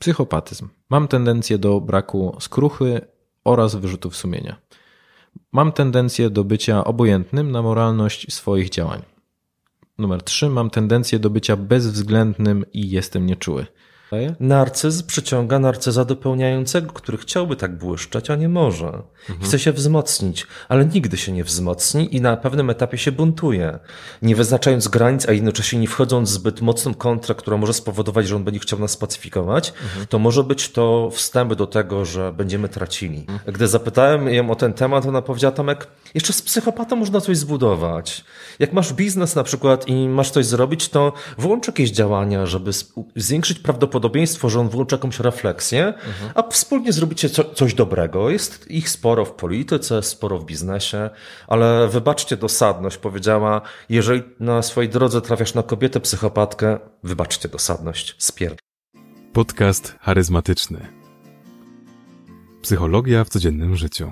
Psychopatyzm. Mam tendencję do braku skruchy oraz wyrzutów sumienia. Mam tendencję do bycia obojętnym na moralność swoich działań. Numer 3. Mam tendencję do bycia bezwzględnym i jestem nieczuły. Narcyz przyciąga narcyza dopełniającego, który chciałby tak błyszczeć, a nie może. Chce się wzmocnić, ale nigdy się nie wzmocni i na pewnym etapie się buntuje. Nie wyznaczając granic, a jednocześnie nie wchodząc w zbyt mocną kontrę, która może spowodować, że on będzie chciał nas spacyfikować, to może być to wstęp do tego, że będziemy tracili. Gdy zapytałem ją o ten temat, ona powiedziała: Tomek, jeszcze z psychopatą można coś zbudować. Jak masz biznes na przykład i masz coś zrobić, to włącz jakieś działania, żeby zwiększyć prawdopodobieństwo, że on włączy jakąś refleksję, a wspólnie zrobicie coś dobrego. Jest ich sporo w polityce, sporo w biznesie, ale wybaczcie dosadność, powiedziała: jeżeli na swojej drodze trafiasz na kobietę psychopatkę, wybaczcie dosadność, Podcast charyzmatyczny. Psychologia w codziennym życiu.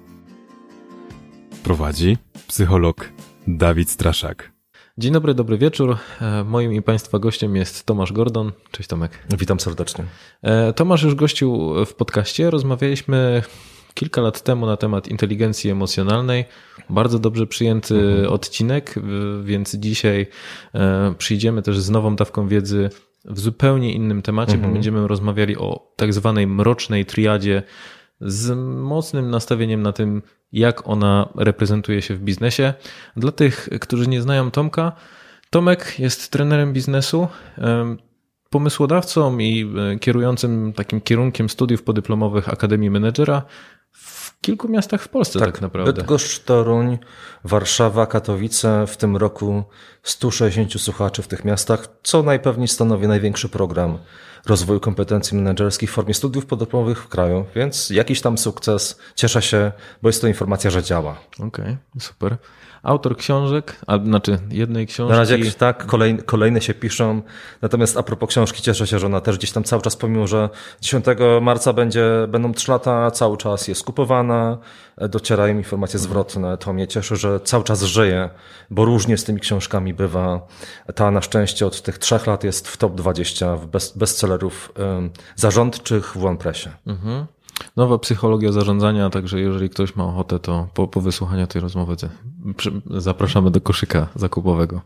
Prowadzi psycholog Dawid Straszak. Dzień dobry, dobry wieczór. Moim i Państwa gościem jest Tomasz Gordon. Cześć Tomek. Witam serdecznie. Tomasz już gościł w podcaście. Rozmawialiśmy kilka lat temu na temat inteligencji emocjonalnej. Bardzo dobrze przyjęty odcinek, więc dzisiaj przyjdziemy też z nową dawką wiedzy w zupełnie innym temacie, bo będziemy rozmawiali o tak zwanej mrocznej triadzie z mocnym nastawieniem na tym, jak ona reprezentuje się w biznesie. Dla tych, którzy nie znają Tomka, Tomek jest trenerem biznesu, pomysłodawcą i kierującym takim kierunkiem studiów podyplomowych Akademii Menedżera w kilku miastach w Polsce tak naprawdę. Bydgoszcz, Toruń, Warszawa, Katowice, w tym roku 160 słuchaczy w tych miastach, co najpewniej stanowi największy program rozwoju kompetencji menedżerskich w formie studiów podyplomowych w kraju, więc jakiś tam sukces, cieszę się, bo jest to informacja, że działa. Okej, super. Autor książek, znaczy jednej książki. Na razie tak, kolejne się piszą, natomiast a propos książki, cieszę się, że ona też gdzieś tam cały czas, pomimo że 10 marca będą 3 lata, cały czas jest kupowana, docierają informacje zwrotne, to mnie cieszy, że cały czas żyje, bo różnie z tymi książkami bywa. Ta na szczęście od tych 3 lat jest w top 20 bestsellerów zarządczych w OnePressie. Nowa psychologia zarządzania, także jeżeli ktoś ma ochotę, to po wysłuchaniu tej rozmowy zapraszamy do koszyka zakupowego.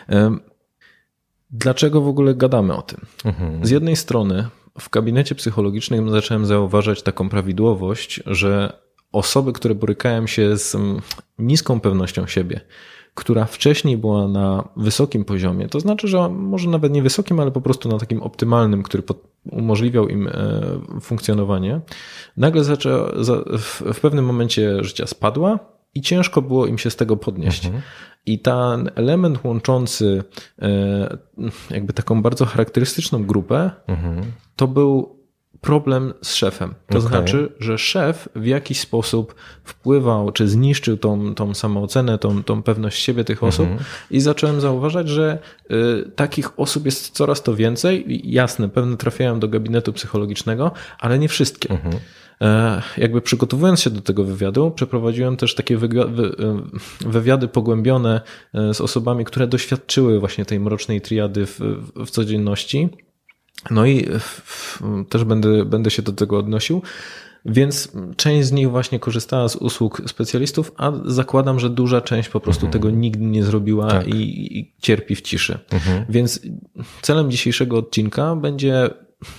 Dlaczego w ogóle gadamy o tym? Z jednej strony w gabinecie psychologicznym zacząłem zauważać taką prawidłowość, że osoby, które borykają się z niską pewnością siebie, która wcześniej była na wysokim poziomie, to znaczy, że może nawet nie wysokim, ale po prostu na takim optymalnym, który umożliwiał im funkcjonowanie, nagle w pewnym momencie życia spadła i ciężko było im się z tego podnieść. I ten element łączący jakby taką bardzo charakterystyczną grupę, to był problem z szefem. To znaczy, że szef w jakiś sposób wpływał, czy zniszczył tą samoocenę, tą pewność siebie tych osób i zacząłem zauważać, że takich osób jest coraz to więcej. Jasne, pewne trafiają do gabinetu psychologicznego, ale nie wszystkie. Jakby przygotowując się do tego wywiadu, przeprowadziłem też takie wywiady pogłębione z osobami, które doświadczyły właśnie tej mrocznej triady w codzienności. No i też będę się do tego odnosił, więc część z nich właśnie korzystała z usług specjalistów, a zakładam, że duża część po prostu tego nigdy nie zrobiła i cierpi w ciszy. Więc celem dzisiejszego odcinka będzie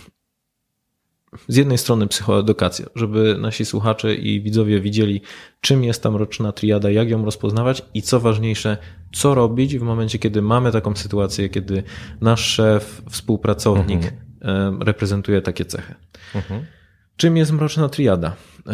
z jednej strony psychoedukacja, żeby nasi słuchacze i widzowie widzieli, czym jest ta mroczna triada, jak ją rozpoznawać i co ważniejsze, co robić w momencie, kiedy mamy taką sytuację, kiedy nasz szef, współpracownik reprezentuje takie cechy. Czym jest mroczna triada?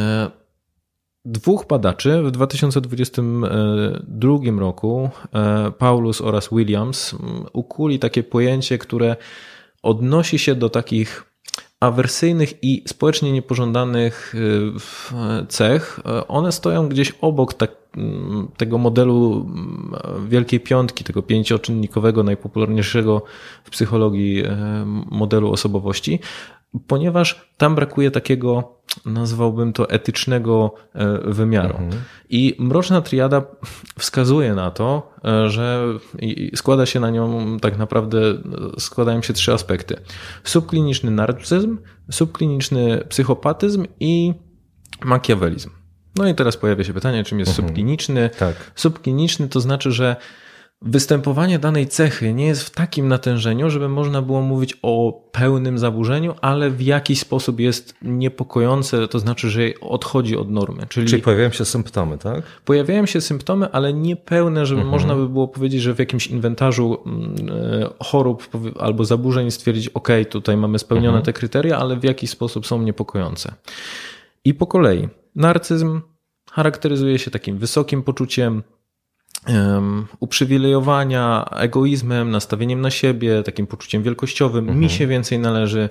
2 badaczy w 2022 roku, Paulus oraz Williams, ukuli takie pojęcie, które odnosi się do takich awersyjnych i społecznie niepożądanych cech. One stoją gdzieś obok tego modelu Wielkiej Piątki, tego 5-czynnikowego, najpopularniejszego w psychologii modelu osobowości, ponieważ tam brakuje takiego, nazwałbym to, etycznego wymiaru. I mroczna triada wskazuje na to, że składa się na nią tak naprawdę, składają się 3 aspekty. Subkliniczny narcyzm, subkliniczny psychopatyzm i makiawelizm. No i teraz pojawia się pytanie, czym jest subkliniczny. Tak. Subkliniczny to znaczy, że występowanie danej cechy nie jest w takim natężeniu, żeby można było mówić o pełnym zaburzeniu, ale w jakiś sposób jest niepokojące, to znaczy, że odchodzi od normy. Czyli pojawiają się symptomy, tak? Pojawiają się symptomy, ale nie pełne, żeby można by było powiedzieć, że w jakimś inwentarzu chorób albo zaburzeń stwierdzić, ok, tutaj mamy spełnione te kryteria, ale w jakiś sposób są niepokojące. I po kolei narcyzm charakteryzuje się takim wysokim poczuciem uprzywilejowania, egoizmem, nastawieniem na siebie, takim poczuciem wielkościowym. Mi się więcej należy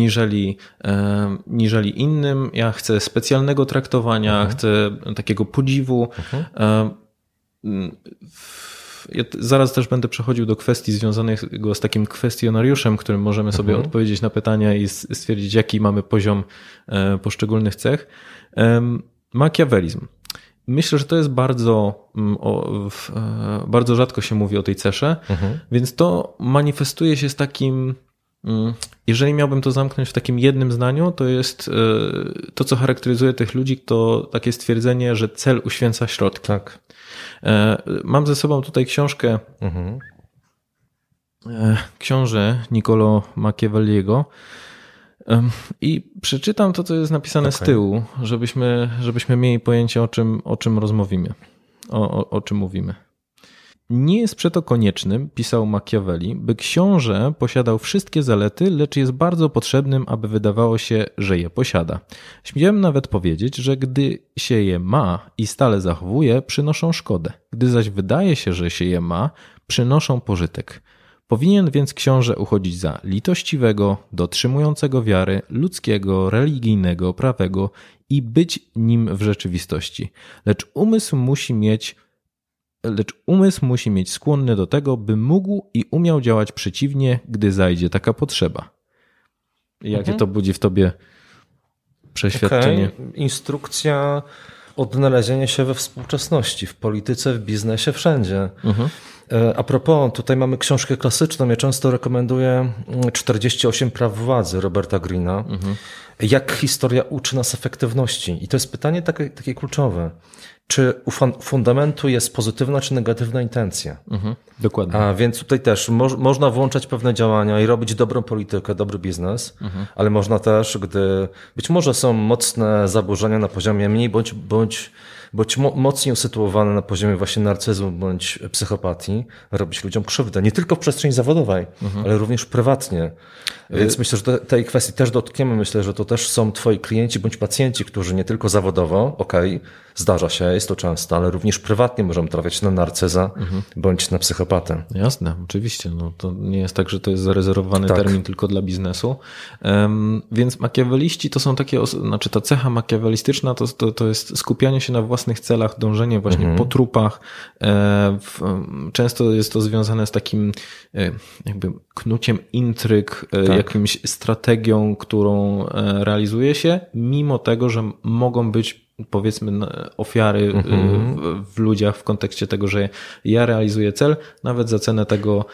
niżeli innym. Ja chcę specjalnego traktowania, chcę takiego podziwu. Ja zaraz też będę przechodził do kwestii związanych z takim kwestionariuszem, którym możemy sobie odpowiedzieć na pytania i stwierdzić, jaki mamy poziom poszczególnych cech. Makiawelizm. Myślę, że to jest bardzo rzadko się mówi o tej cesze, więc to manifestuje się z takim, jeżeli miałbym to zamknąć w takim jednym zdaniu, to jest to, co charakteryzuje tych ludzi, to takie stwierdzenie, że cel uświęca środki. Tak. Mam ze sobą tutaj książkę książę Niccolò Machiavelliego i przeczytam to, co jest napisane z tyłu, żebyśmy mieli pojęcie, o czym rozmówimy, o czym mówimy. Nie jest przeto koniecznym, pisał Machiavelli, by książę posiadał wszystkie zalety, lecz jest bardzo potrzebnym, aby wydawało się, że je posiada. Śmiem nawet powiedzieć, że gdy się je ma i stale zachowuje, przynoszą szkodę. Gdy zaś wydaje się, że się je ma, przynoszą pożytek. Powinien więc książę uchodzić za litościwego, dotrzymującego wiary, ludzkiego, religijnego, prawego i być nim w rzeczywistości. Lecz umysł musi mieć skłonny do tego, by mógł i umiał działać przeciwnie, gdy zajdzie taka potrzeba. Jakie to budzi w tobie przeświadczenie? Instrukcja odnalezienia się we współczesności, w polityce, w biznesie, wszędzie. A propos, tutaj mamy książkę klasyczną, ja często rekomenduję 48 praw władzy Roberta Greena. Jak historia uczy nas efektywności? I to jest pytanie takie kluczowe. Czy u fundamentu jest pozytywna czy negatywna intencja? Dokładnie. A więc tutaj też można włączać pewne działania i robić dobrą politykę, dobry biznes, ale można też, gdy być może są mocne zaburzenia na poziomie mniej bądź mocniej usytuowane na poziomie właśnie narcyzmu bądź psychopatii, robić ludziom krzywdę. Nie tylko w przestrzeni zawodowej, ale również prywatnie. Więc myślę, że tej kwestii też dotkniemy. Myślę, że to też są twoi klienci bądź pacjenci, którzy nie tylko zawodowo, zdarza się, jest to często, ale również prywatnie możemy trafiać na narcyza bądź na psychopatę. Jasne, oczywiście. No, to nie jest tak, że to jest zarezerwowany termin tylko dla biznesu. Więc makiaweliści to są takie, znaczy ta cecha makiawelistyczna to jest skupianie się na własnych celach, dążenie właśnie po trupach. Często jest to związane z takim jakby knuciem intryg, jakimś strategią, którą realizuje się, mimo tego, że mogą być, powiedzmy, ofiary w ludziach w kontekście tego, że ja realizuję cel, nawet za cenę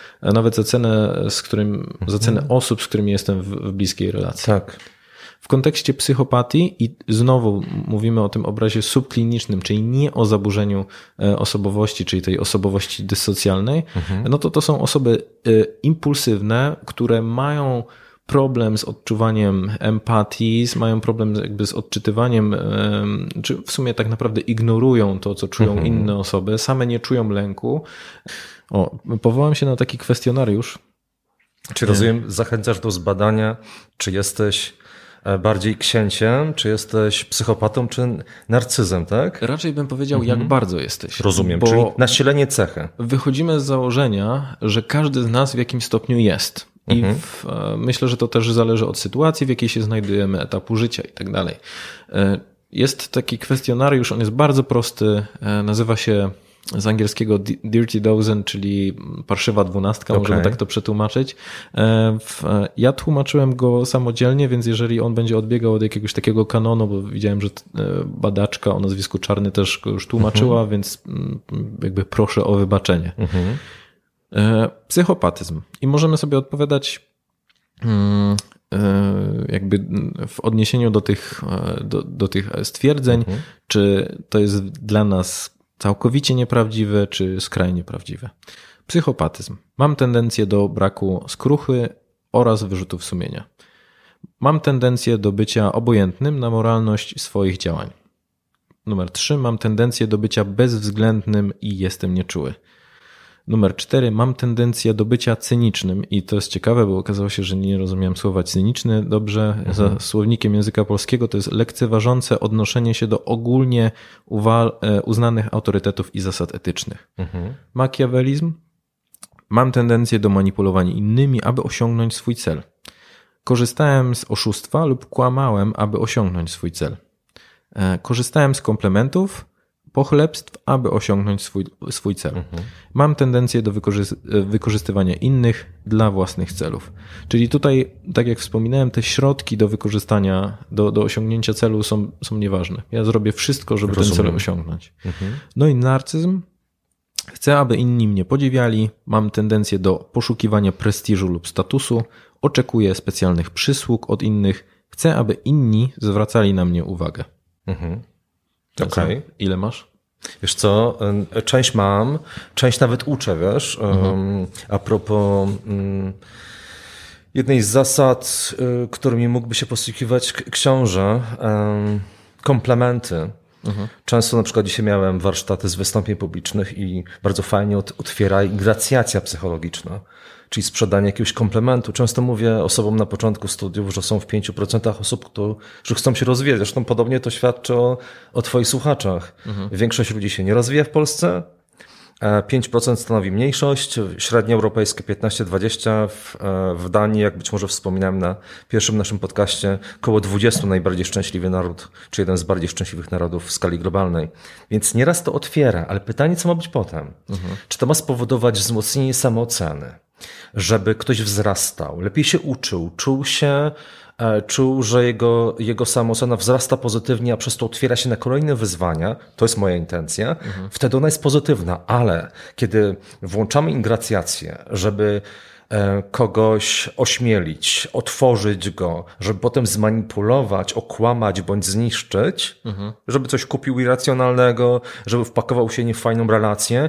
za cenę osób, z którymi jestem w bliskiej relacji. Tak. W kontekście psychopatii i znowu mówimy o tym obrazie subklinicznym, czyli nie o zaburzeniu osobowości, czyli tej osobowości dysocjalnej, no to są osoby impulsywne, które mają problem z odczuwaniem empatii, mają problem jakby z odczytywaniem, czy w sumie tak naprawdę ignorują to, co czują inne osoby, same nie czują lęku. Powołam się na taki kwestionariusz. Czy rozumiem, zachęcasz do zbadania, czy jesteś bardziej księciem, czy jesteś psychopatą, czy narcyzem, tak? Raczej bym powiedział, jak bardzo jesteś. Rozumiem, czyli nasilenie cechy. Wychodzimy z założenia, że każdy z nas w jakimś stopniu jest. I myślę, że to też zależy od sytuacji, w jakiej się znajdujemy, etapu życia i tak dalej. Jest taki kwestionariusz, on jest bardzo prosty, nazywa się z angielskiego Dirty Dozen, czyli parszywa 12, możemy tak to przetłumaczyć. Ja tłumaczyłem go samodzielnie, więc jeżeli on będzie odbiegał od jakiegoś takiego kanonu, bo widziałem, że badaczka o nazwisku Czarny też go już tłumaczyła, więc jakby proszę o wybaczenie. Psychopatyzm. I możemy sobie odpowiadać jakby w odniesieniu do tych stwierdzeń, czy to jest dla nas całkowicie nieprawdziwe, czy skrajnie prawdziwe. Psychopatyzm. Mam tendencję do braku skruchy oraz wyrzutów sumienia. Mam tendencję do bycia obojętnym na moralność swoich działań. Numer 3. Mam tendencję do bycia bezwzględnym i jestem nieczuły. Numer 4. Mam tendencję do bycia cynicznym i to jest ciekawe, bo okazało się, że nie rozumiałem słowa cyniczny dobrze. Za słownikiem języka polskiego to jest lekceważące odnoszenie się do ogólnie uznanych autorytetów i zasad etycznych. Makiawelizm. Mam tendencję do manipulowania innymi, aby osiągnąć swój cel. Korzystałem z oszustwa lub kłamałem, aby osiągnąć swój cel. Korzystałem z komplementów, pochlebstw, aby osiągnąć swój cel. Mam tendencję do wykorzystywania innych dla własnych celów. Czyli tutaj, tak jak wspominałem, te środki do wykorzystania, do osiągnięcia celu są nieważne. Ja zrobię wszystko, żeby ten cel osiągnąć. No i narcyzm. Chcę, aby inni mnie podziwiali. Mam tendencję do poszukiwania prestiżu lub statusu. Oczekuję specjalnych przysług od innych. Chcę, aby inni zwracali na mnie uwagę. Okej. Ile masz? Wiesz co, część mam, część nawet uczę, wiesz. A propos jednej z zasad, którymi mógłby się posługiwać książę, komplementy. Często na przykład dzisiaj miałem warsztaty z wystąpień publicznych i bardzo fajnie otwiera gracjacja psychologiczna, czyli sprzedanie jakiegoś komplementu. Często mówię osobom na początku studiów, że są w 5% osób, że chcą się rozwijać. Zresztą podobnie to świadczy o twoich słuchaczach. Większość ludzi się nie rozwija w Polsce, 5% stanowi mniejszość, średnia europejska 15-20%, w Danii, jak być może wspominałem na pierwszym naszym podcaście, około 20 najbardziej szczęśliwy naród, czy jeden z bardziej szczęśliwych narodów w skali globalnej. Więc nieraz to otwiera, ale pytanie, co ma być potem? Czy to ma spowodować wzmocnienie samooceny? Żeby ktoś wzrastał, lepiej się uczył, czuł, że jego samoocena wzrasta pozytywnie, a przez to otwiera się na kolejne wyzwania, to jest moja intencja, wtedy ona jest pozytywna, ale kiedy włączamy ingracjację, żeby kogoś ośmielić, otworzyć go, żeby potem zmanipulować, okłamać bądź zniszczyć, żeby coś kupił irracjonalnego, żeby wpakował się nie w fajną relację.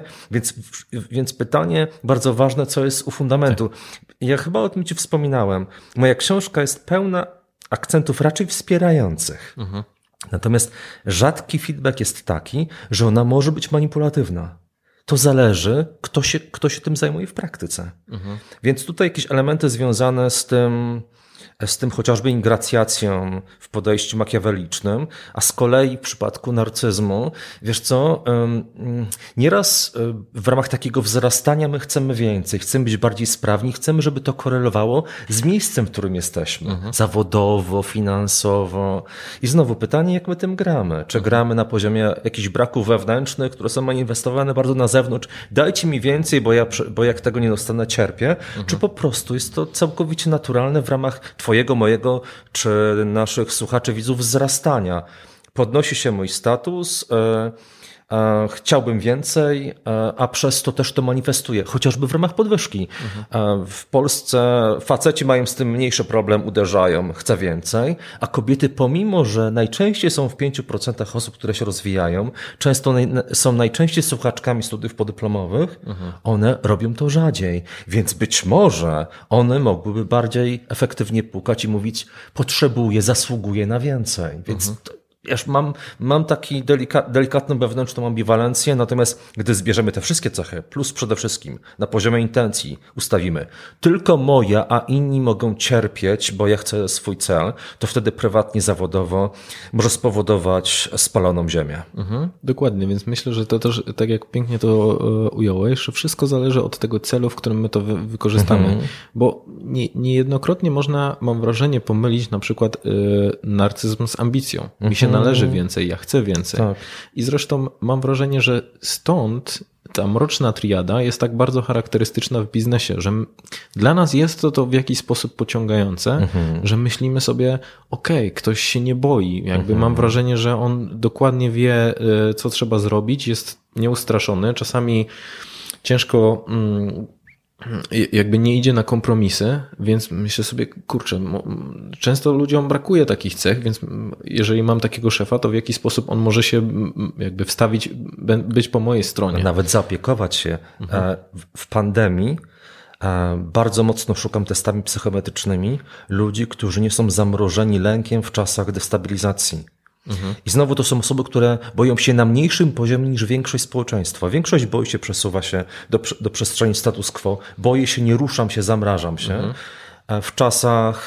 Więc pytanie bardzo ważne, co jest u fundamentu. Ja chyba o tym ci wspominałem. Moja książka jest pełna akcentów raczej wspierających. Natomiast rzadki feedback jest taki, że ona może być manipulatywna. To zależy, kto się tym zajmuje w praktyce. Więc tutaj jakieś elementy związane z tym chociażby ingracjacją w podejściu makiawelicznym, a z kolei w przypadku narcyzmu, wiesz co, nieraz w ramach takiego wzrastania my chcemy więcej, chcemy być bardziej sprawni, chcemy, żeby to korelowało z miejscem, w którym jesteśmy, zawodowo, finansowo. I znowu pytanie, jak my tym gramy? Czy gramy na poziomie jakichś braków wewnętrznych, które są manifestowane bardzo na zewnątrz, dajcie mi więcej, bo jak tego nie dostanę, cierpię, czy po prostu jest to całkowicie naturalne w ramach twojego, mojego, czy naszych słuchaczy, widzów wzrastania. Podnosi się mój status, chciałbym więcej, a przez to też to manifestuję, chociażby w ramach podwyżki. W Polsce faceci mają z tym mniejszy problem, uderzają, chcę więcej, a kobiety, pomimo że najczęściej są w 5% osób, które się rozwijają, często są najczęściej słuchaczkami studiów podyplomowych, one robią to rzadziej, więc być może one mogłyby bardziej efektywnie pukać i mówić, potrzebuję, zasługuję na więcej, więc mam taki delikatną wewnętrzną ambiwalencję, natomiast gdy zbierzemy te wszystkie cechy, plus przede wszystkim na poziomie intencji ustawimy tylko moja, a inni mogą cierpieć, bo ja chcę swój cel, to wtedy prywatnie, zawodowo może spowodować spaloną ziemię. Dokładnie, więc myślę, że to też, tak jak pięknie to ująłeś, że wszystko zależy od tego celu, w którym my to wykorzystamy, bo niejednokrotnie można, mam wrażenie, pomylić na przykład narcyzm z ambicją. Mi się należy więcej, ja chcę więcej. Tak. I zresztą mam wrażenie, że stąd ta mroczna triada jest tak bardzo charakterystyczna w biznesie, że dla nas jest to w jakiś sposób pociągające, że myślimy sobie, okej, ktoś się nie boi. Jakby mam wrażenie, że on dokładnie wie, co trzeba zrobić, jest nieustraszony. Czasami ciężko jakby nie idzie na kompromisy, więc myślę sobie, kurczę, często ludziom brakuje takich cech, więc jeżeli mam takiego szefa, to w jaki sposób on może się jakby wstawić, być po mojej stronie. Nawet zaopiekować się. W pandemii bardzo mocno szukam testami psychometrycznymi ludzi, którzy nie są zamrożeni lękiem w czasach destabilizacji. I znowu to są osoby, które boją się na mniejszym poziomie niż większość społeczeństwa. Większość boi się, przesuwa się do przestrzeni status quo. Boję się, nie ruszam się, zamrażam się. W czasach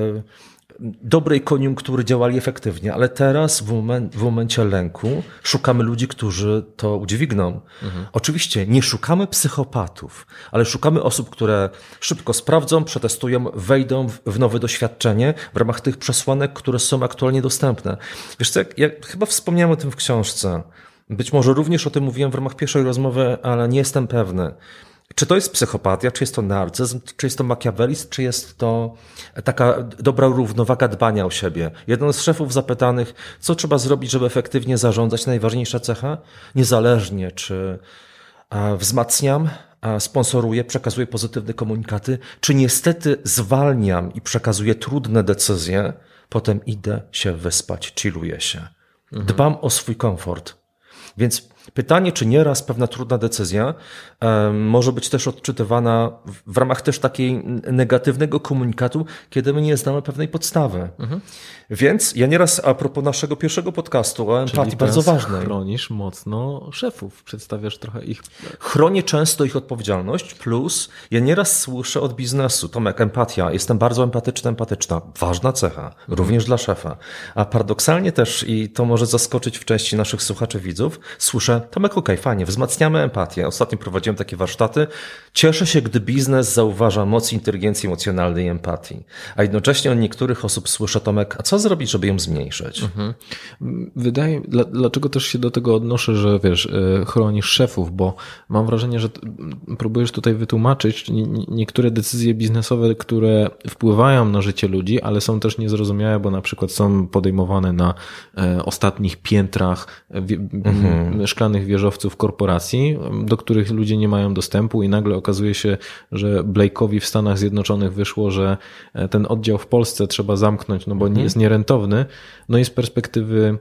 dobrej koniunktury działali efektywnie, ale teraz w momencie lęku szukamy ludzi, którzy to udźwigną. Oczywiście nie szukamy psychopatów, ale szukamy osób, które szybko sprawdzą, przetestują, wejdą w nowe doświadczenie w ramach tych przesłanek, które są aktualnie dostępne. Wiesz co, ja chyba wspomniałem o tym w książce. Być może również o tym mówiłem w ramach pierwszej rozmowy, ale nie jestem pewny. Czy to jest psychopatia, czy jest to narcyzm, czy jest to makiawelizm, czy jest to taka dobra równowaga dbania o siebie? Jeden z szefów zapytanych, co trzeba zrobić, żeby efektywnie zarządzać, najważniejsza cecha? Niezależnie, czy wzmacniam, sponsoruję, przekazuję pozytywne komunikaty, czy niestety zwalniam i przekazuję trudne decyzje, potem idę się wyspać, chilluję się. Dbam o swój komfort. Więc pytanie, czy nieraz pewna trudna decyzja może być też odczytywana w ramach też takiej negatywnego komunikatu, kiedy my nie znamy pewnej podstawy. Więc ja nieraz a propos naszego pierwszego podcastu o empatii bardzo ważnej. Chronisz mocno szefów, przedstawiasz trochę ich. Chronię często ich odpowiedzialność, plus ja nieraz słyszę od biznesu, Tomek, empatia, jestem bardzo empatyczna. Ważna cecha, również dla szefa. A paradoksalnie też, i to może zaskoczyć w części naszych słuchaczy, widzów, słyszę, Tomek, okej, fajnie, wzmacniamy empatię. Ostatnio prowadziłem takie warsztaty. Cieszę się, gdy biznes zauważa moc inteligencji emocjonalnej i empatii. A jednocześnie od niektórych osób słyszę, Tomek, a co zrobić, żeby ją zmniejszyć? Dlaczego też się do tego odnoszę, że wiesz, chronisz szefów, bo mam wrażenie, że próbujesz tutaj wytłumaczyć niektóre decyzje biznesowe, które wpływają na życie ludzi, ale są też niezrozumiałe, bo na przykład są podejmowane na ostatnich piętrach szklanych wieżowców korporacji, do których ludzie nie mają dostępu i nagle okazuje się, że Blake'owi w Stanach Zjednoczonych wyszło, że ten oddział w Polsce trzeba zamknąć, no bo nie jest nierentowny. No i z perspektywy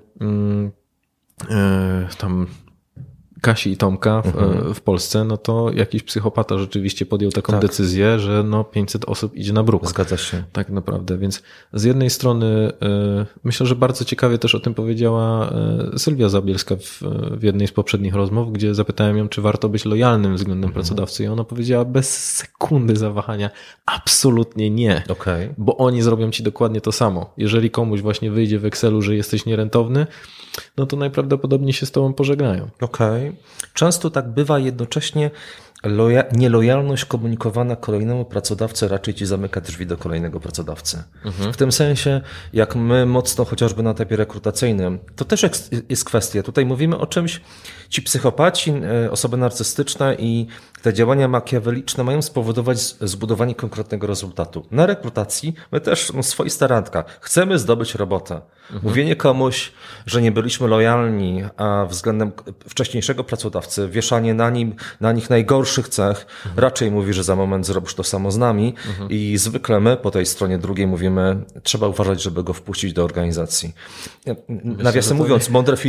tam Kasi i Tomka w Polsce, no to jakiś psychopata rzeczywiście podjął taką decyzję, że no 500 osób idzie na bruk. Zgadza się. Tak naprawdę, więc z jednej strony myślę, że bardzo ciekawie też o tym powiedziała Sylwia Zabielska w jednej z poprzednich rozmów, gdzie zapytałem ją, czy warto być lojalnym względem pracodawcy i ona powiedziała bez sekundy zawahania, absolutnie nie, bo oni zrobią ci dokładnie to samo. Jeżeli komuś właśnie wyjdzie w Excelu, że jesteś nierentowny, no to najprawdopodobniej się z tobą pożegnają. Często tak bywa, jednocześnie nielojalność komunikowana kolejnemu pracodawcy raczej ci zamyka drzwi do kolejnego pracodawcy. W tym sensie, jak my mocno chociażby na etapie rekrutacyjnym, to też jest kwestia. Tutaj mówimy o czymś, ci psychopaci, osoby narcystyczne i te działania makiaweliczne mają spowodować zbudowanie konkretnego rezultatu. Na rekrutacji my też swoista randka. Chcemy zdobyć robotę. Mówienie komuś, że nie byliśmy lojalni a względem wcześniejszego pracodawcy, wieszanie na nich najgorszych cech, raczej mówi, że za moment zrobisz to samo z nami i zwykle my po tej stronie drugiej mówimy, trzeba uważać, żeby go wpuścić do organizacji. Nawiasem mówiąc,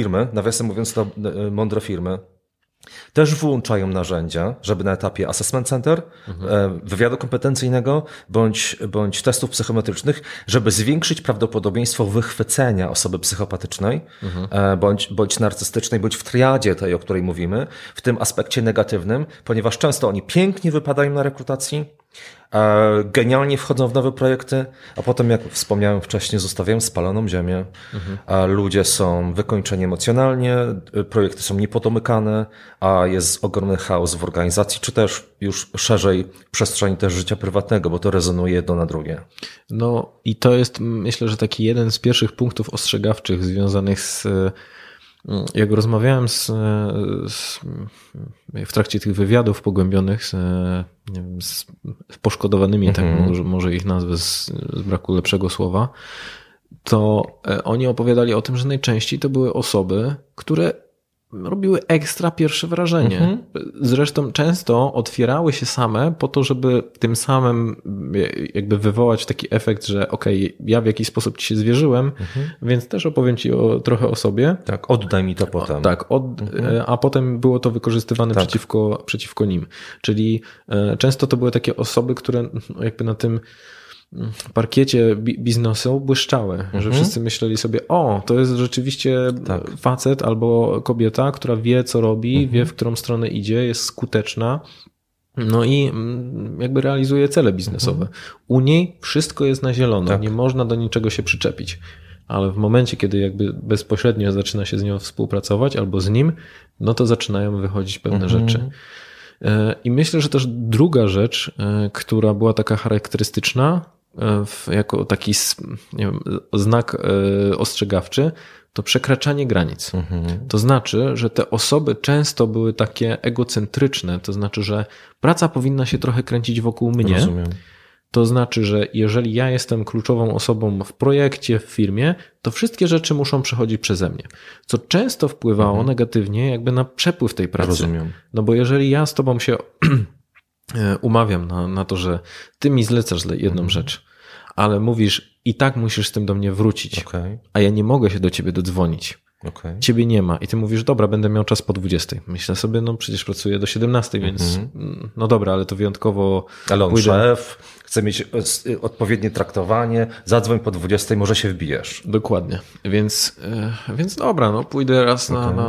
mądre firmy też włączają narzędzia, żeby na etapie assessment center, wywiadu kompetencyjnego bądź testów psychometrycznych, żeby zwiększyć prawdopodobieństwo wychwycenia osoby psychopatycznej, bądź narcystycznej, bądź w triadzie tej, o której mówimy, w tym aspekcie negatywnym, ponieważ często oni pięknie wypadają na rekrutacji, Genialnie wchodzą w nowe projekty, a potem, jak wspomniałem wcześniej, zostawiają spaloną ziemię. Ludzie są wykończeni emocjonalnie, projekty są niepodomykane, a jest ogromny chaos w organizacji, czy też już szerzej przestrzeni też życia prywatnego, bo to rezonuje jedno na drugie. No i to jest, myślę, że taki jeden z pierwszych punktów ostrzegawczych związanych z... Jak rozmawiałem w trakcie tych wywiadów pogłębionych z poszkodowanymi, tak może ich nazwę z braku lepszego słowa, to oni opowiadali o tym, że najczęściej to były osoby, które robiły ekstra pierwsze wrażenie. Zresztą często otwierały się same po to, żeby tym samym jakby wywołać taki efekt, że okej, ja w jakiś sposób ci się zwierzyłem, więc też opowiem ci trochę o sobie. Tak, oddaj mi to potem. Tak, a potem było to wykorzystywane przeciwko nim. Czyli często to były takie osoby, które jakby na tym parkiecie biznesu błyszczały, że wszyscy myśleli sobie, to jest rzeczywiście facet albo kobieta, która wie, co robi, wie, w którą stronę idzie, jest skuteczna, no i jakby realizuje cele biznesowe. U niej wszystko jest na zielono, nie można do niczego się przyczepić. Ale w momencie, kiedy jakby bezpośrednio zaczyna się z nią współpracować albo z nim, no to zaczynają wychodzić pewne rzeczy. I myślę, że też druga rzecz, która była taka charakterystyczna, jako taki znak ostrzegawczy, to przekraczanie granic. To znaczy, że te osoby często były takie egocentryczne, to znaczy, że praca powinna się trochę kręcić wokół mnie. Rozumiem. To znaczy, że jeżeli ja jestem kluczową osobą w projekcie, w firmie, to wszystkie rzeczy muszą przechodzić przeze mnie. Co często wpływało negatywnie jakby na przepływ tej pracy. Rozumiem. No bo jeżeli ja z tobą się umawiam na to, że ty mi zlecasz jedną rzecz, ale mówisz i tak musisz z tym do mnie wrócić, a ja nie mogę się do ciebie dodzwonić. Ciebie nie ma i ty mówisz, dobra, będę miał czas po 20. Myślę sobie, no przecież pracuję do 17, więc no dobra, ale to wyjątkowo... Ale on szef, chce mieć odpowiednie traktowanie, zadzwoń po 20, może się wbijesz. Dokładnie, więc dobra, no pójdę raz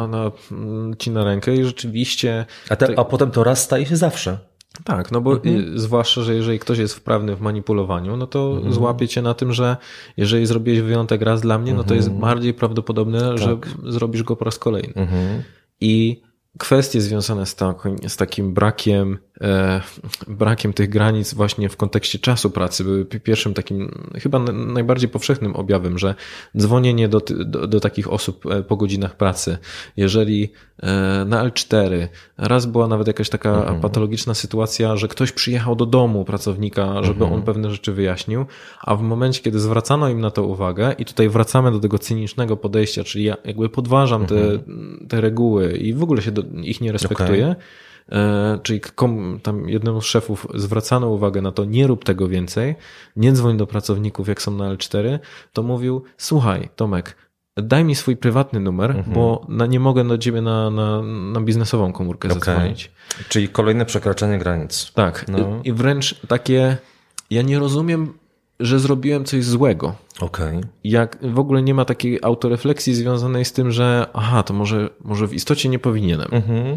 ci na rękę i rzeczywiście... A potem to raz staje się zawsze. Tak, no bo zwłaszcza, że jeżeli ktoś jest wprawny w manipulowaniu, no to złapie cię na tym, że jeżeli zrobiłeś wyjątek raz dla mnie, no to jest bardziej prawdopodobne, że zrobisz go po raz kolejny. I kwestie związane z takim brakiem tych granic właśnie w kontekście czasu pracy były pierwszym takim, chyba najbardziej powszechnym objawem, że dzwonienie do takich osób po godzinach pracy, jeżeli na L4 raz była nawet jakaś taka patologiczna sytuacja, że ktoś przyjechał do domu pracownika, żeby on pewne rzeczy wyjaśnił, a w momencie, kiedy zwracano im na to uwagę i tutaj wracamy do tego cynicznego podejścia, czyli ja jakby podważam te reguły i w ogóle się ich nie respektuję, czyli tam jednemu z szefów zwracano uwagę na to, nie rób tego więcej, nie dzwoń do pracowników, jak są na L4, to mówił, słuchaj, Tomek, daj mi swój prywatny numer, bo nie mogę do ciebie na biznesową komórkę zadzwonić. Czyli kolejne przekraczanie granic. Tak. No. I wręcz takie, ja nie rozumiem, że zrobiłem coś złego. Jak w ogóle nie ma takiej autorefleksji związanej z tym, że to może w istocie nie powinienem.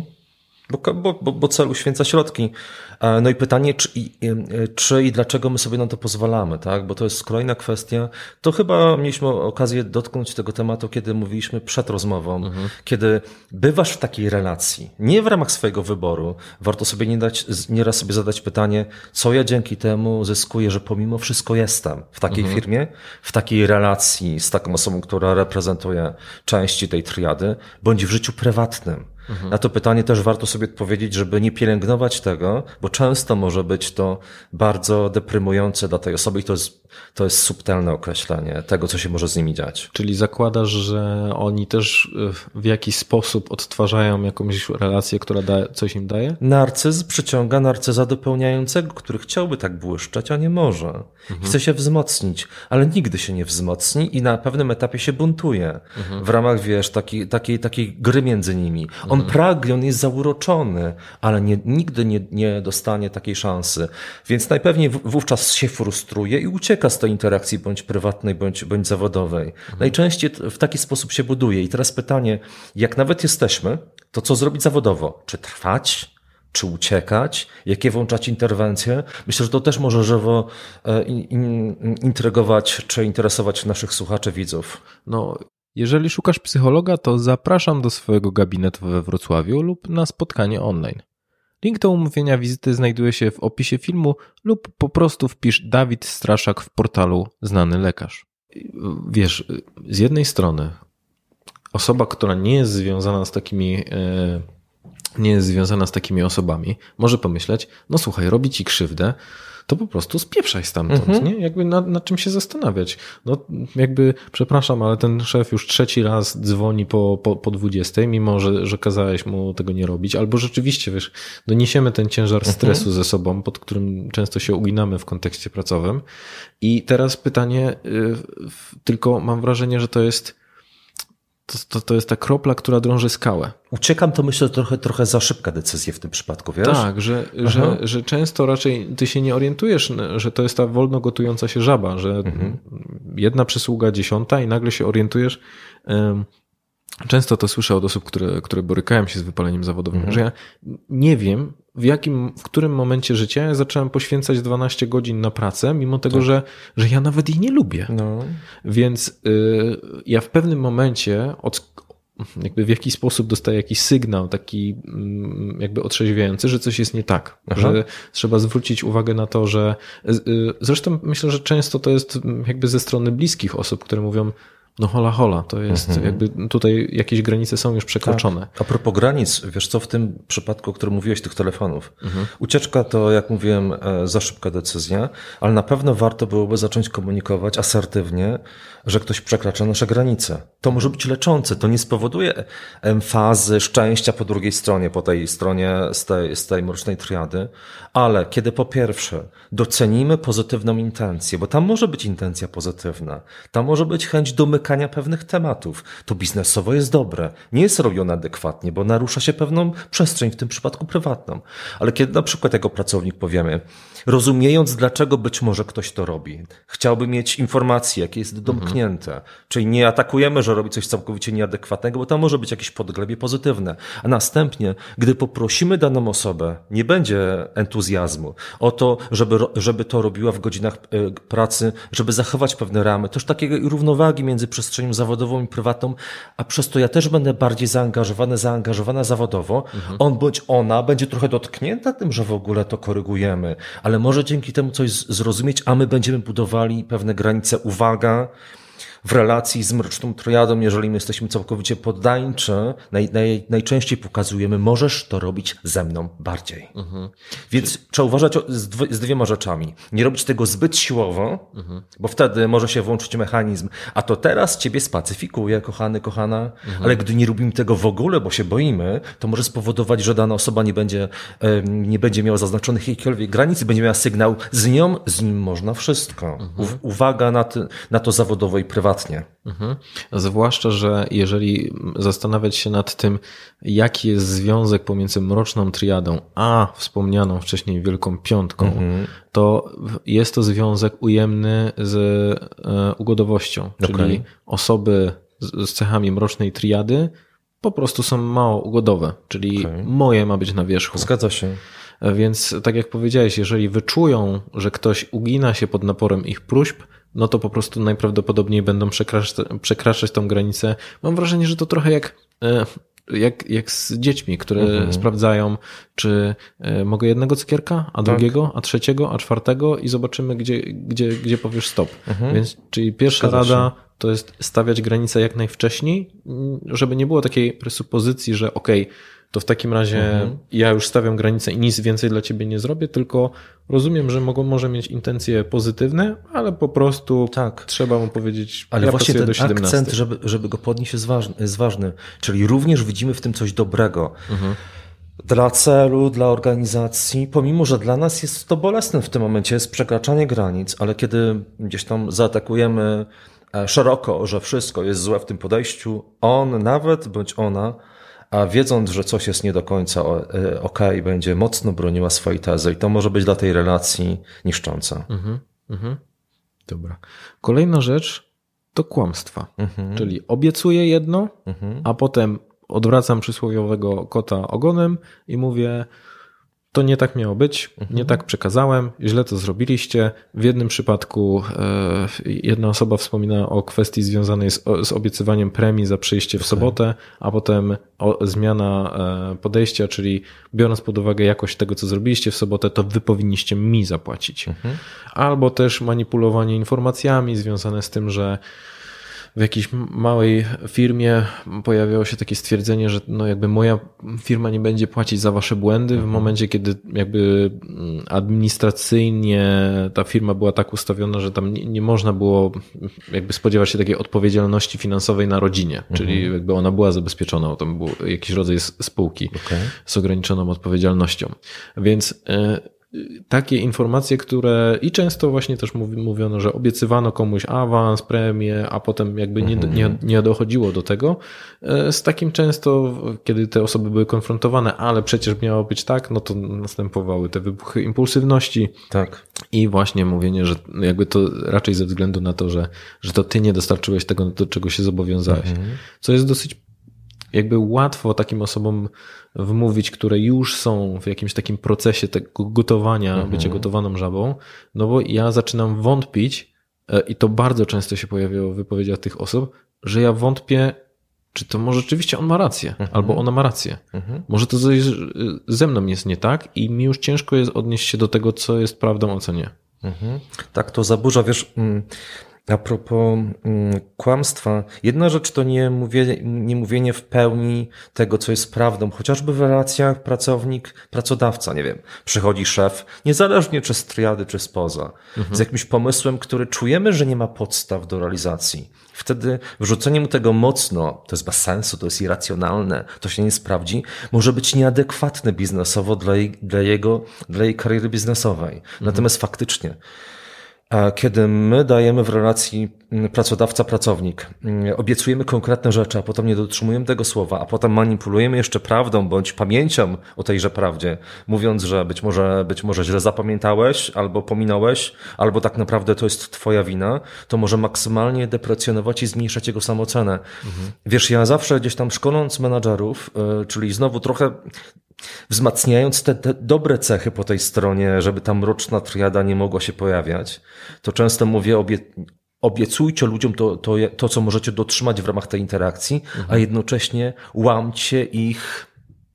Bo cel uświęca środki. No i pytanie, czy i dlaczego my sobie na to pozwalamy, tak? Bo to jest kolejna kwestia. To chyba mieliśmy okazję dotknąć tego tematu, kiedy mówiliśmy przed rozmową, kiedy bywasz w takiej relacji, nie w ramach swojego wyboru, warto sobie nieraz sobie zadać pytanie, co ja dzięki temu zyskuję, że pomimo wszystko jestem w takiej firmie, w takiej relacji z taką osobą, która reprezentuje części tej triady, bądź w życiu prywatnym. Na to pytanie też warto sobie odpowiedzieć, żeby nie pielęgnować tego, bo często może być to bardzo deprymujące dla tej osoby i to jest subtelne określenie tego, co się może z nimi dziać. Czyli zakładasz, że oni też w jakiś sposób odtwarzają jakąś relację, która coś im daje? Narcyz przyciąga narcyza dopełniającego, który chciałby tak błyszczeć, a nie może. Chce się wzmocnić, ale nigdy się nie wzmocni i na pewnym etapie się buntuje. W ramach, takiej gry między nimi. On pragnie, on jest zauroczony, ale nigdy nie dostanie takiej szansy. Więc najpewniej wówczas się frustruje i ucieka z tej interakcji bądź prywatnej, bądź zawodowej. Najczęściej w taki sposób się buduje. I teraz pytanie, jak nawet jesteśmy, to co zrobić zawodowo? Czy trwać? Czy uciekać? Jakie włączać interwencje? Myślę, że to też może żywo intrygować czy interesować naszych słuchaczy, widzów. No, jeżeli szukasz psychologa, to zapraszam do swojego gabinetu we Wrocławiu lub na spotkanie online. Link do umówienia wizyty znajduje się w opisie filmu lub po prostu wpisz Dawid Straszak w portalu Znany Lekarz. Wiesz, z jednej strony osoba, która nie jest związana z takimi osobami, może pomyśleć, no słuchaj, robi ci krzywdę, to po prostu spieprzaj stamtąd, nie? Jakby nad czym się zastanawiać. No jakby, przepraszam, ale ten szef już 3. raz dzwoni po 20, mimo że kazałeś mu tego nie robić, albo rzeczywiście, wiesz, doniesiemy ten ciężar stresu ze sobą, pod którym często się uginamy w kontekście pracowym. I teraz pytanie, tylko mam wrażenie, że to jest ta kropla, która drąży skałę. Uciekam, to myślę trochę za szybka decyzja w tym przypadku, wiesz? Tak, że często raczej ty się nie orientujesz, że to jest ta wolno gotująca się żaba, że jedna przysługa 10 i nagle się orientujesz. Często to słyszę od osób, które borykają się z wypaleniem zawodowym, że ja nie wiem, w którym momencie życia ja zacząłem poświęcać 12 godzin na pracę, mimo tego, że ja nawet jej nie lubię. No. Więc ja w pewnym momencie jakby w jakiś sposób dostaję jakiś sygnał taki jakby otrzeźwiający, że coś jest nie tak, że trzeba zwrócić uwagę na to, że zresztą myślę, że często to jest jakby ze strony bliskich osób, które mówią, no hola, to jest jakby tutaj jakieś granice są już przekroczone. Tak. A propos granic, wiesz co, w tym przypadku, o którym mówiłeś, tych telefonów. Ucieczka to, jak mówiłem, za szybka decyzja, ale na pewno warto byłoby zacząć komunikować asertywnie, że ktoś przekracza nasze granice. To może być leczące, to nie spowoduje emfazy, szczęścia po drugiej stronie, po tej stronie z tej mrocznej triady, ale kiedy po pierwsze docenimy pozytywną intencję, bo tam może być intencja pozytywna, tam może być chęć domykania pewnych tematów, to biznesowo jest dobre, nie jest robione adekwatnie, bo narusza się pewną przestrzeń, w tym przypadku prywatną. Ale kiedy na przykład jako pracownik powiemy, rozumiejąc dlaczego być może ktoś to robi, chciałby mieć informacje, jakie jest domknięte, czyli nie atakujemy, że robi coś całkowicie nieadekwatnego, bo tam może być jakieś podglebie pozytywne. A następnie, gdy poprosimy daną osobę, nie będzie entuzjazmu o to, żeby to robiła w godzinach pracy, żeby zachować pewne ramy, też takiej równowagi między przestrzenią zawodową i prywatną, a przez to ja też będę bardziej zaangażowana zawodowo. On bądź ona będzie trochę dotknięta tym, że w ogóle to korygujemy, ale może dzięki temu coś zrozumieć, a my będziemy budowali pewne granice, uwaga, w relacji z mroczną triadą, jeżeli my jesteśmy całkowicie poddańczy, najczęściej pokazujemy, możesz to robić ze mną bardziej. Więc trzeba uważać z 2 rzeczami. Nie robić tego zbyt siłowo, bo wtedy może się włączyć mechanizm, a to teraz ciebie spacyfikuje, kochany, kochana, ale gdy nie robimy tego w ogóle, bo się boimy, to może spowodować, że dana osoba nie będzie miała zaznaczonych jakichkolwiek granic i będzie miała sygnał, z nim można wszystko. Uwaga na to zawodowo i prywatnie. Zwłaszcza, że jeżeli zastanawiać się nad tym, jaki jest związek pomiędzy mroczną triadą a wspomnianą wcześniej Wielką Piątką, to jest to związek ujemny z ugodowością, czyli osoby z cechami mrocznej triady po prostu są mało ugodowe, czyli moje ma być na wierzchu. Zgadza się. Więc tak jak powiedziałeś, jeżeli wyczują, że ktoś ugina się pod naporem ich próśb, no to po prostu najprawdopodobniej będą przekraczać tą granicę. Mam wrażenie, że to trochę jak z dziećmi, które sprawdzają, czy mogę jednego cukierka, a drugiego, a trzeciego, a czwartego i zobaczymy, gdzie powiesz stop. Więc, czyli pierwsza rada to jest stawiać granice jak najwcześniej, żeby nie było takiej presupozycji, że to w takim razie ja już stawiam granicę i nic więcej dla ciebie nie zrobię, tylko rozumiem, że może mieć intencje pozytywne, ale po prostu trzeba mu powiedzieć, ale ja właśnie ten akcent, żeby go podnieść jest ważny. Czyli również widzimy w tym coś dobrego. Dla celu, dla organizacji, pomimo, że dla nas jest to bolesne w tym momencie, jest przekraczanie granic, ale kiedy gdzieś tam zaatakujemy szeroko, że wszystko jest złe w tym podejściu, on nawet bądź ona, a wiedząc, że coś jest nie do końca okej, będzie mocno broniła swojej tezy i to może być dla tej relacji niszczące. Dobra. Kolejna rzecz to kłamstwa. Czyli obiecuję jedno, a potem odwracam przysłowiowego kota ogonem i mówię, to nie tak miało być, nie tak przekazałem, źle to zrobiliście. W jednym przypadku jedna osoba wspomina o kwestii związanej z obiecywaniem premii za przyjście w sobotę, a potem zmiana podejścia, czyli biorąc pod uwagę jakość tego, co zrobiliście w sobotę, to wy powinniście mi zapłacić. Albo też manipulowanie informacjami związane z tym, że w jakiejś małej firmie pojawiało się takie stwierdzenie, że no jakby moja firma nie będzie płacić za wasze błędy w momencie, kiedy jakby administracyjnie ta firma była tak ustawiona, że tam nie można było jakby spodziewać się takiej odpowiedzialności finansowej na rodzinie, czyli jakby ona była zabezpieczona, tam był jakiś rodzaj spółki z ograniczoną odpowiedzialnością. Więc takie informacje, które i często właśnie też mówiono, że obiecywano komuś awans, premię, a potem jakby nie dochodziło do tego. Z takim często, kiedy te osoby były konfrontowane, ale przecież miało być tak, no to następowały te wybuchy impulsywności. Tak. I właśnie mówienie, że jakby to raczej ze względu na to, że to ty nie dostarczyłeś tego, do czego się zobowiązałeś. Co jest dosyć jakby łatwo takim osobom wmówić, które już są w jakimś takim procesie tego gotowania, bycia gotowaną żabą, no bo ja zaczynam wątpić i to bardzo często się pojawiało w wypowiedziach tych osób, że ja wątpię, czy to może rzeczywiście on ma rację, albo ona ma rację. Może to coś ze mną jest nie tak i mi już ciężko jest odnieść się do tego, co jest prawdą, a co nie. Tak, to zaburza, wiesz... A propos kłamstwa, jedna rzecz to nie mówienie w pełni tego, co jest prawdą, chociażby w relacjach pracownik-pracodawca, nie wiem, przychodzi szef, niezależnie czy z triady, czy spoza, z jakimś pomysłem, który czujemy, że nie ma podstaw do realizacji. Wtedy wrzucenie mu tego mocno, to jest bez sensu, to jest irracjonalne, to się nie sprawdzi, może być nieadekwatne biznesowo dla jej kariery biznesowej. Natomiast faktycznie, kiedy my dajemy w relacji pracodawca-pracownik, obiecujemy konkretne rzeczy, a potem nie dotrzymujemy tego słowa, a potem manipulujemy jeszcze prawdą bądź pamięcią o tejże prawdzie, mówiąc, że być może źle zapamiętałeś, albo pominąłeś, albo tak naprawdę to jest twoja wina, to może maksymalnie deprecjonować i zmniejszać jego samoocenę. Wiesz, ja zawsze gdzieś tam szkoląc menadżerów, czyli znowu trochę wzmacniając te dobre cechy po tej stronie, żeby ta mroczna triada nie mogła się pojawiać, to często mówię, obiecujcie ludziom to, co możecie dotrzymać w ramach tej interakcji, a jednocześnie łamcie ich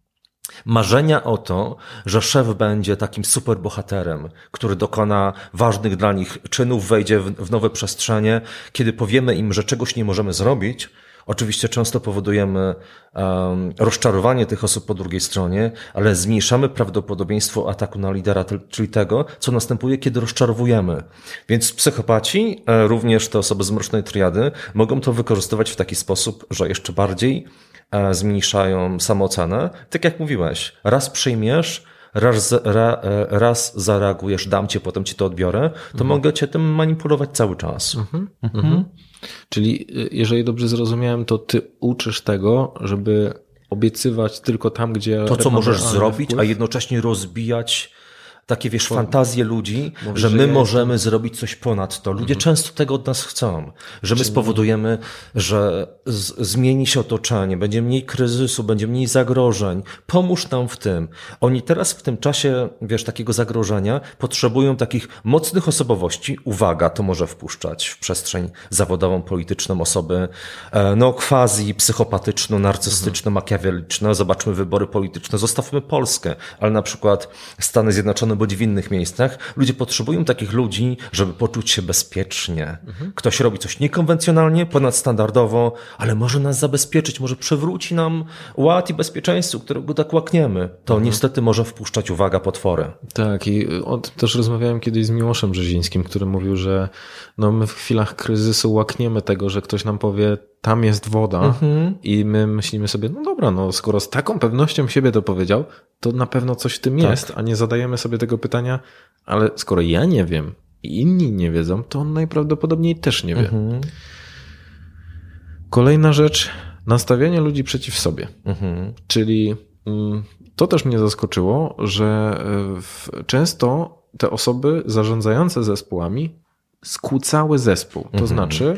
marzenia o to, że szef będzie takim superbohaterem, który dokona ważnych dla nich czynów, wejdzie w nowe przestrzenie. Kiedy powiemy im, że czegoś nie możemy zrobić, oczywiście często powodujemy rozczarowanie tych osób po drugiej stronie, ale zmniejszamy prawdopodobieństwo ataku na lidera, czyli tego, co następuje, kiedy rozczarowujemy. Więc psychopaci, również te osoby z mrocznej triady, mogą to wykorzystywać w taki sposób, że jeszcze bardziej zmniejszają samoocenę. Tak jak mówiłeś, raz przyjmiesz, raz zareagujesz, dam cię, potem ci to odbiorę, to mogę cię tym manipulować cały czas. Czyli jeżeli dobrze zrozumiałem, to ty uczysz tego, żeby obiecywać tylko tam, gdzie... To, co możesz zrobić, a jednocześnie rozbijać takie, wiesz, fantazje ludzi, że my możemy zrobić coś ponad to. Ludzie często tego od nas chcą, że my spowodujemy, że zmieni się otoczenie, będzie mniej kryzysu, będzie mniej zagrożeń. Pomóż nam w tym. Oni teraz w tym czasie, wiesz, takiego zagrożenia potrzebują takich mocnych osobowości. Uwaga, to może wpuszczać w przestrzeń zawodową, polityczną osoby, no quasi psychopatyczno, narcystyczno, makiaweliczne. Zobaczmy wybory polityczne. Zostawmy Polskę, ale na przykład Stany Zjednoczone bądź w innych miejscach. Ludzie potrzebują takich ludzi, żeby poczuć się bezpiecznie. Ktoś robi coś niekonwencjonalnie, ponadstandardowo, ale może nas zabezpieczyć, może przywróci nam ład i bezpieczeństwo, którego tak łakniemy. To niestety może wpuszczać, uwaga, potwory. Tak, i też rozmawiałem kiedyś z Miłoszem Brzezińskim, który mówił, że no my w chwilach kryzysu łakniemy tego, że ktoś nam powie, tam jest woda i my myślimy sobie, no dobra, no skoro z taką pewnością siebie to powiedział, to na pewno coś w tym jest, a nie zadajemy sobie tego pytania, ale skoro ja nie wiem i inni nie wiedzą, to on najprawdopodobniej też nie wie. Kolejna rzecz, nastawianie ludzi przeciw sobie. Czyli to też mnie zaskoczyło, że często te osoby zarządzające zespołami skłócały zespół. To znaczy,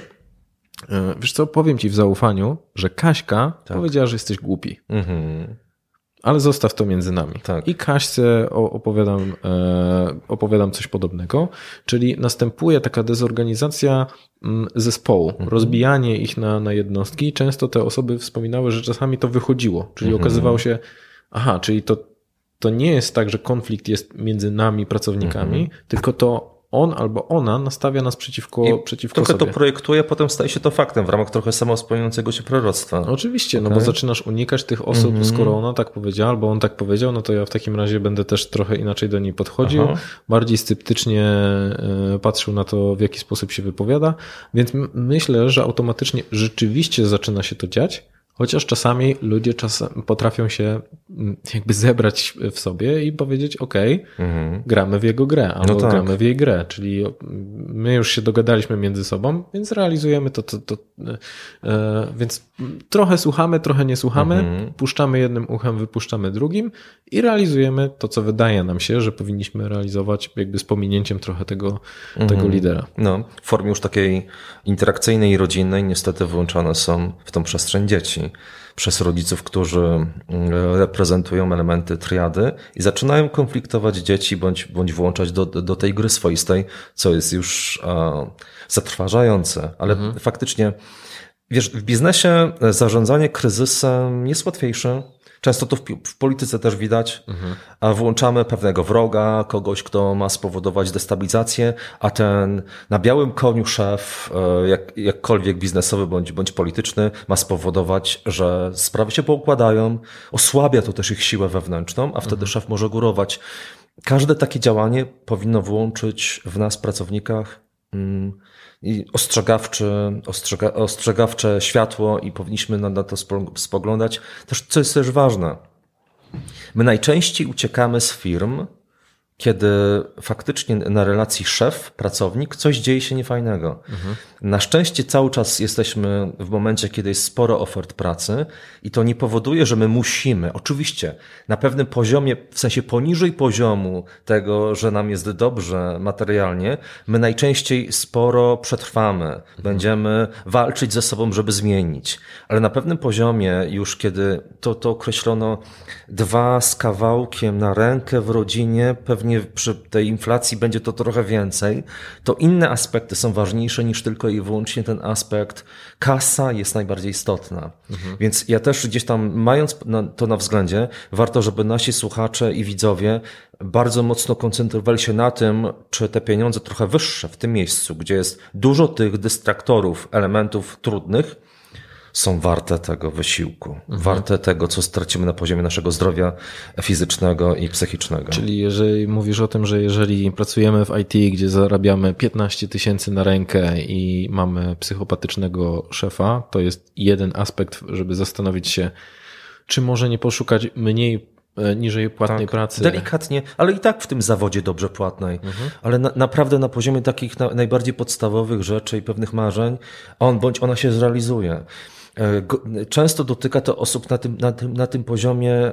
wiesz co, powiem ci w zaufaniu, że Kaśka powiedziała, że jesteś głupi. ale zostaw to między nami. Tak. I Kaśce opowiadam coś podobnego, czyli następuje taka dezorganizacja zespołu, rozbijanie ich na jednostki. Często te osoby wspominały, że czasami to wychodziło, czyli okazywało się, czyli to nie jest tak, że konflikt jest między nami, pracownikami, tylko to on albo ona nastawia nas przeciwko trochę sobie. To projektuje, potem staje się to faktem w ramach trochę samospełniającego się proroctwa. Oczywiście, bo zaczynasz unikać tych osób, skoro ona tak powiedziała, albo on tak powiedział, no to ja w takim razie będę też trochę inaczej do niej podchodził, bardziej sceptycznie patrzył na to, w jaki sposób się wypowiada, więc myślę, że automatycznie rzeczywiście zaczyna się to dziać, chociaż czasami ludzie potrafią się jakby zebrać w sobie i powiedzieć, gramy w jego grę, albo gramy w jej grę, czyli my już się dogadaliśmy między sobą, więc realizujemy to. Więc trochę słuchamy, trochę nie słuchamy, puszczamy jednym uchem, wypuszczamy drugim i realizujemy to, co wydaje nam się, że powinniśmy realizować jakby z pominięciem trochę tego lidera. No, w formie już takiej interakcyjnej i rodzinnej niestety włączane są w tą przestrzeń dzieci przez rodziców, którzy reprezentują elementy triady i zaczynają konfliktować dzieci bądź włączać do tej gry swoistej, co jest już zatrważające. Ale faktycznie, wiesz, w biznesie zarządzanie kryzysem jest łatwiejsze. Często to w polityce też widać, a włączamy pewnego wroga, kogoś, kto ma spowodować destabilizację, a ten na białym koniu szef, jakkolwiek biznesowy bądź polityczny, ma spowodować, że sprawy się poukładają, osłabia to też ich siłę wewnętrzną, a wtedy szef może górować. Każde takie działanie powinno włączyć w nas, pracownikach, i ostrzegawcze światło i powinniśmy na to spoglądać. Co jest też ważne, my najczęściej uciekamy z firm, kiedy faktycznie na relacji szef-pracownik coś dzieje się niefajnego. Na szczęście cały czas jesteśmy w momencie, kiedy jest sporo ofert pracy i to nie powoduje, że my musimy, oczywiście na pewnym poziomie, w sensie poniżej poziomu tego, że nam jest dobrze materialnie, my najczęściej sporo przetrwamy. Będziemy walczyć ze sobą, żeby zmienić. Ale na pewnym poziomie już kiedy to określono 2 z kawałkiem na rękę w rodzinie, pewnie przy tej inflacji będzie to trochę więcej, to inne aspekty są ważniejsze niż tylko i wyłącznie ten aspekt. Kasa jest najbardziej istotna. Więc ja też gdzieś tam, mając to na względzie, warto, żeby nasi słuchacze i widzowie bardzo mocno koncentrowali się na tym, czy te pieniądze trochę wyższe w tym miejscu, gdzie jest dużo tych dystraktorów, elementów trudnych, są warte tego wysiłku, warte tego, co stracimy na poziomie naszego zdrowia fizycznego i psychicznego. Czyli jeżeli mówisz o tym, że jeżeli pracujemy w IT, gdzie zarabiamy 15 000 na rękę i mamy psychopatycznego szefa, to jest jeden aspekt, żeby zastanowić się, czy może nie poszukać mniej niżej płatnej pracy. Delikatnie, ale i tak w tym zawodzie dobrze płatnej. Ale naprawdę na poziomie takich najbardziej podstawowych rzeczy i pewnych marzeń, on bądź ona się zrealizuje. Często dotyka to osób na tym poziomie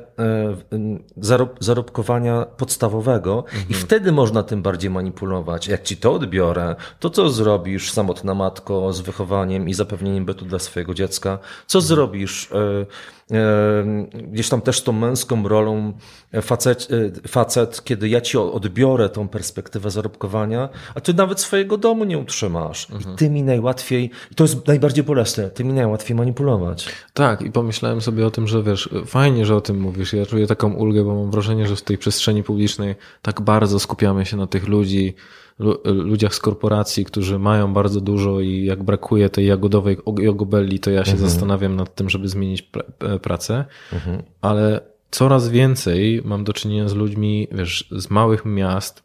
zarobkowania podstawowego i wtedy można tym bardziej manipulować. Jak ci to odbiorę, to co zrobisz, samotna matko, z wychowaniem i zapewnieniem bytu dla swojego dziecka? Co zrobisz gdzieś tam też z tą męską rolą facet, kiedy ja ci odbiorę tą perspektywę zarobkowania, a ty nawet swojego domu nie utrzymasz. I ty mi najłatwiej, to jest najbardziej bolesne, ty mi najłatwiej manipulować. Tak, i pomyślałem sobie o tym, że wiesz, fajnie, że o tym mówisz. Ja czuję taką ulgę, bo mam wrażenie, że w tej przestrzeni publicznej tak bardzo skupiamy się na tych ludziach z korporacji, którzy mają bardzo dużo i jak brakuje tej jagodowej jogobelli, to ja się zastanawiam nad tym, żeby zmienić pracę, ale coraz więcej mam do czynienia z ludźmi, wiesz, z małych miast,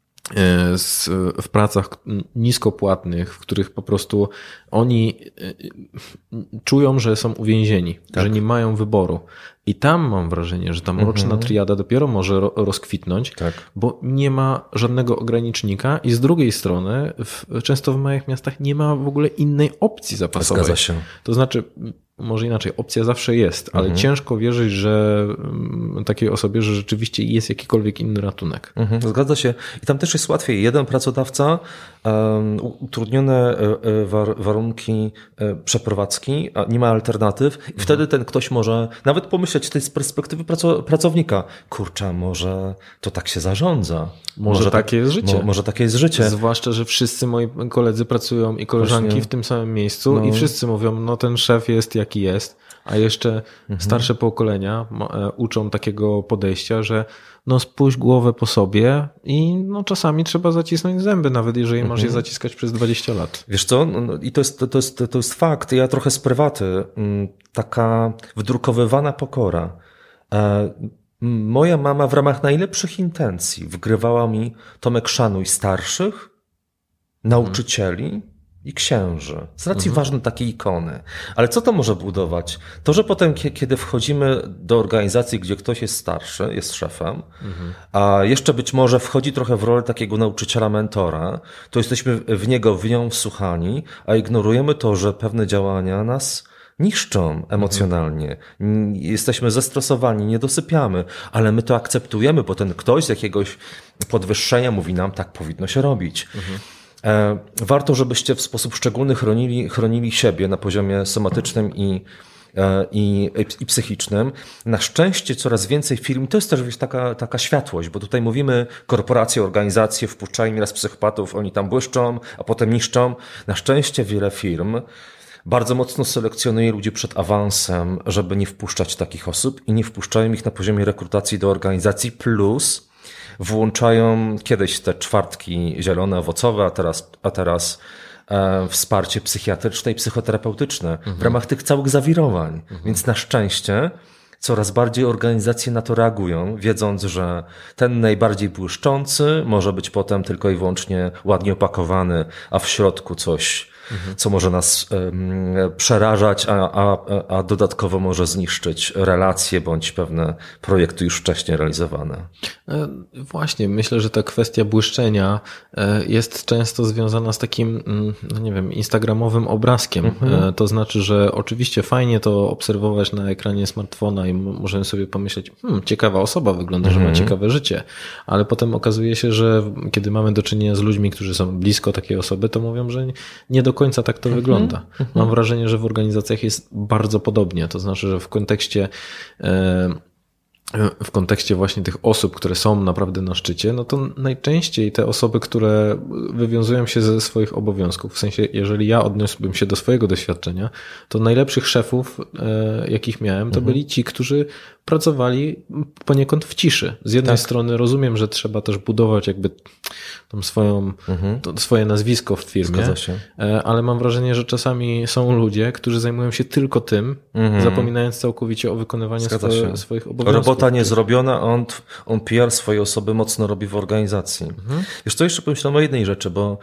w pracach niskopłatnych, w których po prostu oni czują, że są uwięzieni, że nie mają wyboru. I tam mam wrażenie, że ta mroczna triada dopiero może rozkwitnąć, bo nie ma żadnego ogranicznika i z drugiej strony często w małych miastach nie ma w ogóle innej opcji zapasowej. Zgadza się. To znaczy może inaczej, opcja zawsze jest, ale ciężko wierzyć, że takiej osobie, że rzeczywiście jest jakikolwiek inny ratunek. Zgadza się. I tam też jest łatwiej. Jeden pracodawca, utrudnione warunki przeprowadzki, a nie ma alternatyw i wtedy ten ktoś może nawet pomyśleć z perspektywy pracownika, kurczę, może to tak się zarządza. Może takie jest życie. Może takie jest życie. Zwłaszcza, że wszyscy moi koledzy pracują i koleżanki właśnie w tym samym miejscu i wszyscy mówią, no ten szef jest jaki jest, a jeszcze starsze pokolenia uczą takiego podejścia, że no spuść głowę po sobie i no czasami trzeba zacisnąć zęby, nawet jeżeli masz je zaciskać przez 20 lat. Wiesz co? No, i to jest fakt. Ja trochę z prywaty. Taka wdrukowywana pokora. Moja mama w ramach najlepszych intencji wgrywała mi Tomek, szanuj starszych, nauczycieli i księży. Z racji ważne takie ikony. Ale co to może budować? To, że potem, kiedy wchodzimy do organizacji, gdzie ktoś jest starszy, jest szefem, a jeszcze być może wchodzi trochę w rolę takiego nauczyciela, mentora, to jesteśmy w nią wsłuchani, a ignorujemy to, że pewne działania nas niszczą emocjonalnie. Jesteśmy zestresowani, nie dosypiamy, ale my to akceptujemy, bo ten ktoś z jakiegoś podwyższenia mówi nam, tak powinno się robić. Warto, żebyście w sposób szczególny chronili siebie na poziomie somatycznym i psychicznym. Na szczęście coraz więcej firm, to jest też taka światłość, bo tutaj mówimy korporacje, organizacje, wpuszczają nieraz psychopatów, oni tam błyszczą, a potem niszczą. Na szczęście wiele firm bardzo mocno selekcjonuje ludzi przed awansem, żeby nie wpuszczać takich osób i nie wpuszczają ich na poziomie rekrutacji do organizacji, plus włączają kiedyś te czwartki zielone, owocowe, a teraz wsparcie psychiatryczne i psychoterapeutyczne w ramach tych całych zawirowań. Więc na szczęście coraz bardziej organizacje na to reagują, wiedząc, że ten najbardziej błyszczący może być potem tylko i wyłącznie ładnie opakowany, a w środku coś, co może nas przerażać, a dodatkowo może zniszczyć relacje bądź pewne projekty już wcześniej realizowane. Właśnie, myślę, że ta kwestia błyszczenia jest często związana z takim, no nie wiem, instagramowym obrazkiem. To znaczy, że oczywiście fajnie to obserwować na ekranie smartfona i możemy sobie pomyśleć, ciekawa osoba wygląda, że ma ciekawe życie, ale potem okazuje się, że kiedy mamy do czynienia z ludźmi, którzy są blisko takiej osoby, to mówią, że nie do końca tak to wygląda. Mam wrażenie, że w organizacjach jest bardzo podobnie. To znaczy, że w kontekście właśnie tych osób, które są naprawdę na szczycie, no to najczęściej te osoby, które wywiązują się ze swoich obowiązków, w sensie, jeżeli ja odniosłbym się do swojego doświadczenia, to najlepszych szefów, jakich miałem, to byli ci, którzy pracowali poniekąd w ciszy. Z jednej strony rozumiem, że trzeba też budować jakby tą swoje nazwisko w firmie, ale mam wrażenie, że czasami są ludzie, którzy zajmują się tylko tym, zapominając całkowicie o wykonywaniu swoich obowiązków. Robota nie zrobiona, on PR swojej osoby mocno robi w organizacji. Wiesz co, jeszcze pomyślałem o jednej rzeczy, bo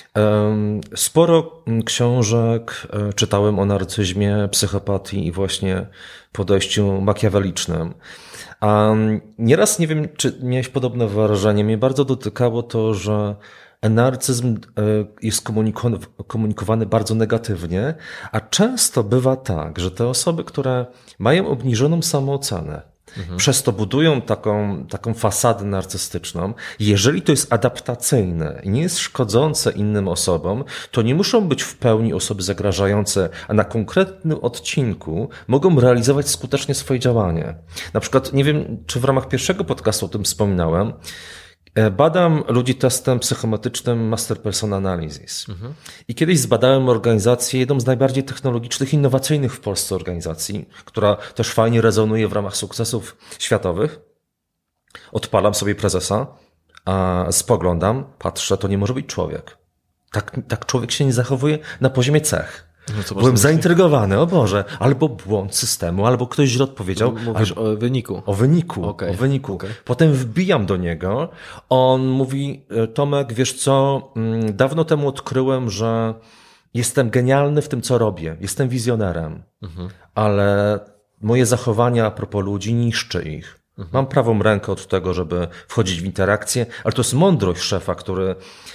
sporo książek czytałem o narcyzmie, psychopatii i właśnie podejściu makiawelicznym. A nieraz, nie wiem, czy miałeś podobne wrażenie, mnie bardzo dotykało to, że narcyzm jest komunikowany bardzo negatywnie, a często bywa tak, że te osoby, które mają obniżoną samoocenę, przez to budują taką fasadę narcystyczną. Jeżeli to jest adaptacyjne i nie jest szkodzące innym osobom, to nie muszą być w pełni osoby zagrażające, a na konkretnym odcinku mogą realizować skutecznie swoje działanie. Na przykład, nie wiem, czy w ramach pierwszego podcastu o tym wspominałem, badam ludzi testem psychometrycznym Master Persona Analysis. I kiedyś zbadałem organizację, jedną z najbardziej technologicznych, innowacyjnych w Polsce organizacji, która też fajnie rezonuje w ramach sukcesów światowych. Odpalam sobie prezesa, a spoglądam, patrzę, to nie może być człowiek. Tak człowiek się nie zachowuje na poziomie cech. No, byłem zaintrygowany, o Boże, albo błąd systemu, albo ktoś źle odpowiedział. Mówisz o wyniku. O wyniku. Okay. Potem wbijam do niego, on mówi, Tomek, wiesz co, dawno temu odkryłem, że jestem genialny w tym, co robię, jestem wizjonerem, ale moje zachowania a propos ludzi niszczy ich. Mam prawą rękę od tego, żeby wchodzić w interakcję, ale to jest mądrość szefa, który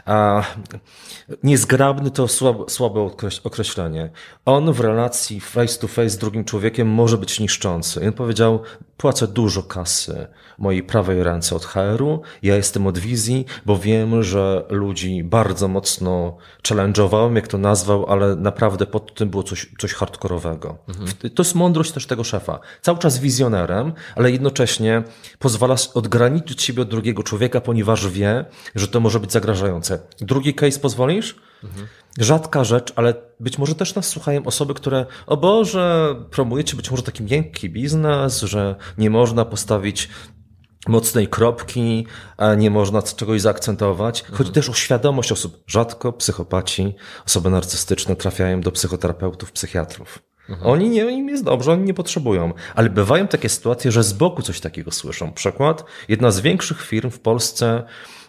Niezgrabny to słabe określenie. On w relacji face to face z drugim człowiekiem może być niszczący. I on powiedział, płacę dużo kasy mojej prawej ręce od HR-u, ja jestem od wizji, bo wiem, że ludzi bardzo mocno challenge'owałem, jak to nazwał, ale naprawdę pod tym było coś hardkorowego. To jest mądrość też tego szefa. Cały czas wizjonerem, ale jednocześnie pozwala odgraniczyć siebie od drugiego człowieka, ponieważ wie, że to może być zagrażające. Drugi case pozwolisz? Rzadka rzecz, ale być może też nas słuchają osoby, które, o Boże, promujecie być może taki miękki biznes, że nie można postawić mocnej kropki, a nie można czegoś zaakcentować. Chodzi też o świadomość osób. Rzadko psychopaci, osoby narcystyczne trafiają do psychoterapeutów, psychiatrów. Im jest dobrze, oni nie potrzebują. Ale bywają takie sytuacje, że z boku coś takiego słyszą. Przykład, jedna z większych firm w Polsce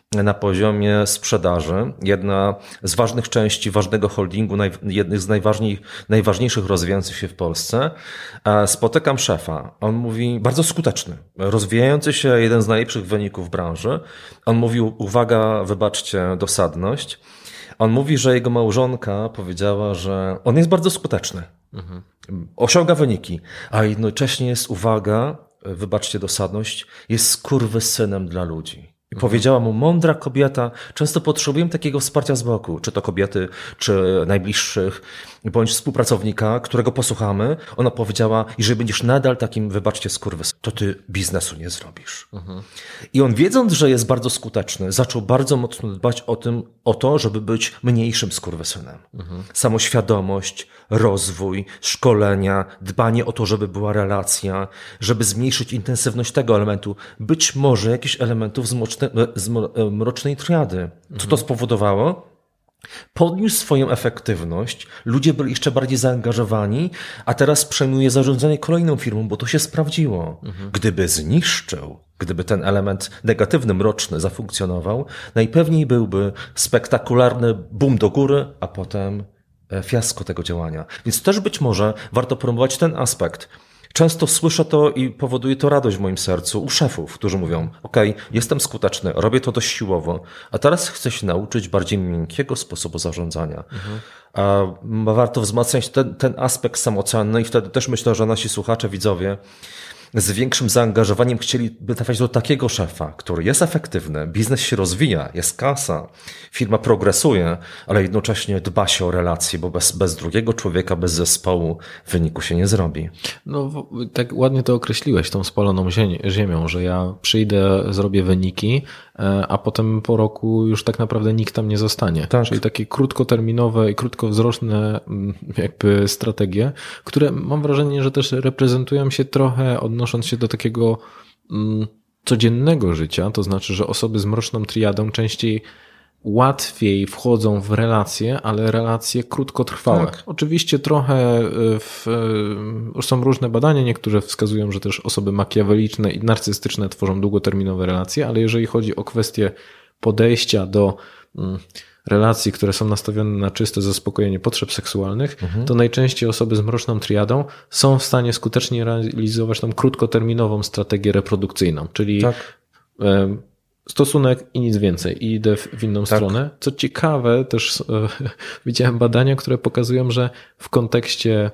na sprzedaży, jedna z ważnych części ważnego holdingu, jednych z najważniejszych rozwijających się w Polsce. Spotykam szefa. On mówi, bardzo skuteczny, rozwijający się, jeden z najlepszych wyników branży. On mówił, uwaga, wybaczcie, dosadność. On mówi, że jego małżonka powiedziała, że on jest bardzo skuteczny. Osiąga wyniki, a jednocześnie jest, uwaga, wybaczcie dosadność, jest skurwysynem dla ludzi. I powiedziała mu, mądra kobieta, często potrzebujemy takiego wsparcia z boku, czy to kobiety, czy najbliższych, bądź współpracownika, którego posłuchamy. Ona powiedziała, jeżeli będziesz nadal takim, wybaczcie, skurwysynem, to ty biznesu nie zrobisz. I on, wiedząc, że jest bardzo skuteczny, zaczął bardzo mocno dbać o to, żeby być mniejszym skurwysynem. Samoświadomość, rozwój, szkolenia, dbanie o to, żeby była relacja, żeby zmniejszyć intensywność tego elementu, być może jakichś elementów z mrocznej triady. Co to spowodowało? Podniósł swoją efektywność, ludzie byli jeszcze bardziej zaangażowani, a teraz przejmuje zarządzanie kolejną firmą, bo to się sprawdziło. Gdyby ten element negatywny, mroczny zafunkcjonował, najpewniej byłby spektakularny boom do góry, a potem fiasko tego działania. Więc też być może warto promować ten aspekt. Często słyszę to i powoduje to radość w moim sercu u szefów, którzy mówią, okej, jestem skuteczny, robię to dość siłowo, a teraz chcę się nauczyć bardziej miękkiego sposobu zarządzania. Warto wzmacniać ten aspekt samocenny i wtedy też myślę, że nasi słuchacze, widzowie z większym zaangażowaniem chcieliby trafiać do takiego szefa, który jest efektywny, biznes się rozwija, jest kasa, firma progresuje, ale jednocześnie dba się o relacje, bo bez drugiego człowieka, bez zespołu wyniku się nie zrobi. No tak ładnie to określiłeś, tą spaloną ziemią, że ja przyjdę, zrobię wyniki, a potem po roku już tak naprawdę nikt tam nie zostanie. Tak. Czyli takie krótkotterminowe i krótkowzroczne jakby strategie, które mam wrażenie, że też reprezentują się trochę odnosząc się do takiego codziennego życia, to znaczy, że osoby z mroczną triadą częściej łatwiej wchodzą w relacje, ale relacje krótkotrwałe. Tak. Oczywiście trochę są różne badania, niektóre wskazują, że też osoby makiaweliczne i narcystyczne tworzą długoterminowe relacje, ale jeżeli chodzi o kwestię podejścia do relacji, które są nastawione na czyste zaspokojenie potrzeb seksualnych, to najczęściej osoby z mroczną triadą są w stanie skutecznie realizować tą krótkoterminową strategię reprodukcyjną, czyli stosunek i nic więcej. I idę w inną stronę. Co ciekawe, też widziałem badania, które pokazują, że w kontekście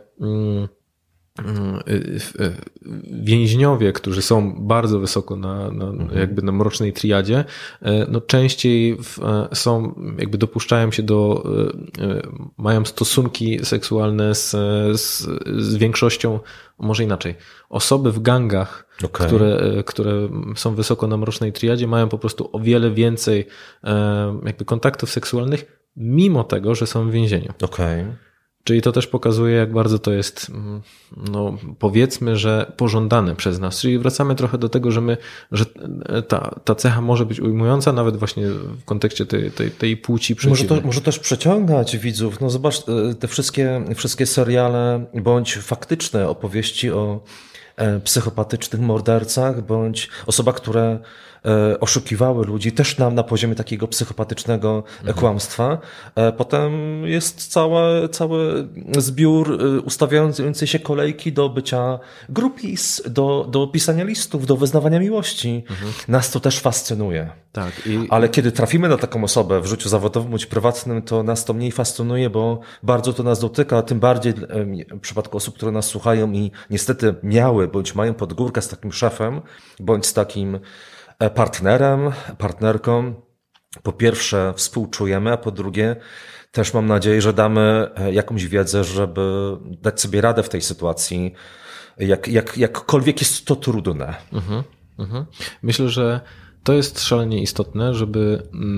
więźniowie, którzy są bardzo wysoko jakby na mrocznej triadzie, no częściej jakby dopuszczają się mają stosunki seksualne z większością, może inaczej, osoby w gangach, które są wysoko na mrocznej triadzie, mają po prostu o wiele więcej jakby kontaktów seksualnych, mimo tego, że są w więzieniu. Czyli to też pokazuje, jak bardzo to jest, no powiedzmy, że pożądane przez nas. Czyli wracamy trochę do tego, że ta cecha może być ujmująca, nawet właśnie w kontekście tej płci przeciwnej. Może też przeciągać widzów. No zobacz, te wszystkie seriale bądź faktyczne opowieści o psychopatycznych mordercach, bądź osoba, które oszukiwały ludzi też na poziomie takiego psychopatycznego kłamstwa. Potem jest cały zbiór ustawiający się kolejki do bycia groupies, do pisania listów, do wyznawania miłości. Nas to też fascynuje. Tak, ale kiedy trafimy na taką osobę w życiu zawodowym bądź prywatnym, to nas to mniej fascynuje, bo bardzo to nas dotyka, tym bardziej w przypadku osób, które nas słuchają i niestety miały bądź mają pod górkę z takim szefem, bądź z takim partnerem, partnerką. Po pierwsze współczujemy, a po drugie też mam nadzieję, że damy jakąś wiedzę, żeby dać sobie radę w tej sytuacji, jakkolwiek jest to trudne. Myślę, że to jest szalenie istotne, żeby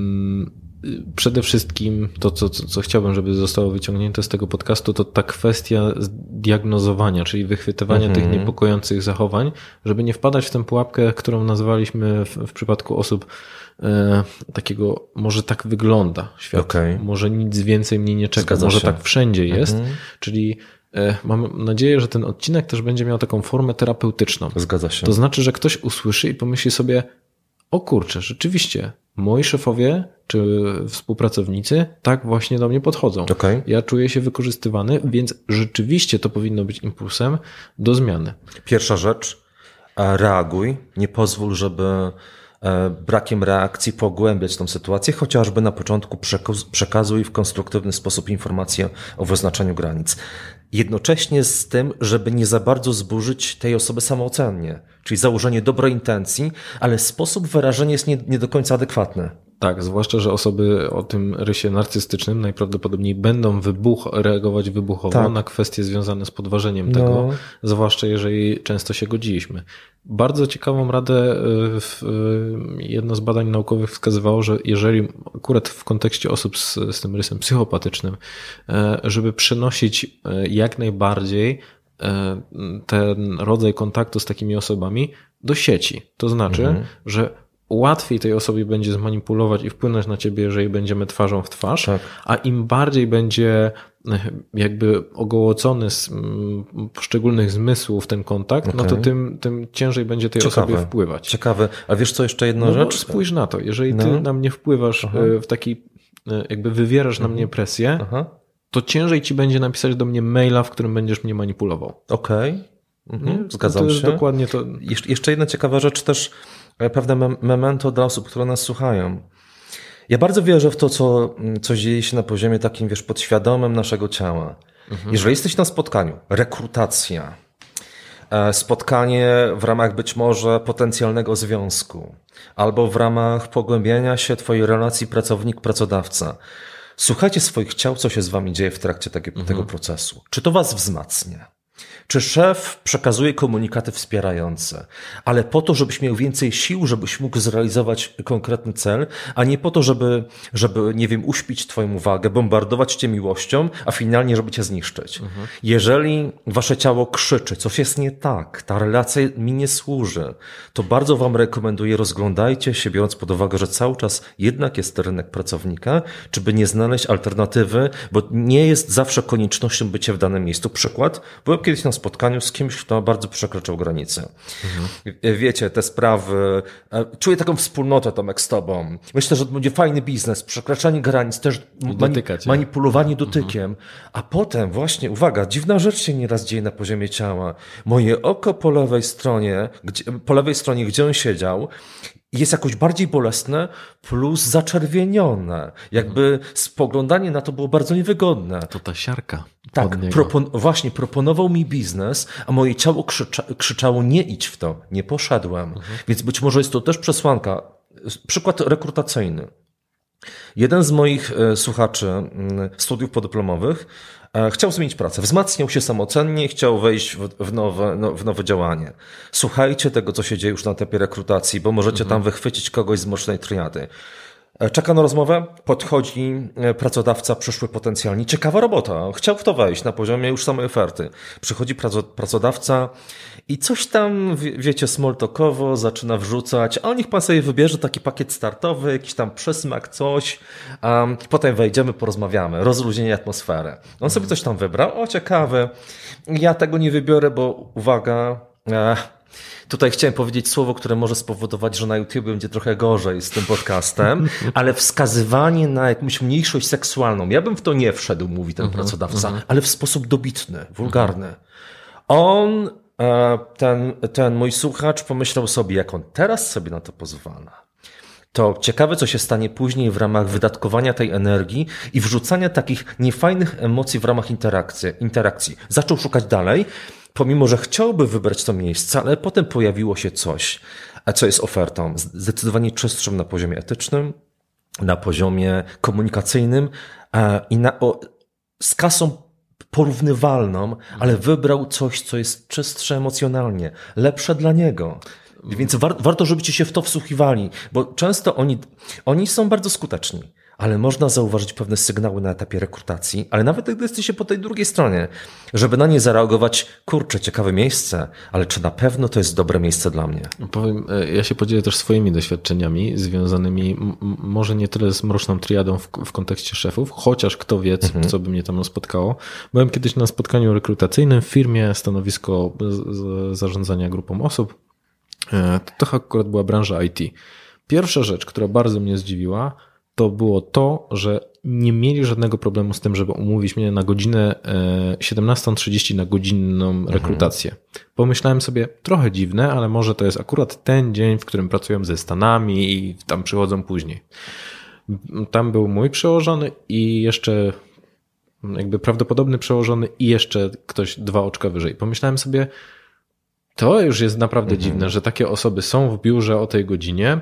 przede wszystkim to, co chciałbym, żeby zostało wyciągnięte z tego podcastu, to ta kwestia diagnozowania, czyli wychwytywania tych niepokojących zachowań, żeby nie wpadać w tę pułapkę, którą nazwaliśmy w przypadku osób takiego, może tak wygląda świat, może nic więcej mnie nie czeka, może tak wszędzie jest, czyli mam nadzieję, że ten odcinek też będzie miał taką formę terapeutyczną. Zgadza się. To znaczy, że ktoś usłyszy i pomyśli sobie, o kurczę, rzeczywiście, moi szefowie czy współpracownicy tak właśnie do mnie podchodzą. Ja czuję się wykorzystywany, więc rzeczywiście to powinno być impulsem do zmiany. Pierwsza rzecz, reaguj. Nie pozwól, żeby brakiem reakcji pogłębiać tą sytuację, chociażby na początku przekazuj w konstruktywny sposób informacje o wyznaczeniu granic. Jednocześnie z tym, żeby nie za bardzo zburzyć tej osoby samoocennie, czyli założenie dobrej intencji, ale sposób wyrażenia jest nie do końca adekwatny. Tak, zwłaszcza, że osoby o tym rysie narcystycznym najprawdopodobniej będą reagować wybuchowo na kwestie związane z podważeniem tego, zwłaszcza jeżeli często się godziliśmy. Bardzo ciekawą radę jedno z badań naukowych wskazywało, że jeżeli akurat w kontekście osób z tym rysem psychopatycznym, żeby przenosić jak najbardziej ten rodzaj kontaktu z takimi osobami do sieci. To znaczy, że łatwiej tej osobie będzie zmanipulować i wpłynąć na ciebie, jeżeli będziemy twarzą w twarz, a im bardziej będzie jakby ogołocony z poszczególnych zmysłów ten kontakt, no to tym ciężej będzie tej osobie wpływać. Ciekawe. A wiesz co, jeszcze jedna rzecz? Spójrz na to. Jeżeli ty na mnie wpływasz w taki, jakby wywierasz na mnie presję, to ciężej ci będzie napisać do mnie maila, w którym będziesz mnie manipulował. Zgadzam to jest się. Dokładnie to. Jeszcze jedna ciekawa rzecz też, pewne memento dla osób, które nas słuchają. Ja bardzo wierzę w to, co dzieje się na poziomie takim, podświadomym naszego ciała. Jeżeli jesteś na spotkaniu, rekrutacja, spotkanie w ramach być może potencjalnego związku, albo w ramach pogłębiania się twojej relacji pracownik-pracodawca, słuchajcie swoich ciał, co się z wami dzieje w trakcie tego procesu. Czy to was wzmacnia? Czy szef przekazuje komunikaty wspierające, ale po to, żebyś miał więcej sił, żebyś mógł zrealizować konkretny cel, a nie po to, żeby nie wiem, uśpić twoją uwagę, bombardować cię miłością, a finalnie, żeby cię zniszczyć. Jeżeli wasze ciało krzyczy, coś jest nie tak, ta relacja mi nie służy, to bardzo wam rekomenduję, rozglądajcie się, biorąc pod uwagę, że cały czas jednak jest rynek pracownika, czy by nie znaleźć alternatywy, bo nie jest zawsze koniecznością bycia w danym miejscu. Przykład, byłem kiedyś na spotkaniu z kimś, kto bardzo przekraczał granicę. Wiecie, te sprawy, czuję taką wspólnotę, Tomek, z tobą. Myślę, że to będzie fajny biznes, przekraczanie granic, też manipulowanie dotykiem. A potem właśnie, uwaga, dziwna rzecz się nieraz dzieje na poziomie ciała. Moje oko po lewej stronie, gdzie on siedział, jest jakoś bardziej bolesne plus zaczerwienione. Jakby spoglądanie na to było bardzo niewygodne. To ta siarka. Tak, właśnie proponował mi biznes, a moje ciało krzyczało nie idź w to, nie poszedłem. Więc być może jest to też przesłanka. Przykład rekrutacyjny. Jeden z moich słuchaczy studiów podyplomowych chciał zmienić pracę, wzmacniał się samocennie, chciał wejść w nowe działanie. Słuchajcie tego, co się dzieje już na etapie rekrutacji, bo możecie tam wychwycić kogoś z mocnej triady. Czeka na rozmowę, podchodzi pracodawca, przyszły potencjalnie. Ciekawa robota, chciał w to wejść na poziomie już samej oferty. Przychodzi pracodawca i coś tam, wiecie, small talkowo zaczyna wrzucać, a niech pan sobie wybierze taki pakiet startowy, jakiś tam przysmak, coś. Potem wejdziemy, porozmawiamy, rozluźnienie atmosfery. On sobie coś tam wybrał, o ciekawe, ja tego nie wybiorę, bo uwaga, Tutaj chciałem powiedzieć słowo, które może spowodować, że na YouTube będzie trochę gorzej z tym podcastem, ale wskazywanie na jakąś mniejszość seksualną. Ja bym w to nie wszedł, mówi ten pracodawca, ale w sposób dobitny, wulgarny. On, ten mój słuchacz pomyślał sobie, jak on teraz sobie na to pozwala. To ciekawe, co się stanie później w ramach wydatkowania tej energii i wrzucania takich niefajnych emocji w ramach interakcji. Zaczął szukać dalej, pomimo że chciałby wybrać to miejsce, ale potem pojawiło się coś, co jest ofertą zdecydowanie czystszą na poziomie etycznym, na poziomie komunikacyjnym i z kasą porównywalną, ale wybrał coś, co jest czystsze emocjonalnie, lepsze dla niego. Więc warto, żebyście się w to wsłuchiwali, bo często oni są bardzo skuteczni, ale można zauważyć pewne sygnały na etapie rekrutacji, ale nawet gdy jesteście po tej drugiej stronie, żeby na nie zareagować, kurczę, ciekawe miejsce, ale czy na pewno to jest dobre miejsce dla mnie? Powiem, ja się podzielę też swoimi doświadczeniami związanymi może nie tyle z mroczną triadą w kontekście szefów, chociaż kto wie, co by mnie tam spotkało. Byłem kiedyś na spotkaniu rekrutacyjnym w firmie, stanowisko zarządzania grupą osób. To akurat była branża IT. Pierwsza rzecz, która bardzo mnie zdziwiła, to było to, że nie mieli żadnego problemu z tym, żeby umówić mnie na godzinę 17:30 na godzinną rekrutację. Pomyślałem sobie, trochę dziwne, ale może to jest akurat ten dzień, w którym pracują ze Stanami i tam przychodzą później. Tam był mój przełożony i jeszcze jakby prawdopodobny przełożony i jeszcze ktoś 2 oczka wyżej. Pomyślałem sobie, to już jest naprawdę dziwne, że takie osoby są w biurze o tej godzinie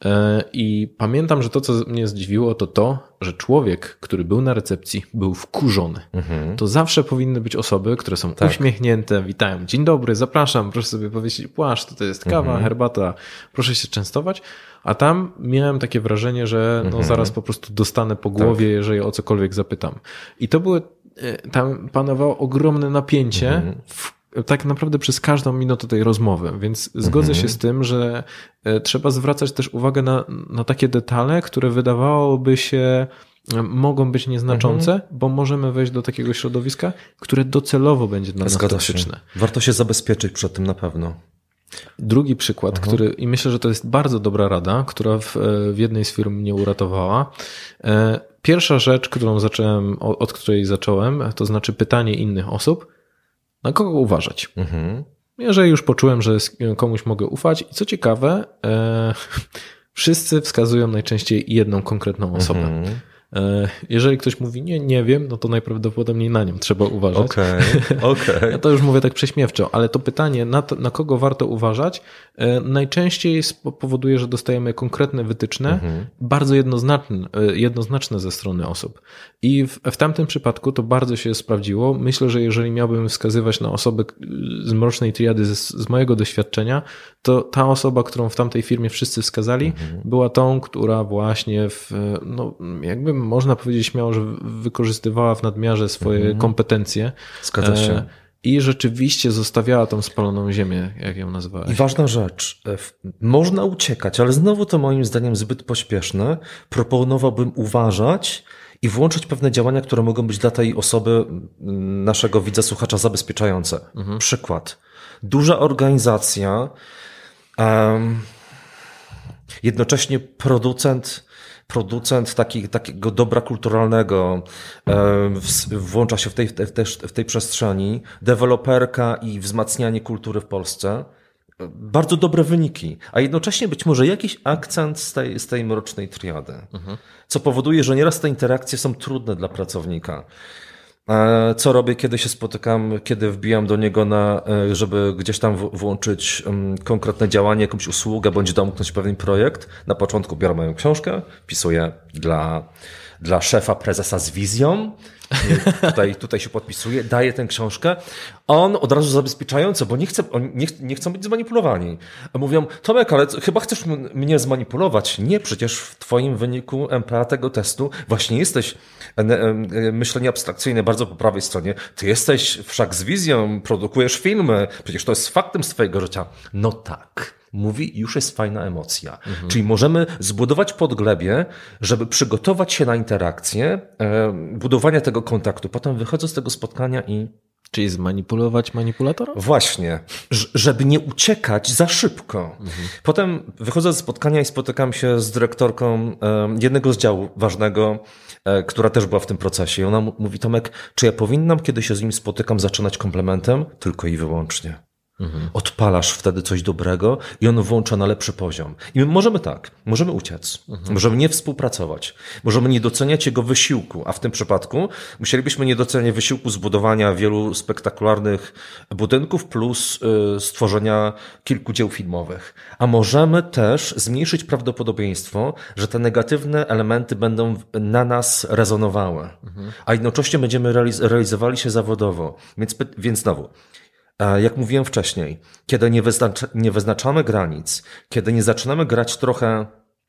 i pamiętam, że to, co mnie zdziwiło, to, że człowiek, który był na recepcji, był wkurzony. To zawsze powinny być osoby, które są uśmiechnięte, witają, dzień dobry, zapraszam, proszę sobie powiedzieć, płaszcz, to jest kawa, herbata, proszę się częstować. A tam miałem takie wrażenie, że zaraz po prostu dostanę po głowie, jeżeli o cokolwiek zapytam. I to były, tam panowało ogromne napięcie tak naprawdę przez każdą minutę tej rozmowy, więc zgodzę się z tym, że trzeba zwracać też uwagę na takie detale, które wydawałoby się mogą być nieznaczące, bo możemy wejść do takiego środowiska, które docelowo będzie dla nas toksyczne. Warto się zabezpieczyć przed tym na pewno. Drugi przykład, który, i myślę, że to jest bardzo dobra rada, która w jednej z firm mnie uratowała. Pierwsza rzecz, od której zacząłem, to znaczy pytanie innych osób, na kogo uważać. Jeżeli już poczułem, że komuś mogę ufać i co ciekawe, wszyscy wskazują najczęściej jedną konkretną osobę. Jeżeli ktoś mówi nie wiem, no to najprawdopodobniej na nią trzeba uważać. Okej. Ja to już mówię tak prześmiewczo, ale to pytanie, na kogo warto uważać, najczęściej powoduje, że dostajemy konkretne wytyczne, bardzo jednoznaczne ze strony osób. I w tamtym przypadku to bardzo się sprawdziło. Myślę, że jeżeli miałbym wskazywać na osobę z mrocznej triady z mojego doświadczenia, to ta osoba, którą w tamtej firmie wszyscy wskazali, była tą, która właśnie jakby można powiedzieć śmiało, że wykorzystywała w nadmiarze swoje kompetencje. Zgadza się. I rzeczywiście zostawiała tą spaloną ziemię, jak ją nazwałeś. I ważna rzecz, można uciekać, ale znowu to moim zdaniem zbyt pośpieszne. Proponowałbym uważać i włączyć pewne działania, które mogą być dla tej osoby, naszego widza, słuchacza, zabezpieczające. Przykład. Duża organizacja, jednocześnie producent takiego dobra kulturalnego włącza się w tej przestrzeni, deweloperka i wzmacnianie kultury w Polsce. Bardzo dobre wyniki, a jednocześnie być może jakiś akcent z tej mrocznej triady, co powoduje, że nieraz te interakcje są trudne dla pracownika. Co robię, kiedy się spotykam, kiedy wbijam do niego żeby gdzieś tam włączyć konkretne działanie, jakąś usługę, bądź domknąć pewien projekt. Na początku biorę moją książkę, wpisuję dla szefa, prezesa z wizją. Tutaj się podpisuje, daje tę książkę. On od razu zabezpieczająco, bo nie chcą być zmanipulowani. Mówią, Tomek, ale chyba chcesz mnie zmanipulować. Nie, przecież w twoim wyniku MPA tego testu właśnie jesteś myślenie abstrakcyjne bardzo po prawej stronie. Ty jesteś wszak z wizją, produkujesz filmy. Przecież to jest faktem z twojego życia. No tak. Mówi, już jest fajna emocja. Czyli możemy zbudować podglebie, żeby przygotować się na interakcję, budowania tego kontaktu. Potem wychodzę z tego spotkania i Czyli zmanipulować manipulatora? Właśnie, żeby nie uciekać za szybko. Potem wychodzę ze spotkania i spotykam się z dyrektorką jednego z działu ważnego, która też była w tym procesie. I ona mówi: Tomek, czy ja powinnam, kiedy się z nim spotykam, zaczynać komplementem? Tylko i wyłącznie. Odpalasz wtedy coś dobrego i on włącza na lepszy poziom. I my możemy uciec, możemy nie współpracować, możemy nie doceniać jego wysiłku, a w tym przypadku musielibyśmy nie doceniać wysiłku zbudowania wielu spektakularnych budynków plus stworzenia kilku dzieł filmowych. A możemy też zmniejszyć prawdopodobieństwo, że te negatywne elementy będą na nas rezonowały, a jednocześnie będziemy realizowali się zawodowo. Więc znowu, jak mówiłem wcześniej, kiedy nie wyznaczamy granic, kiedy nie zaczynamy grać trochę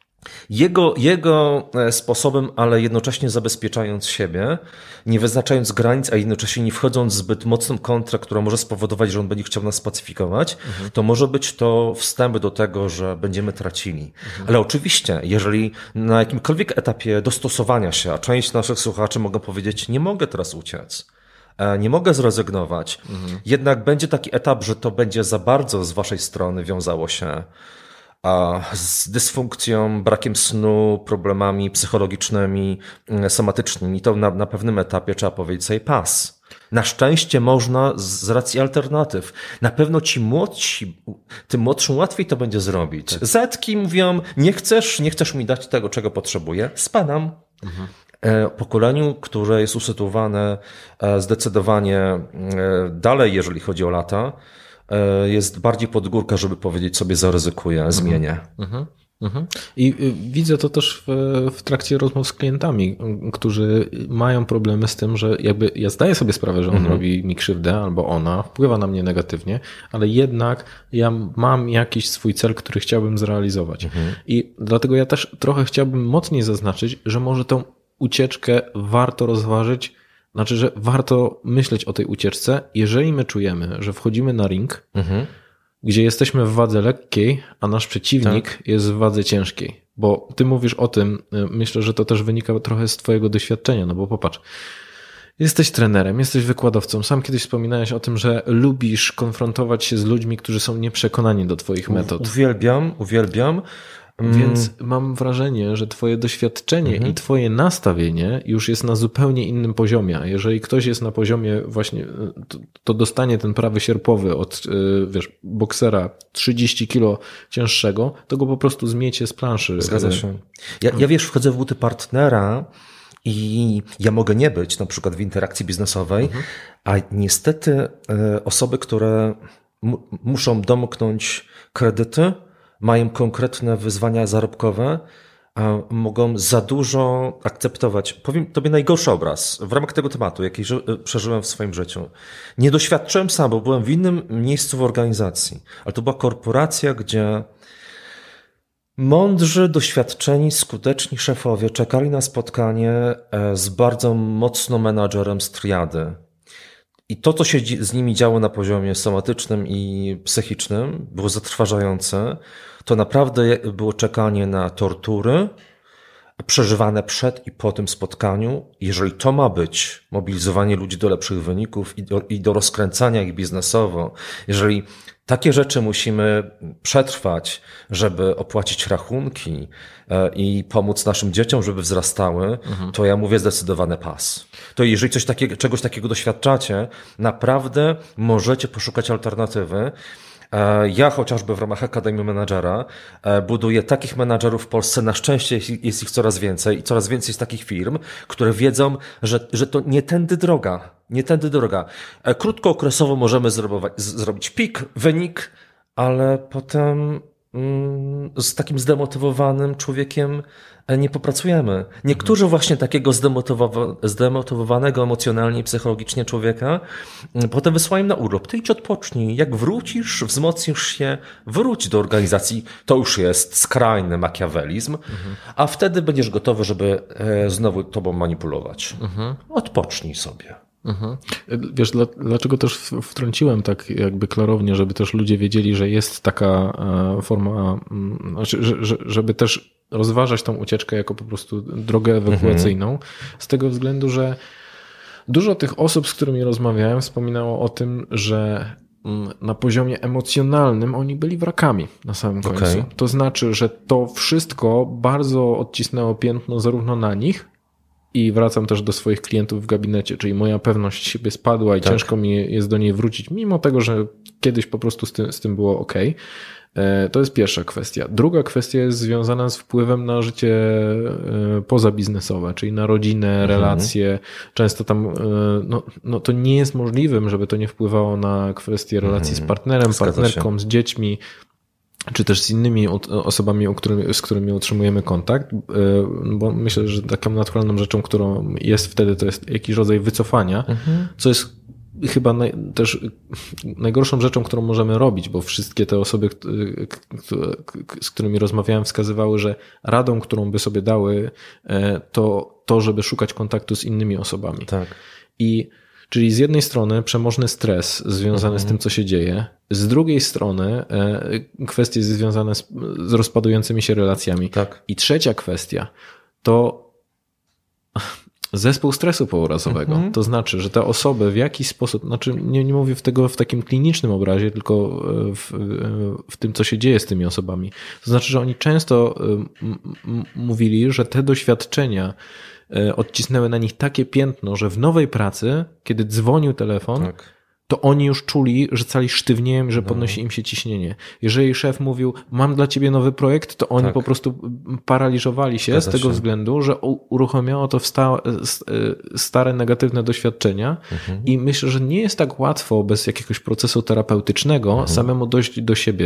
jego sposobem, ale jednocześnie zabezpieczając siebie, nie wyznaczając granic, a jednocześnie nie wchodząc w zbyt mocną kontrę, która może spowodować, że on będzie chciał nas spacyfikować, to może być to wstęp do tego, że będziemy tracili. Ale oczywiście, jeżeli na jakimkolwiek etapie dostosowania się, a część naszych słuchaczy mogą powiedzieć: nie mogę teraz uciec, nie mogę zrezygnować. Jednak będzie taki etap, że to będzie za bardzo z waszej strony wiązało się z dysfunkcją, brakiem snu, problemami psychologicznymi, somatycznymi. I to na pewnym etapie trzeba powiedzieć sobie pas. Na szczęście można z racji alternatyw. Na pewno tym młodszym łatwiej to będzie zrobić. Tak. Zetki mówią: nie chcesz mi dać tego, czego potrzebuję, spadam. Pokoleniu, które jest usytuowane zdecydowanie dalej, jeżeli chodzi o lata, jest bardziej pod górkę, żeby powiedzieć sobie: zaryzykuję, zmienię. I widzę to też w trakcie rozmów z klientami, którzy mają problemy z tym, że jakby ja zdaję sobie sprawę, że on robi mi krzywdę albo ona, wpływa na mnie negatywnie, ale jednak ja mam jakiś swój cel, który chciałbym zrealizować. I dlatego ja też trochę chciałbym mocniej zaznaczyć, że może tą ucieczkę warto rozważyć, znaczy, że warto myśleć o tej ucieczce, jeżeli my czujemy, że wchodzimy na ring, gdzie jesteśmy w wadze lekkiej, a nasz przeciwnik jest w wadze ciężkiej. Bo ty mówisz o tym, myślę, że to też wynika trochę z twojego doświadczenia, no bo popatrz, jesteś trenerem, jesteś wykładowcą, sam kiedyś wspominałeś o tym, że lubisz konfrontować się z ludźmi, którzy są nieprzekonani do twoich metod. Uwielbiam. Więc mam wrażenie, że twoje doświadczenie i twoje nastawienie już jest na zupełnie innym poziomie. A jeżeli ktoś jest na poziomie właśnie, to dostanie ten prawy sierpowy od, boksera 30 kilo cięższego, to go po prostu zmiecie z planszy. Zgadza się. Ja wchodzę w buty partnera i ja mogę nie być na przykład w interakcji biznesowej, a niestety osoby, które muszą domknąć kredyty, mają konkretne wyzwania zarobkowe, a mogą za dużo akceptować. Powiem tobie najgorszy obraz w ramach tego tematu, jaki przeżyłem w swoim życiu. Nie doświadczyłem sam, bo byłem w innym miejscu w organizacji, ale to była korporacja, gdzie mądrzy, doświadczeni, skuteczni szefowie czekali na spotkanie z bardzo mocno menadżerem z triady. I to, co się z nimi działo na poziomie somatycznym i psychicznym, było zatrważające. To naprawdę było czekanie na tortury przeżywane przed i po tym spotkaniu. Jeżeli to ma być mobilizowanie ludzi do lepszych wyników i do rozkręcania ich biznesowo, jeżeli takie rzeczy musimy przetrwać, żeby opłacić rachunki i pomóc naszym dzieciom, żeby wzrastały, to ja mówię zdecydowany pas. To jeżeli czegoś takiego doświadczacie, naprawdę możecie poszukać alternatywy. Ja chociażby w ramach Akademii Menadżera buduję takich menadżerów w Polsce. Na szczęście jest ich coraz więcej i coraz więcej jest takich firm, które wiedzą, że to nie tędy droga. Nie tędy droga. Krótkookresowo możemy zrobić pik, wynik, ale potem z takim zdemotywowanym człowiekiem nie popracujemy. Niektórzy właśnie takiego zdemotywowanego emocjonalnie i psychologicznie człowieka potem wysyłają na urlop. Ty idź odpocznij. Jak wrócisz, wzmocnisz się, wróć do organizacji. To już jest skrajny makiawelizm, a wtedy będziesz gotowy, żeby znowu tobą manipulować. Odpocznij sobie. Wiesz, dlaczego też wtrąciłem tak jakby klarownie, żeby też ludzie wiedzieli, że jest taka forma, znaczy, żeby też rozważać tą ucieczkę jako po prostu drogę ewakuacyjną, z tego względu, że Dużo tych osób, z którymi rozmawiałem, wspominało o tym, że na poziomie emocjonalnym oni byli wrakami na samym końcu. Okay. To znaczy, że to wszystko bardzo odcisnęło piętno zarówno na nich, i wracam też do swoich klientów w gabinecie, czyli moja pewność siebie spadła i ciężko mi jest do niej wrócić, mimo tego, że kiedyś po prostu z tym było ok. To jest pierwsza kwestia. Druga kwestia jest związana z wpływem na życie pozabiznesowe, czyli na rodzinę, relacje. Często tam, no to nie jest możliwym, żeby to nie wpływało na kwestie relacji z partnerem, partnerką, z dziećmi, czy też z innymi osobami, z którymi utrzymujemy kontakt, bo myślę, że taką naturalną rzeczą, którą jest wtedy, to jest jakiś rodzaj wycofania, co jest chyba też najgorszą rzeczą, którą możemy robić, bo wszystkie te osoby, z którymi rozmawiałem, wskazywały, że radą, którą by sobie dały, to żeby szukać kontaktu z innymi osobami. Tak. Czyli z jednej strony przemożny stres związany z tym, co się dzieje, z drugiej strony kwestie związane z rozpadującymi się relacjami. Tak. I trzecia kwestia to zespół stresu pourazowego. To znaczy, że te osoby w jakiś sposób, znaczy nie mówię tego w takim klinicznym obrazie, tylko w tym, co się dzieje z tymi osobami. To znaczy, że oni często mówili, że te doświadczenia odcisnęły na nich takie piętno, że w nowej pracy, kiedy dzwonił telefon, to oni już czuli, że cali sztywnieją, że podnosi im się ciśnienie. Jeżeli szef mówił, mam dla ciebie nowy projekt, to oni po prostu paraliżowali się z tego względu, że uruchomiało to stare negatywne doświadczenia i myślę, że nie jest tak łatwo bez jakiegoś procesu terapeutycznego samemu dojść do siebie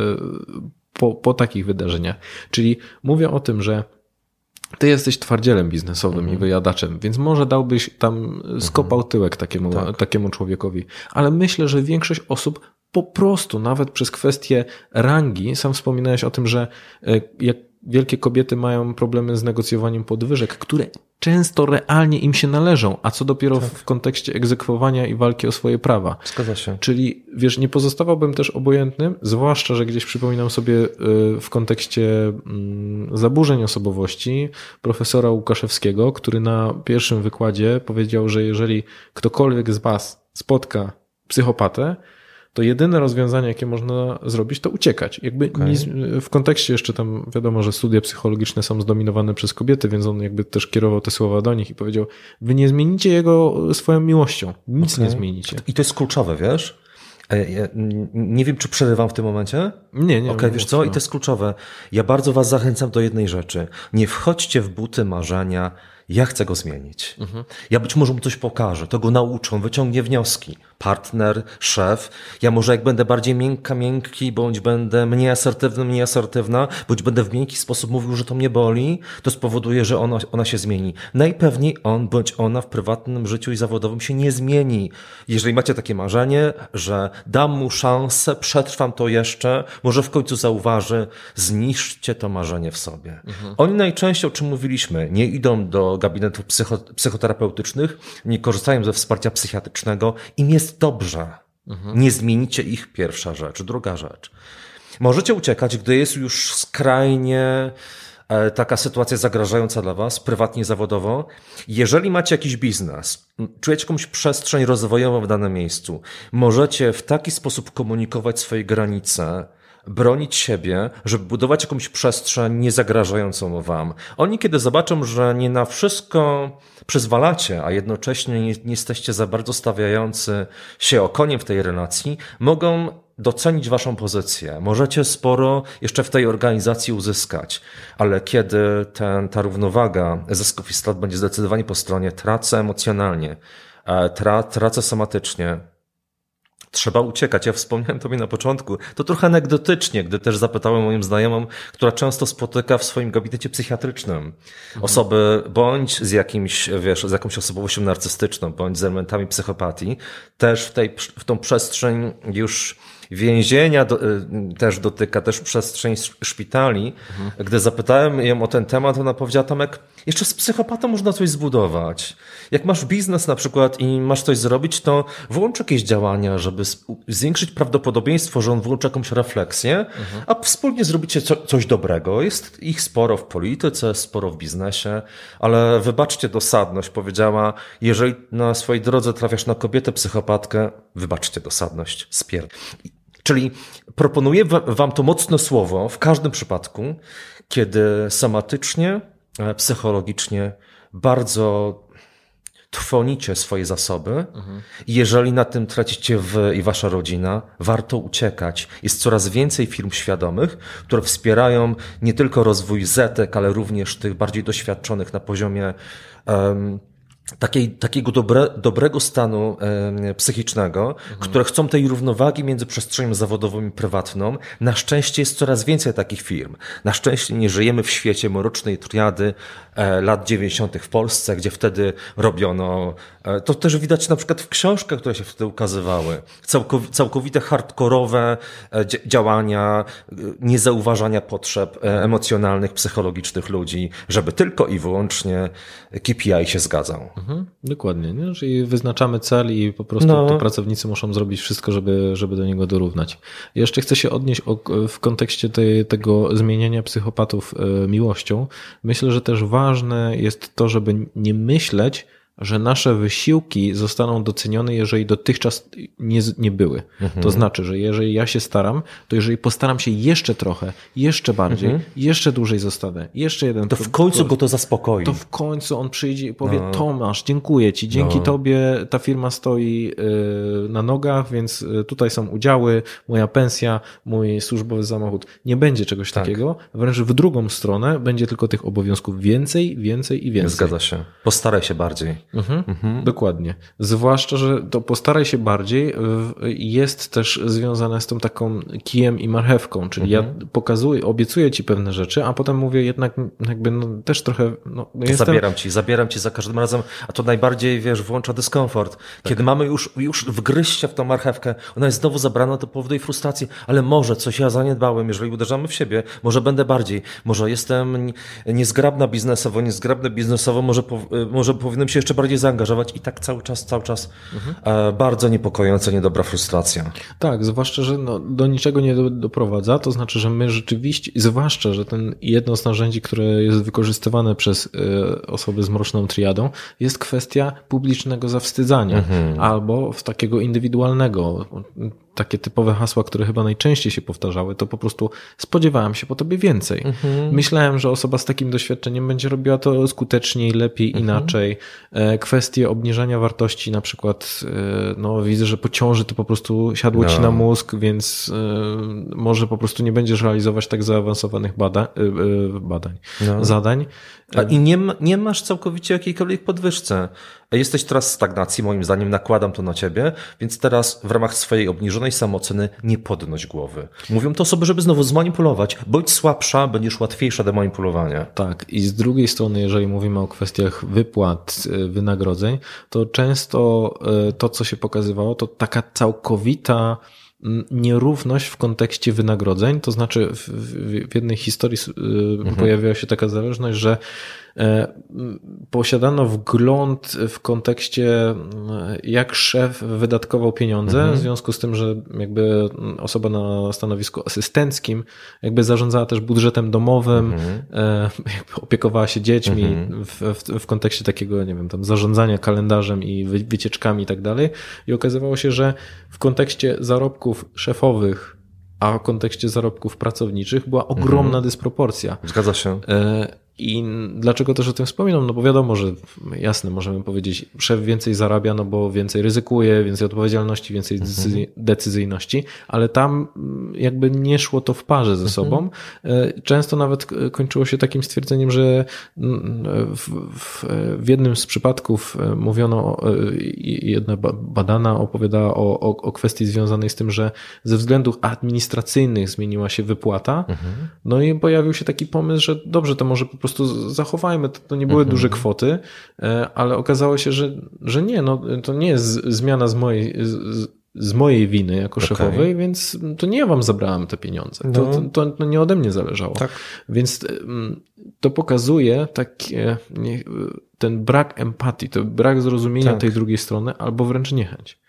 po takich wydarzeniach. Czyli mówię o tym, że ty jesteś twardzielem biznesowym i wyjadaczem, więc może dałbyś tam, skopał tyłek takiemu człowiekowi. Ale myślę, że większość osób po prostu, nawet przez kwestię rangi, sam wspominałeś o tym, że jak wielkie kobiety mają problemy z negocjowaniem podwyżek, które często realnie im się należą, a co dopiero w kontekście egzekwowania i walki o swoje prawa. Zgadza się. Czyli wiesz, nie pozostawałbym też obojętnym, zwłaszcza, że gdzieś przypominam sobie w kontekście zaburzeń osobowości profesora Łukaszewskiego, który na pierwszym wykładzie powiedział, że jeżeli ktokolwiek z was spotka psychopatę, to jedyne rozwiązanie, jakie można zrobić, to uciekać. Jakby w kontekście jeszcze tam wiadomo, że studia psychologiczne są zdominowane przez kobiety, więc on jakby też kierował te słowa do nich i powiedział, wy nie zmienicie jego swoją miłością. Nic nie zmienicie. I to jest kluczowe, wiesz? Ja nie wiem, czy przerywam w tym momencie? Nie. Okej, wiesz co? I to jest kluczowe. Ja bardzo was zachęcam do jednej rzeczy. Nie wchodźcie w buty marzenia, ja chcę go zmienić. Ja być może mu coś pokażę, to go nauczą, wyciągnie wnioski. Partner, szef. Ja może jak będę bardziej miękki, bądź będę mniej asertywna, bądź będę w miękki sposób mówił, że to mnie boli, to spowoduje, że ona się zmieni. Najpewniej on bądź ona w prywatnym życiu i zawodowym się nie zmieni. Jeżeli macie takie marzenie, że dam mu szansę, przetrwam to jeszcze, może w końcu zauważy, zniszczcie to marzenie w sobie. Oni najczęściej, o czym mówiliśmy, nie idą do gabinetów psychoterapeutycznych, nie korzystają ze wsparcia psychiatrycznego, im jest dobrze. Nie zmienicie ich, pierwsza rzecz. Druga rzecz. Możecie uciekać, gdy jest już skrajnie taka sytuacja zagrażająca dla was, prywatnie, zawodowo. Jeżeli macie jakiś biznes, czujecie jakąś przestrzeń rozwojową w danym miejscu, możecie w taki sposób komunikować swoje granice, bronić siebie, żeby budować jakąś przestrzeń niezagrażającą wam. Oni, kiedy zobaczą, że nie na wszystko przyzwalacie, a jednocześnie nie jesteście za bardzo stawiający się okoniem w tej relacji, mogą docenić waszą pozycję. Możecie sporo jeszcze w tej organizacji uzyskać, ale kiedy ta równowaga zysków i strat będzie zdecydowanie po stronie, tracę emocjonalnie, tracę somatycznie, trzeba uciekać. Ja wspomniałem tobie na początku. To trochę anegdotycznie, gdy też zapytałem moim znajomą, która często spotyka w swoim gabinecie psychiatrycznym osoby bądź z jakąś osobowością narcystyczną, bądź z elementami psychopatii, też w tą przestrzeń już więzienia też dotyka, też przestrzeń szpitali. Gdy zapytałem ją o ten temat, ona powiedziała, Tomek, jeszcze z psychopatą można coś zbudować. Jak masz biznes na przykład i masz coś zrobić, to włącz jakieś działania, żeby żeby zwiększyć prawdopodobieństwo, że on włączy jakąś refleksję, a wspólnie zrobicie coś dobrego. Jest ich sporo w polityce, sporo w biznesie, ale wybaczcie dosadność, powiedziała, jeżeli na swojej drodze trafiasz na kobietę psychopatkę, wybaczcie dosadność, Czyli proponuję wam to mocne słowo w każdym przypadku, kiedy somatycznie, psychologicznie bardzo trwonicie swoje zasoby. Jeżeli na tym tracicie wy i wasza rodzina, warto uciekać. Jest coraz więcej firm świadomych, które wspierają nie tylko rozwój zetek, ale również tych bardziej doświadczonych na poziomie takiego dobrego stanu psychicznego, które chcą tej równowagi między przestrzenią zawodową i prywatną. Na szczęście jest coraz więcej takich firm. Na szczęście nie żyjemy w świecie mrocznej triady lat 90. w Polsce, gdzie wtedy robiono, to też widać na przykład w książkach, które się wtedy ukazywały, całkowite hardkorowe działania, niezauważania potrzeb emocjonalnych, psychologicznych ludzi, żeby tylko i wyłącznie KPI się zgadzał. Dokładnie, nie? Czyli wyznaczamy cel i po prostu to pracownicy muszą zrobić wszystko, żeby do niego dorównać. Jeszcze chcę się odnieść w kontekście tego zmieniania psychopatów miłością. Myślę, że też ważne jest to, żeby nie myśleć, że nasze wysiłki zostaną docenione, jeżeli dotychczas nie były. To znaczy, że jeżeli ja się staram, to jeżeli postaram się jeszcze trochę, jeszcze bardziej, jeszcze dłużej zostanę, jeszcze jeden... To w końcu go to zaspokoi. To w końcu on przyjdzie i powie, Tomasz, dziękuję ci, dzięki tobie ta firma stoi na nogach, więc tutaj są udziały, moja pensja, mój służbowy samochód. Nie będzie czegoś takiego, wręcz w drugą stronę będzie tylko tych obowiązków więcej i więcej. Zgadza się. Postaraj się bardziej. Dokładnie. Zwłaszcza, że to postaraj się bardziej jest też związane z tą taką kijem i marchewką, czyli ja obiecuję ci pewne rzeczy, a potem mówię jednak jakby też trochę... Zabieram ci za każdym razem, a to najbardziej, włącza dyskomfort. Kiedy mamy już wgryźć się w tą marchewkę, ona jest znowu zabrana, to powoduje frustrację, ale może coś ja zaniedbałem, jeżeli uderzamy w siebie, może będę bardziej, może jestem niezgrabny biznesowo, może powinienem się jeszcze bardziej zaangażować i tak cały czas bardzo niepokojąca, niedobra frustracja. Tak, zwłaszcza, że do niczego nie doprowadza, to znaczy, że my rzeczywiście, zwłaszcza, że jedno z narzędzi, które jest wykorzystywane przez osoby z mroczną triadą, jest kwestia publicznego zawstydzania albo takiego indywidualnego. Takie typowe hasła, które chyba najczęściej się powtarzały, to po prostu spodziewałem się po tobie więcej. Myślałem, że osoba z takim doświadczeniem będzie robiła to skuteczniej, lepiej, inaczej. Kwestie obniżania wartości, na przykład widzę, że po ciąży to po prostu siadło ci na mózg, więc może po prostu nie będziesz realizować tak zaawansowanych zadań. I nie masz całkowicie jakiejkolwiek podwyżce. Jesteś teraz w stagnacji, moim zdaniem nakładam to na ciebie, więc teraz w ramach swojej obniżonej samooceny nie podnoś głowy. Mówią to osoby, żeby znowu zmanipulować. Bądź słabsza, będziesz łatwiejsza do manipulowania. Tak, i z drugiej strony, jeżeli mówimy o kwestiach wypłat, wynagrodzeń, to często to, co się pokazywało, to taka całkowita nierówność w kontekście wynagrodzeń, to znaczy w jednej historii pojawiła się taka zależność, że posiadano wgląd w kontekście, jak szef wydatkował pieniądze, w związku z tym, że jakby osoba na stanowisku asystenckim jakby zarządzała też budżetem domowym, jakby opiekowała się dziećmi w kontekście takiego, nie wiem, tam zarządzania kalendarzem i wycieczkami i tak dalej. I okazywało się, że w kontekście zarobków szefowych, a w kontekście zarobków pracowniczych była ogromna dysproporcja. Zgadza się. I dlaczego też o tym wspominam? No bo wiadomo, że jasne, możemy powiedzieć, szef więcej zarabia, no bo więcej ryzykuje, więcej odpowiedzialności, więcej decyzyjności, ale tam jakby nie szło to w parze ze sobą. Często nawet kończyło się takim stwierdzeniem, że w jednym z przypadków mówiono, jedna badana opowiadała o kwestii związanej z tym, że ze względów administracyjnych zmieniła się wypłata, no i pojawił się taki pomysł, że dobrze, to może po prostu zachowajmy, to nie były duże kwoty, ale okazało się, że nie, no to nie jest zmiana z mojej winy jako szefowej, więc to nie ja wam zabrałem te pieniądze. To nie ode mnie zależało. Tak. Więc to pokazuje ten brak empatii, to brak zrozumienia tej drugiej strony, albo wręcz niechęć.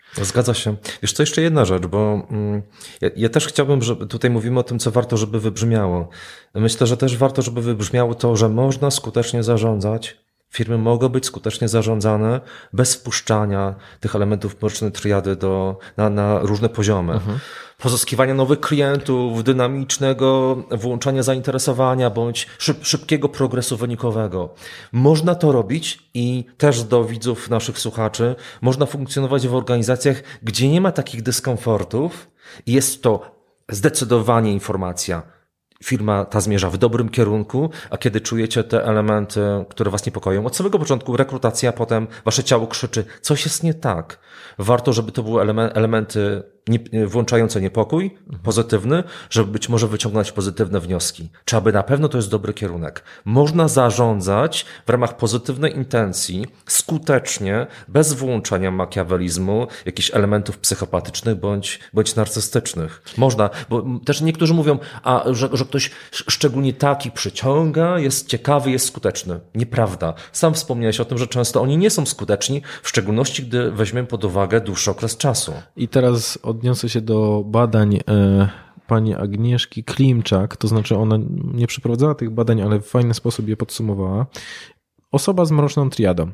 Zgadza się. Wiesz, to jeszcze jedna rzecz, bo ja też chciałbym, żeby tutaj mówimy o tym, co warto, żeby wybrzmiało. Myślę, że też warto, żeby wybrzmiało to, że można skutecznie zarządzać. Firmy mogą być skutecznie zarządzane bez wpuszczania tych elementów mrocznej triady na różne poziomy. Pozyskiwania nowych klientów, dynamicznego włączania zainteresowania bądź szybkiego progresu wynikowego. Można to robić i też do widzów, naszych słuchaczy, można funkcjonować w organizacjach, gdzie nie ma takich dyskomfortów i jest to zdecydowanie informacja. Firma ta zmierza w dobrym kierunku, a kiedy czujecie te elementy, które was niepokoją, od samego początku rekrutacja, potem wasze ciało krzyczy, coś jest nie tak. Warto, żeby to były elementy włączające niepokój, pozytywny, żeby być może wyciągnąć pozytywne wnioski. Czy aby na pewno to jest dobry kierunek. Można zarządzać w ramach pozytywnej intencji, skutecznie, bez włączania makiawelizmu, jakichś elementów psychopatycznych bądź narcystycznych. Można, bo też niektórzy mówią, że ktoś szczególnie taki przyciąga, jest ciekawy, jest skuteczny. Nieprawda. Sam wspomniałeś o tym, że często oni nie są skuteczni, w szczególności gdy weźmiemy pod uwagę dłuższy okres czasu. I teraz odniosę się do badań pani Agnieszki Klimczak, to znaczy ona nie przeprowadzała tych badań, ale w fajny sposób je podsumowała. Osoba z mroczną triadą.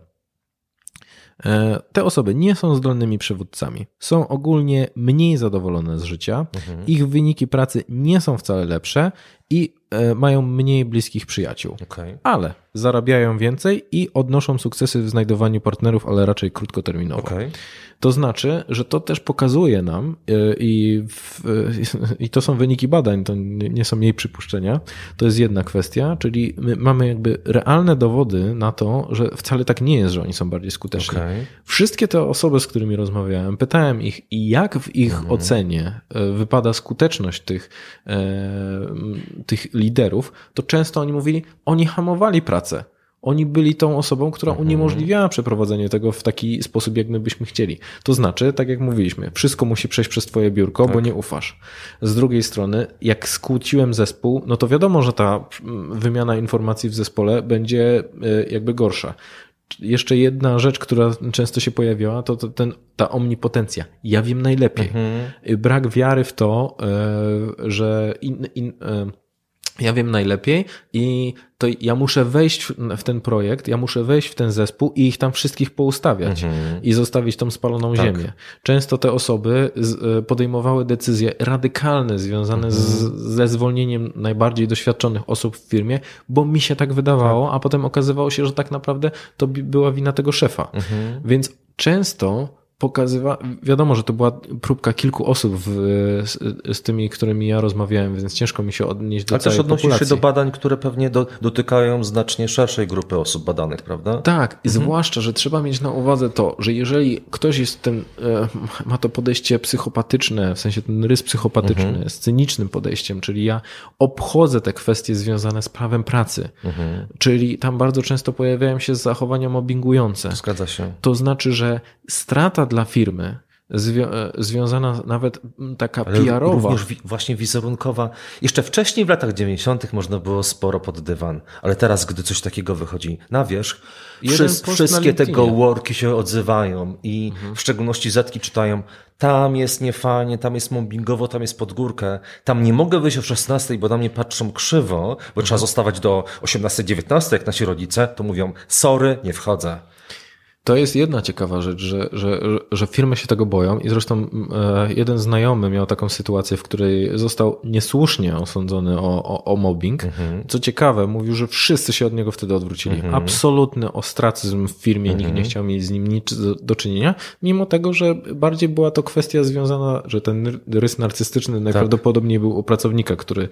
Te osoby nie są zdolnymi przywódcami, są ogólnie mniej zadowolone z życia, ich wyniki pracy nie są wcale lepsze i mają mniej bliskich przyjaciół, ale zarabiają więcej i odnoszą sukcesy w znajdowaniu partnerów, ale raczej krótkoterminowo. To znaczy, że to też pokazuje nam i to są wyniki badań, to nie są jej przypuszczenia, to jest jedna kwestia, czyli my mamy jakby realne dowody na to, że wcale tak nie jest, że oni są bardziej skuteczni. Wszystkie te osoby, z którymi rozmawiałem, pytałem ich, jak w ich ocenie wypada skuteczność tych liderów, to często oni mówili, oni hamowali pracę. Oni byli tą osobą, która uniemożliwiała przeprowadzenie tego w taki sposób, jak my byśmy chcieli. To znaczy, tak jak mówiliśmy, wszystko musi przejść przez twoje biurko, bo nie ufasz. Z drugiej strony, jak skłóciłem zespół, no to wiadomo, że ta wymiana informacji w zespole będzie jakby gorsza. Jeszcze jedna rzecz, która często się pojawiała, to ta omnipotencja. Ja wiem najlepiej. Brak wiary w to, że ja wiem najlepiej i to ja muszę wejść w ten projekt, ja muszę wejść w ten zespół i ich tam wszystkich poustawiać i zostawić tą spaloną ziemię. Często te osoby podejmowały decyzje radykalne związane ze zwolnieniem najbardziej doświadczonych osób w firmie, bo mi się tak wydawało, a potem okazywało się, że tak naprawdę to była wina tego szefa. Więc często wiadomo, że to była próbka kilku osób z tymi, którymi ja rozmawiałem, więc ciężko mi się odnieść do całej populacji. Ale też odnosi się do badań, które pewnie dotykają znacznie szerszej grupy osób badanych, prawda? Tak, i zwłaszcza, że trzeba mieć na uwadze to, że jeżeli ktoś jest ma to podejście psychopatyczne, w sensie ten rys psychopatyczny, z cynicznym podejściem, czyli ja obchodzę te kwestie związane z prawem pracy, czyli tam bardzo często pojawiają się zachowania mobbingujące. Zgadza się. To znaczy, że strata dla firmy związana nawet taka PR-owa. Również właśnie wizerunkowa. Jeszcze wcześniej w latach 90. można było sporo pod dywan, ale teraz, gdy coś takiego wychodzi na wierzch, wszystkie te go-worki się odzywają i w szczególności Zetki czytają, tam jest niefajnie, tam jest mobbingowo, tam jest pod górkę, tam nie mogę wyjść o 16, bo na mnie patrzą krzywo, bo trzeba zostawać do 18-19, jak nasi rodzice, to mówią, sorry, nie wchodzę. To jest jedna ciekawa rzecz, że firmy się tego boją i zresztą jeden znajomy miał taką sytuację, w której został niesłusznie osądzony o mobbing. Co ciekawe, mówił, że wszyscy się od niego wtedy odwrócili. Absolutny ostracyzm w firmie, nikt nie chciał mieć z nim nic do czynienia, mimo tego, że bardziej była to kwestia związana, że ten rys narcystyczny najprawdopodobniej był u pracownika, który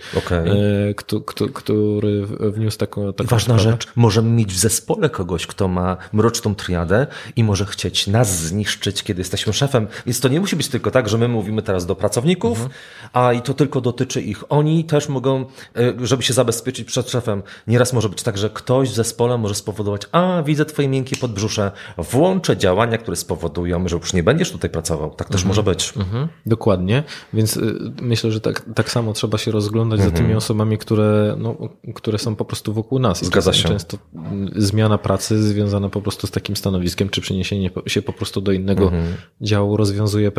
wniósł taką ważna rzecz, możemy mieć w zespole kogoś, kto ma mroczną triadę i może chcieć nas zniszczyć, kiedy jesteśmy szefem. Więc to nie musi być tylko tak, że my mówimy teraz do pracowników, a i to tylko dotyczy ich. Oni też mogą, żeby się zabezpieczyć przed szefem. Nieraz może być tak, że ktoś w zespole może spowodować, widzę twoje miękkie podbrzusze, włączę działania, które spowodują, że już nie będziesz tutaj pracował. Tak też może być. Dokładnie. Więc myślę, że tak samo trzeba się rozglądać za tymi osobami, które są po prostu wokół nas. Zgadza się. Często zmiana pracy związana po prostu z takim stanowiskiem nazwiskiem, czy przeniesienie się po prostu do innego działu rozwiązuje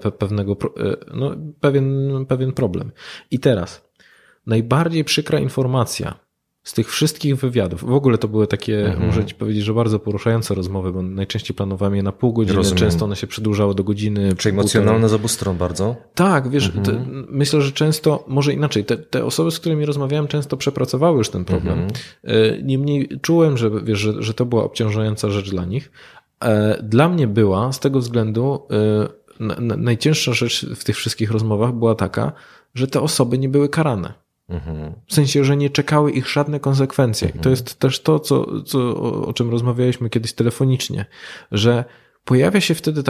pewien problem. I teraz najbardziej przykra informacja z tych wszystkich wywiadów, w ogóle to były takie, muszę ci powiedzieć, że bardzo poruszające rozmowy, bo najczęściej planowałem je na pół godziny, często one się przedłużały do godziny. Czy emocjonalne z obu stron bardzo? Tak, wiesz, myślę, że często, może inaczej, te osoby, z którymi rozmawiałem, często przepracowały już ten problem. Niemniej czułem, że wiesz, że to była obciążająca rzecz dla nich. Dla mnie była, z tego względu, najcięższa rzecz w tych wszystkich rozmowach była taka, że te osoby nie były karane. W sensie, że nie czekały ich żadne konsekwencje. I to jest też to, o czym rozmawialiśmy kiedyś telefonicznie, że pojawia się wtedy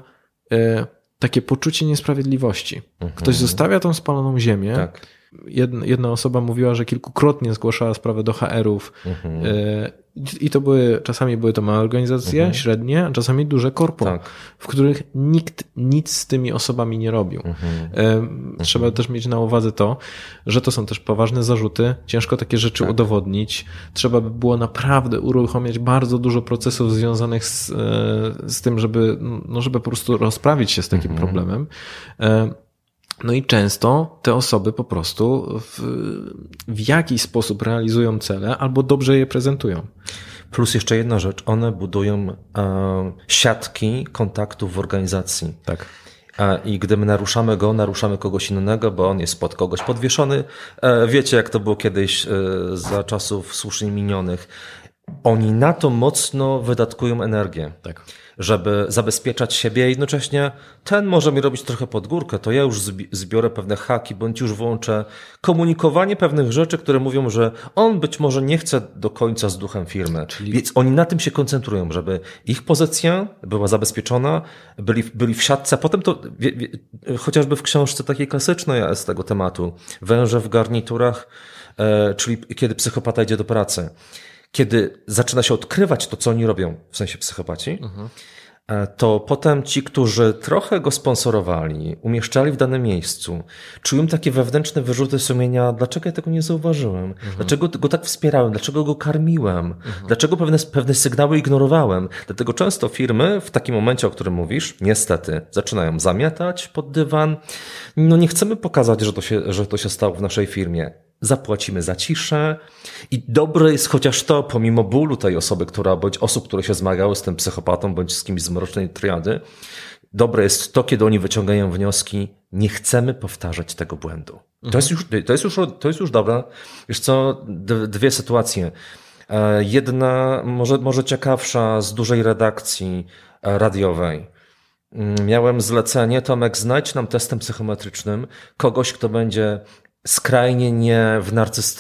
takie poczucie niesprawiedliwości. Ktoś zostawia tą spaloną ziemię. Tak. Jedna osoba mówiła, że kilkukrotnie zgłaszała sprawę do HR-ów i czasami były to małe organizacje, średnie, a czasami duże korpo, w których nikt nic z tymi osobami nie robił. Trzeba też mieć na uwadze to, że to są też poważne zarzuty, ciężko takie rzeczy udowodnić. Trzeba by było naprawdę uruchomić bardzo dużo procesów związanych z tym, żeby po prostu rozprawić się z takim problemem. No i często te osoby po prostu w jakiś sposób realizują cele albo dobrze je prezentują. Plus jeszcze jedna rzecz, one budują siatki kontaktów w organizacji. Tak. I gdy my naruszamy kogoś innego, bo on jest pod kogoś podwieszony. Wiecie, jak to było kiedyś za czasów słusznie minionych. Oni na to mocno wydatkują energię. Tak. Żeby zabezpieczać siebie, jednocześnie ten może mi robić trochę pod górkę, to ja już zbiorę pewne haki, bądź już włączę komunikowanie pewnych rzeczy, które mówią, że on być może nie chce do końca z duchem firmy. Więc oni na tym się koncentrują, żeby ich pozycja była zabezpieczona, byli w siatce, a potem to, chociażby w książce takiej klasycznej z tego tematu, Węże w garniturach, czyli kiedy psychopata idzie do pracy. Kiedy zaczyna się odkrywać to, co oni robią, w sensie psychopaci, to potem ci, którzy trochę go sponsorowali, umieszczali w danym miejscu, czują takie wewnętrzne wyrzuty sumienia, dlaczego ja tego nie zauważyłem, dlaczego go tak wspierałem, dlaczego go karmiłem, dlaczego pewne sygnały ignorowałem. Dlatego często firmy w takim momencie, o którym mówisz, niestety zaczynają zamiatać pod dywan. No nie chcemy pokazać, że to się stało w naszej firmie. Zapłacimy za ciszę i dobre jest chociaż to, pomimo bólu tej osoby, bądź osób, które się zmagały z tym psychopatą, bądź z kimś z mrocznej triady, dobre jest to, kiedy oni wyciągają wnioski, nie chcemy powtarzać tego błędu. To jest już dobre. Wiesz co, dwie sytuacje. Jedna, może ciekawsza, z dużej redakcji radiowej. Miałem zlecenie, Tomek, znajdź nam testem psychometrycznym kogoś, kto będzie skrajnie nie w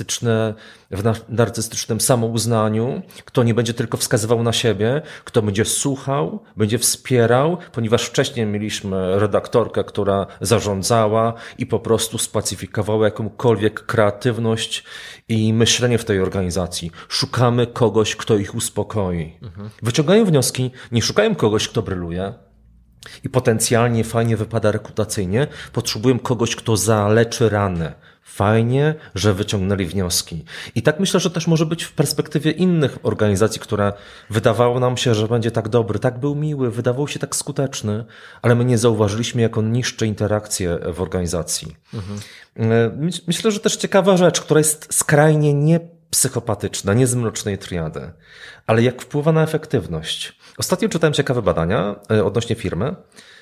narcystycznym samouznaniu, kto nie będzie tylko wskazywał na siebie, kto będzie słuchał, będzie wspierał, ponieważ wcześniej mieliśmy redaktorkę, która zarządzała i po prostu spacyfikowała jakąkolwiek kreatywność i myślenie w tej organizacji. Szukamy kogoś, kto ich uspokoi. Wyciągają wnioski, nie szukają kogoś, kto bryluje, i potencjalnie fajnie wypada rekrutacyjnie, potrzebują kogoś, kto zaleczy ranę. Fajnie, że wyciągnęli wnioski. I tak myślę, że też może być w perspektywie innych organizacji, które wydawało nam się, że będzie tak dobry, tak był miły, wydawał się tak skuteczny, ale my nie zauważyliśmy, jak on niszczy interakcje w organizacji. Myślę, że też ciekawa rzecz, która jest skrajnie niepsychopatyczna, nie z mrocznej triady, ale jak wpływa na efektywność. Ostatnio czytałem ciekawe badania odnośnie firmy,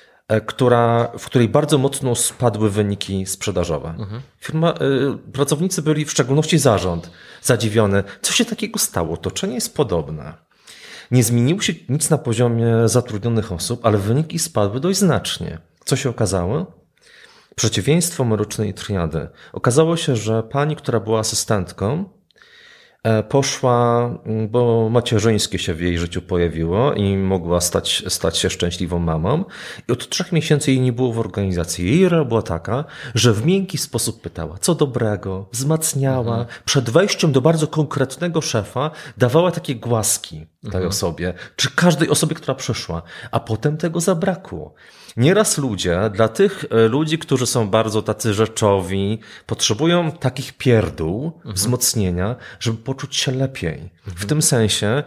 w której bardzo mocno spadły wyniki sprzedażowe. Pracownicy byli, w szczególności zarząd, zadziwiony. Co się takiego stało? Otoczenie jest podobne. Nie zmieniło się nic na poziomie zatrudnionych osób, ale wyniki spadły dość znacznie. Co się okazało? Przeciwieństwo mrocznej triady. Okazało się, że pani, która była asystentką, poszła, bo macierzyńskie się w jej życiu pojawiło i mogła stać się szczęśliwą mamą. I od 3 miesięcy jej nie było w organizacji. Jej rola była taka, że w miękki sposób pytała, co dobrego, wzmacniała. Przed wejściem do bardzo konkretnego szefa dawała takie głaski tej osobie, czy każdej osobie, która przyszła. A potem tego zabrakło. Nieraz dla tych ludzi, którzy są bardzo tacy rzeczowi, potrzebują takich pierdół, wzmocnienia, żeby poczuć się lepiej. W tym sensie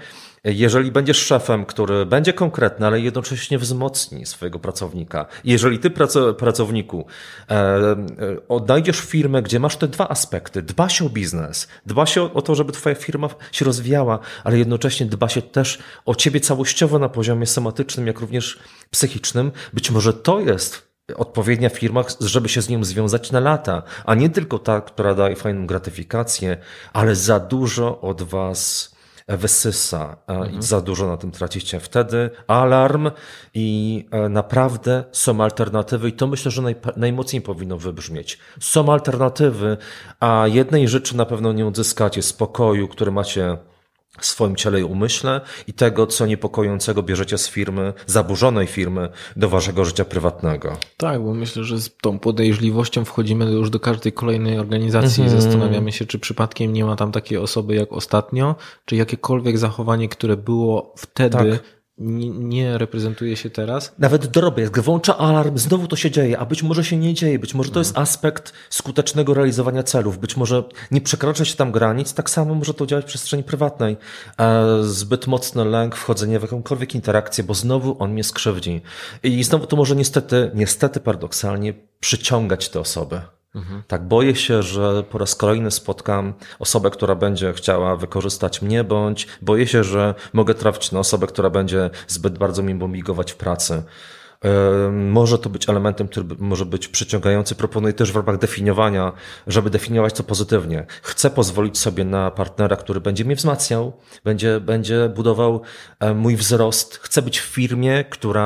Jeżeli będziesz szefem, który będzie konkretny, ale jednocześnie wzmocni swojego pracownika. Jeżeli ty, pracowniku, odnajdziesz firmę, gdzie masz te dwa aspekty, dba się o biznes, dba się o to, żeby twoja firma się rozwijała, ale jednocześnie dba się też o ciebie całościowo na poziomie somatycznym, jak również psychicznym, być może to jest odpowiednia firma, żeby się z nią związać na lata, a nie tylko ta, która daje fajną gratyfikację, ale za dużo od was wysysa i za dużo na tym tracicie. Wtedy alarm i naprawdę są alternatywy i to myślę, że najmocniej powinno wybrzmieć. Są alternatywy, a jednej rzeczy na pewno nie odzyskacie: spokoju, który macie w swoim ciele i umyśle i tego, co niepokojącego bierzecie z firmy, zaburzonej firmy, do waszego życia prywatnego. Tak, bo myślę, że z tą podejrzliwością wchodzimy już do każdej kolejnej organizacji i zastanawiamy się, czy przypadkiem nie ma tam takiej osoby jak ostatnio, czy jakiekolwiek zachowanie, które było wtedy, nie reprezentuje się teraz. Nawet drobiazg, włącza alarm, znowu to się dzieje, a być może się nie dzieje, być może to jest aspekt skutecznego realizowania celów, być może nie przekracza się tam granic, tak samo może to działać w przestrzeni prywatnej. Zbyt mocny lęk, wchodzenie w jakąkolwiek interakcję, bo znowu on mnie skrzywdzi. I znowu to może niestety paradoksalnie przyciągać te osoby. Tak, boję się, że po raz kolejny spotkam osobę, która będzie chciała wykorzystać mnie, bądź boję się, że mogę trafić na osobę, która będzie zbyt bardzo mi bombigować w pracy. Może to być elementem, który może być przyciągający. Proponuję też w ramach definiowania, żeby definiować to pozytywnie. Chcę pozwolić sobie na partnera, który będzie mnie wzmacniał, będzie budował mój wzrost. Chcę być w firmie,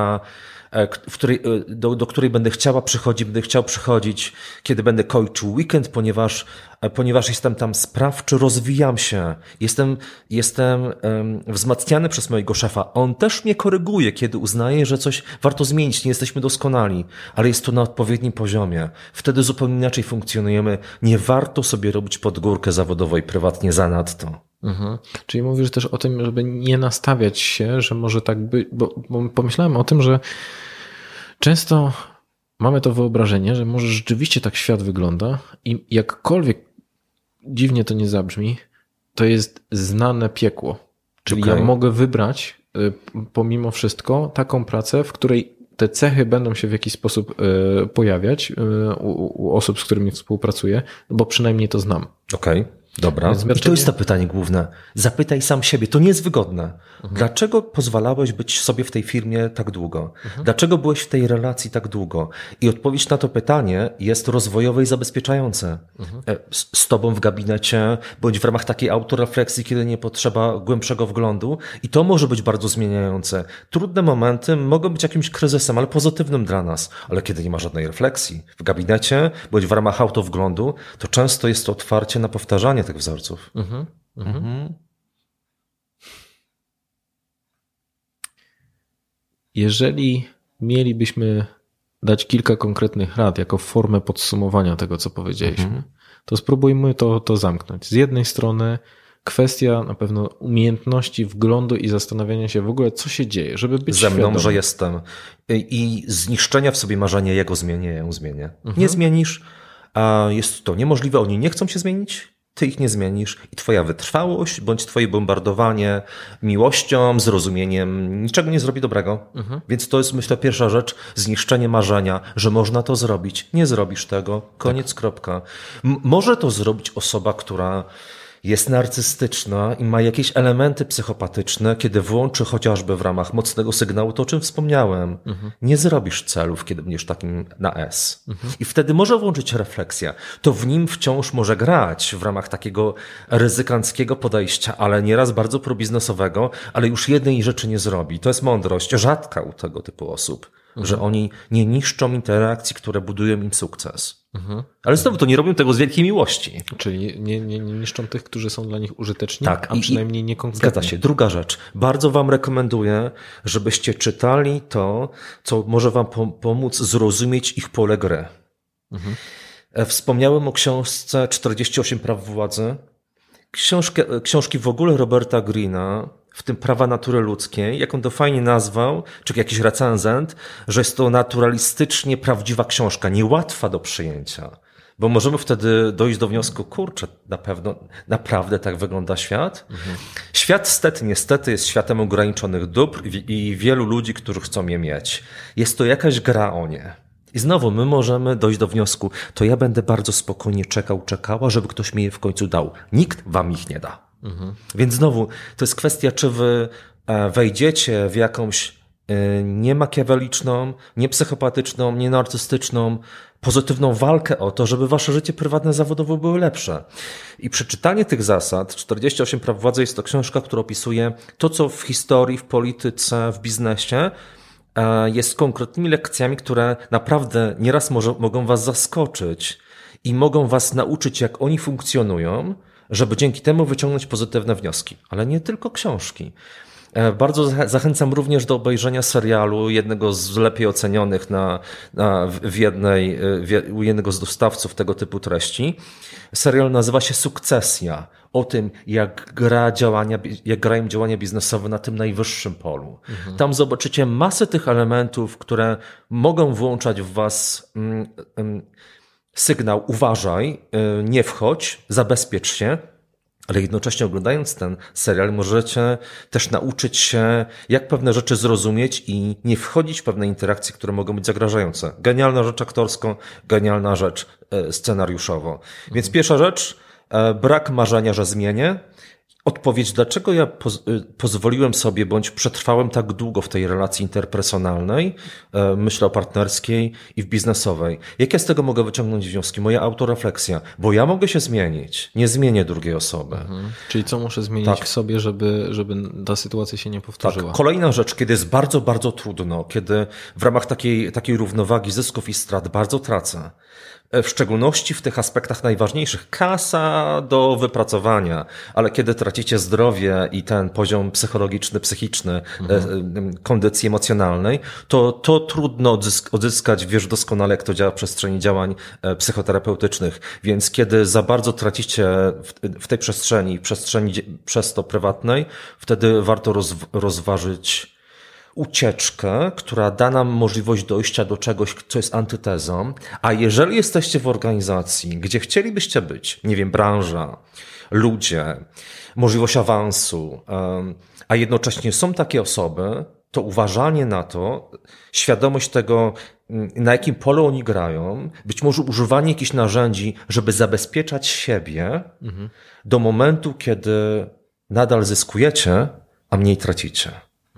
do której będę chciał przychodzić, kiedy będę kończył weekend, ponieważ jestem tam sprawczy, rozwijam się, jestem wzmacniany przez mojego szefa. On też mnie koryguje, kiedy uznaje, że coś warto zmienić, nie jesteśmy doskonali, ale jest to na odpowiednim poziomie. Wtedy zupełnie inaczej funkcjonujemy. Nie warto sobie robić pod górkę zawodowo i prywatnie zanadto. Czyli mówisz też o tym, żeby nie nastawiać się, że może tak być, bo pomyślałem o tym, że często mamy to wyobrażenie, że może rzeczywiście tak świat wygląda i jakkolwiek dziwnie to nie zabrzmi, to jest znane piekło. Czyli ja mogę wybrać pomimo wszystko taką pracę, w której te cechy będą się w jakiś sposób pojawiać u osób, z którymi współpracuję, bo przynajmniej to znam. Okej. Dobra. I to jest to pytanie główne. Zapytaj sam siebie. To nie jest wygodne. Dlaczego pozwalałeś być sobie w tej firmie tak długo? Dlaczego byłeś w tej relacji tak długo? I odpowiedź na to pytanie jest rozwojowe i zabezpieczające. Z tobą w gabinecie, bądź w ramach takiej autorefleksji, kiedy nie potrzeba głębszego wglądu. I to może być bardzo zmieniające. Trudne momenty mogą być jakimś kryzysem, ale pozytywnym dla nas. Ale kiedy nie ma żadnej refleksji w gabinecie, bądź w ramach autowglądu, to często jest to otwarcie na powtarzanie tych wzorców. Jeżeli mielibyśmy dać kilka konkretnych rad jako formę podsumowania tego, co powiedzieliśmy, to spróbujmy to zamknąć. Z jednej strony kwestia na pewno umiejętności wglądu i zastanawiania się w ogóle, co się dzieje, żeby być ze mną, świadomym. że jestem. I zniszczenia w sobie marzenia, ja go zmienię, ja ją zmienię. Nie zmienisz, a jest to niemożliwe, oni nie chcą się zmienić, ty ich nie zmienisz i twoja wytrwałość bądź twoje bombardowanie miłością, zrozumieniem niczego nie zrobi dobrego. Więc to jest, myślę, pierwsza rzecz, zniszczenie marzenia, że można to zrobić. Nie zrobisz tego, koniec, kropka. Może to zrobić osoba, która jest narcystyczna i ma jakieś elementy psychopatyczne, kiedy włączy chociażby w ramach mocnego sygnału to, o czym wspomniałem. Nie zrobisz celów, kiedy będziesz takim na S. I wtedy może włączyć refleksja. To w nim wciąż może grać w ramach takiego ryzykanckiego podejścia, ale nieraz bardzo probiznesowego, ale już jednej rzeczy nie zrobi. To jest mądrość rzadka u tego typu osób, że oni nie niszczą interakcji, które budują im sukces. Ale znowu to nie robią tego z wielkiej miłości. Czyli nie niszczą tych, którzy są dla nich użyteczni, tak, a przynajmniej nie konkretnie. Zgadza się. Druga rzecz. Bardzo wam rekomenduję, żebyście czytali to, co może wam pomóc zrozumieć ich pole gry. Wspomniałem o książce 48 praw władzy. Książki w ogóle Roberta Greena w tym prawa natury ludzkiej, jak on to fajnie nazwał, czy jakiś recenzent, że jest to naturalistycznie prawdziwa książka, niełatwa do przyjęcia. Bo możemy wtedy dojść do wniosku, kurczę, naprawdę tak wygląda świat? Świat niestety jest światem ograniczonych dóbr i wielu ludzi, którzy chcą je mieć. Jest to jakaś gra o nie. I znowu my możemy dojść do wniosku, to ja będę bardzo spokojnie czekała, żeby ktoś mi je w końcu dał. Nikt wam ich nie da. Więc znowu, to jest kwestia, czy wy wejdziecie w jakąś nie makiaweliczną, nie psychopatyczną, nie narcystyczną, pozytywną walkę o to, żeby wasze życie prywatne, zawodowe były lepsze. I przeczytanie tych zasad, 48 praw władzy, jest to książka, która opisuje to, co w historii, w polityce, w biznesie jest konkretnymi lekcjami, które naprawdę nieraz mogą was zaskoczyć i mogą was nauczyć, jak oni funkcjonują, żeby dzięki temu wyciągnąć pozytywne wnioski. Ale nie tylko książki. Bardzo zachęcam również do obejrzenia serialu, jednego z lepiej ocenionych u jednego z dostawców tego typu treści. Serial nazywa się Sukcesja. O tym, jak grają działania biznesowe na tym najwyższym polu. Tam zobaczycie masę tych elementów, które mogą włączać w was sygnał uważaj, nie wchodź, zabezpiecz się. Ale jednocześnie oglądając ten serial możecie też nauczyć się, jak pewne rzeczy zrozumieć i nie wchodzić w pewne interakcje, które mogą być zagrażające. Genialna rzecz aktorsko, genialna rzecz scenariuszowo. Więc pierwsza rzecz, brak marzenia, że zmienię. Odpowiedź, dlaczego ja pozwoliłem sobie bądź przetrwałem tak długo w tej relacji interpersonalnej, myślę o partnerskiej i w biznesowej. Jak ja z tego mogę wyciągnąć wnioski? Moja autorefleksja, bo ja mogę się zmienić, nie zmienię drugiej osoby. Czyli co muszę zmienić w sobie, żeby ta sytuacja się nie powtórzyła? Tak. Kolejna rzecz, kiedy jest bardzo, bardzo trudno, kiedy w ramach takiej równowagi zysków i strat bardzo tracę. W szczególności w tych aspektach najważniejszych. Kasa do wypracowania, ale kiedy tracicie zdrowie i ten poziom psychologiczny, psychiczny, kondycji emocjonalnej, to trudno odzyskać, wiesz doskonale, jak to działa w przestrzeni działań psychoterapeutycznych. Więc kiedy za bardzo tracicie w tej przestrzeni przez to prywatnej, wtedy warto rozważyć ucieczkę, która da nam możliwość dojścia do czegoś, co jest antytezą, a jeżeli jesteście w organizacji, gdzie chcielibyście być, nie wiem, branża, ludzie, możliwość awansu, a jednocześnie są takie osoby, to uważanie na to, świadomość tego, na jakim polu oni grają, być może używanie jakichś narzędzi, żeby zabezpieczać siebie do momentu, kiedy nadal zyskujecie, a mniej tracicie.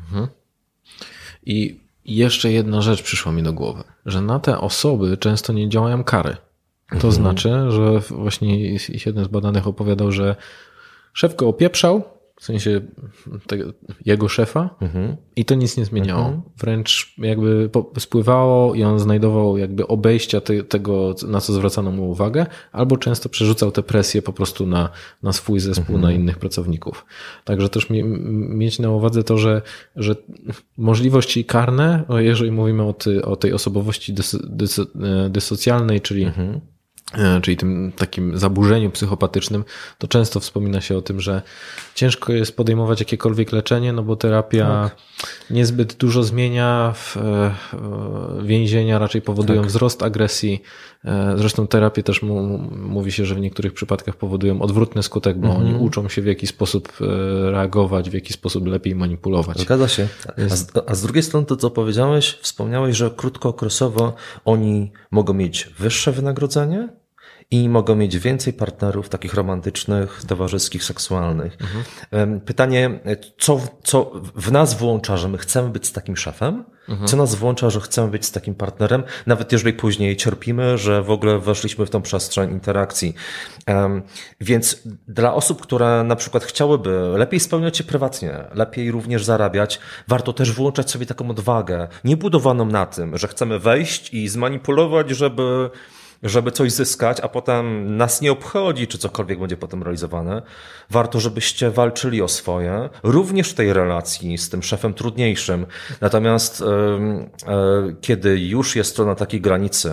I jeszcze jedna rzecz przyszła mi do głowy, że na te osoby często nie działają kary. To znaczy, że właśnie jeden z badanych opowiadał, że szef go opieprzał, w sensie jego szefa, i to nic nie zmieniało. Wręcz jakby spływało i on znajdował jakby obejścia tego, na co zwracano mu uwagę, albo często przerzucał tę presję po prostu na swój zespół, na innych pracowników. Także też mieć na uwadze to, że możliwości karne, jeżeli mówimy o tej osobowości dysocjalnej, czyli tym takim zaburzeniu psychopatycznym, to często wspomina się o tym, że ciężko jest podejmować jakiekolwiek leczenie, no bo terapia niezbyt dużo zmienia, więzienia raczej powodują wzrost agresji. Zresztą terapie też mówi się, że w niektórych przypadkach powodują odwrotny skutek, bo oni uczą się w jaki sposób reagować, w jaki sposób lepiej manipulować. Zgadza się. A z drugiej strony to, co powiedziałeś, wspomniałeś, że krótkookresowo oni mogą mieć wyższe wynagrodzenie i mogą mieć więcej partnerów takich romantycznych, towarzyskich, seksualnych. Pytanie, co w nas włącza, że my chcemy być z takim szefem? Co nas włącza, że chcemy być z takim partnerem? Nawet jeżeli później cierpimy, że w ogóle weszliśmy w tą przestrzeń interakcji. Więc dla osób, które na przykład chciałyby lepiej spełniać się prywatnie, lepiej również zarabiać, warto też włączać sobie taką odwagę, niebudowaną na tym, że chcemy wejść i zmanipulować, żeby coś zyskać, a potem nas nie obchodzi, czy cokolwiek będzie potem realizowane. Warto, żebyście walczyli o swoje, również w tej relacji z tym szefem trudniejszym. Natomiast kiedy już jest to na takiej granicy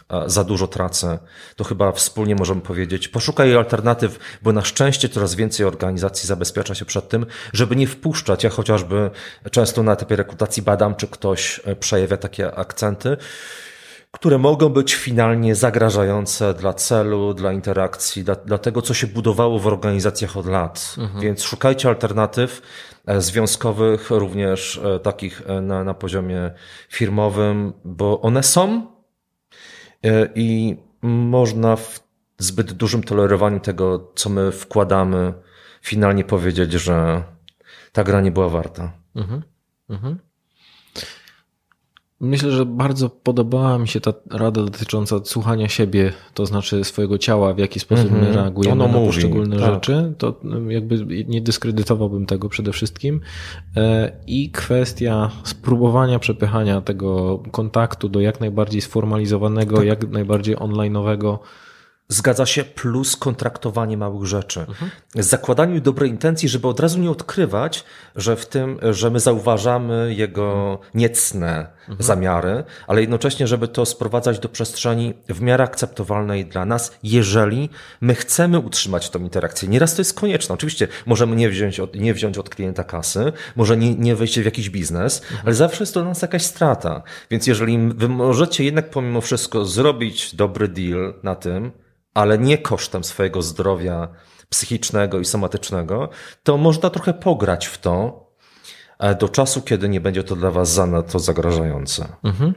za dużo tracę, to chyba wspólnie możemy powiedzieć, poszukaj alternatyw, bo na szczęście coraz więcej organizacji zabezpiecza się przed tym, żeby nie wpuszczać. Ja chociażby często na etapie rekrutacji badam, czy ktoś przejawia takie akcenty, które mogą być finalnie zagrażające dla celu, dla interakcji, dla tego, co się budowało w organizacjach od lat. Więc szukajcie alternatyw związkowych, również takich na poziomie firmowym, bo one są i można w zbyt dużym tolerowaniu tego, co my wkładamy, finalnie powiedzieć, że ta gra nie była warta. Myślę, że bardzo podobała mi się ta rada dotycząca słuchania siebie, to znaczy swojego ciała, w jaki sposób my reagujemy na poszczególne rzeczy. To jakby nie dyskredytowałbym tego przede wszystkim. I kwestia spróbowania przepychania tego kontaktu do jak najbardziej sformalizowanego, jak najbardziej online'owego. Zgadza się, plus kontraktowanie małych rzeczy. Z zakładaniem dobrej intencji, żeby od razu nie odkrywać, że w tym, że my zauważamy jego niecne zamiary, ale jednocześnie, żeby to sprowadzać do przestrzeni w miarę akceptowalnej dla nas, jeżeli my chcemy utrzymać tą interakcję. Nieraz to jest konieczne. Oczywiście możemy nie wziąć od klienta kasy, może nie wejść w jakiś biznes, ale zawsze jest to dla nas jakaś strata. Więc jeżeli wy możecie jednak pomimo wszystko zrobić dobry deal na tym, ale nie kosztem swojego zdrowia psychicznego i somatycznego, to można trochę pograć w to do czasu, kiedy nie będzie to dla was zanadto zagrażające.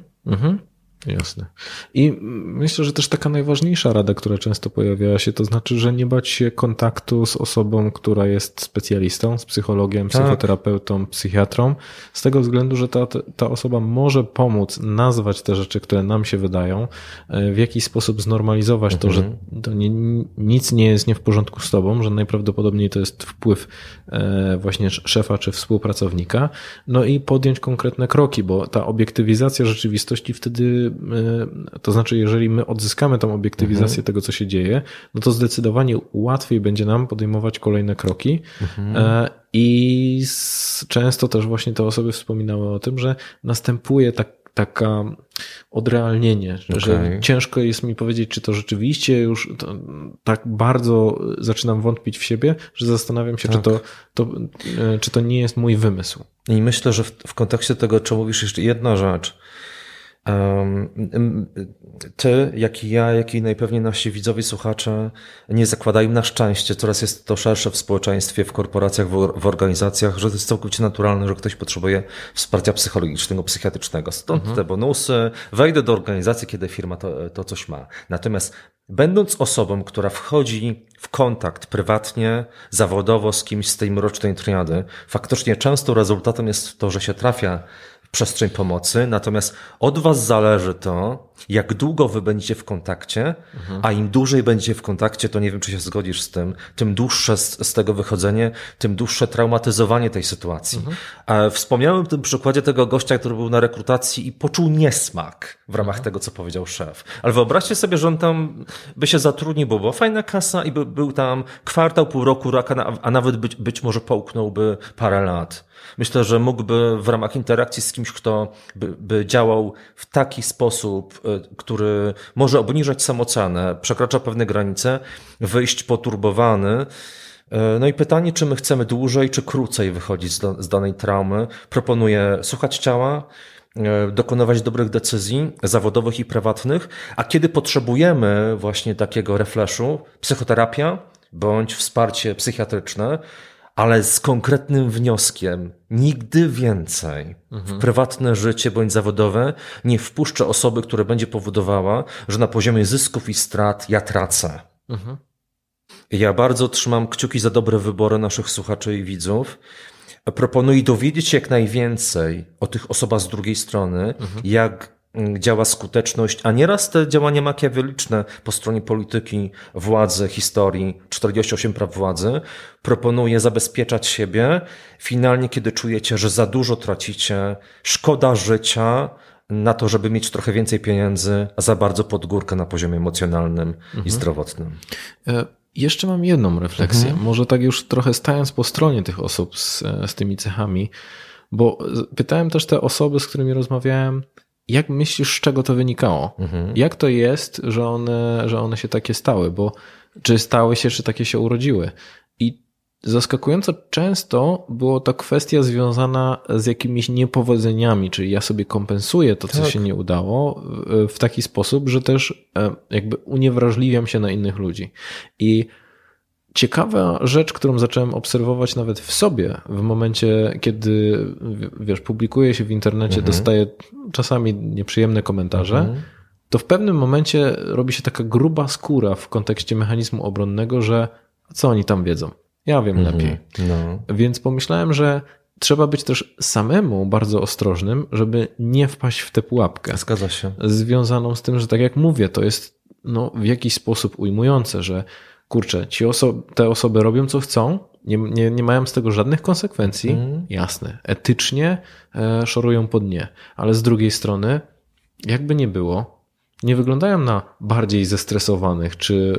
Jasne. I myślę, że też taka najważniejsza rada, która często pojawiała się, to znaczy, że nie bać się kontaktu z osobą, która jest specjalistą, z psychologiem, psychoterapeutą, psychiatrą, z tego względu, że ta osoba może pomóc nazwać te rzeczy, które nam się wydają, w jakiś sposób znormalizować to, że to nic nie jest nie w porządku z tobą, że najprawdopodobniej to jest wpływ właśnie szefa czy współpracownika, no i podjąć konkretne kroki, bo ta obiektywizacja rzeczywistości wtedy, to znaczy jeżeli my odzyskamy tą obiektywizację tego, co się dzieje, no to zdecydowanie łatwiej będzie nam podejmować kolejne kroki i często też właśnie te osoby wspominały o tym, że następuje taka odrealnienie, że ciężko jest mi powiedzieć, czy to rzeczywiście już tak bardzo zaczynam wątpić w siebie, że zastanawiam się, czy to nie jest mój wymysł. I myślę, że w kontekście tego, co mówisz, jeszcze jedna rzecz. Ty, jak i ja, jak i najpewniej nasi widzowie, słuchacze nie zakładają na szczęście, coraz jest to szersze w społeczeństwie, w korporacjach, w organizacjach, że to jest całkowicie naturalne, że ktoś potrzebuje wsparcia psychologicznego, psychiatrycznego. Stąd te bonusy. Wejdę do organizacji, kiedy firma to coś ma. Natomiast będąc osobą, która wchodzi w kontakt prywatnie, zawodowo z kimś z tej mrocznej triady, faktycznie często rezultatem jest to, że się trafia przestrzeń pomocy, natomiast od was zależy to, jak długo wy będziecie w kontakcie, a im dłużej będziecie w kontakcie, to nie wiem, czy się zgodzisz z tym, tym dłuższe z tego wychodzenie, tym dłuższe traumatyzowanie tej sytuacji. Wspomniałem w tym przykładzie tego gościa, który był na rekrutacji i poczuł niesmak w ramach tego, co powiedział szef. Ale wyobraźcie sobie, że on tam by się zatrudnił, bo była fajna kasa i był tam kwartał, pół roku, a nawet być może połknąłby parę lat. Myślę, że mógłby w ramach interakcji z kimś, kto by działał w taki sposób, który może obniżać samoocenę, przekracza pewne granice, wyjść poturbowany. No i pytanie, czy my chcemy dłużej, czy krócej wychodzić z danej traumy. Proponuję słuchać ciała, dokonywać dobrych decyzji zawodowych i prywatnych, a kiedy potrzebujemy właśnie takiego refreshu, psychoterapia bądź wsparcie psychiatryczne, ale z konkretnym wnioskiem. Nigdy więcej w prywatne życie bądź zawodowe nie wpuszczę osoby, która będzie powodowała, że na poziomie zysków i strat ja tracę. Ja bardzo trzymam kciuki za dobre wybory naszych słuchaczy i widzów. Proponuję dowiedzieć się jak najwięcej o tych osobach z drugiej strony, jak działa skuteczność, a nieraz te działania makiaweliczne po stronie polityki, władzy, historii, 48 praw władzy, proponuję zabezpieczać siebie. Finalnie, kiedy czujecie, że za dużo tracicie, szkoda życia na to, żeby mieć trochę więcej pieniędzy, a za bardzo pod górkę na poziomie emocjonalnym i zdrowotnym. Jeszcze mam jedną refleksję, może tak już trochę stając po stronie tych osób z tymi cechami, bo pytałem też te osoby, z którymi rozmawiałem, jak myślisz, z czego to wynikało? Jak to jest, że one się takie stały? Bo czy stały się, czy takie się urodziły? I zaskakująco często było to kwestia związana z jakimiś niepowodzeniami, czyli ja sobie kompensuję to, co się nie udało w taki sposób, że też jakby uniewrażliwiam się na innych ludzi. I ciekawa rzecz, którą zacząłem obserwować nawet w sobie, w momencie, kiedy, wiesz, publikuję się w internecie, dostaję czasami nieprzyjemne komentarze, to w pewnym momencie robi się taka gruba skóra w kontekście mechanizmu obronnego, że co oni tam wiedzą? Ja wiem lepiej. Więc pomyślałem, że trzeba być też samemu bardzo ostrożnym, żeby nie wpaść w tę pułapkę. Zgadza się. Związaną z tym, że tak jak mówię, to jest w jakiś sposób ujmujące, że kurczę, te osoby robią co chcą, nie mają z tego żadnych konsekwencji, jasne, etycznie szorują po dnie, ale z drugiej strony, jakby nie było, nie wyglądają na bardziej zestresowanych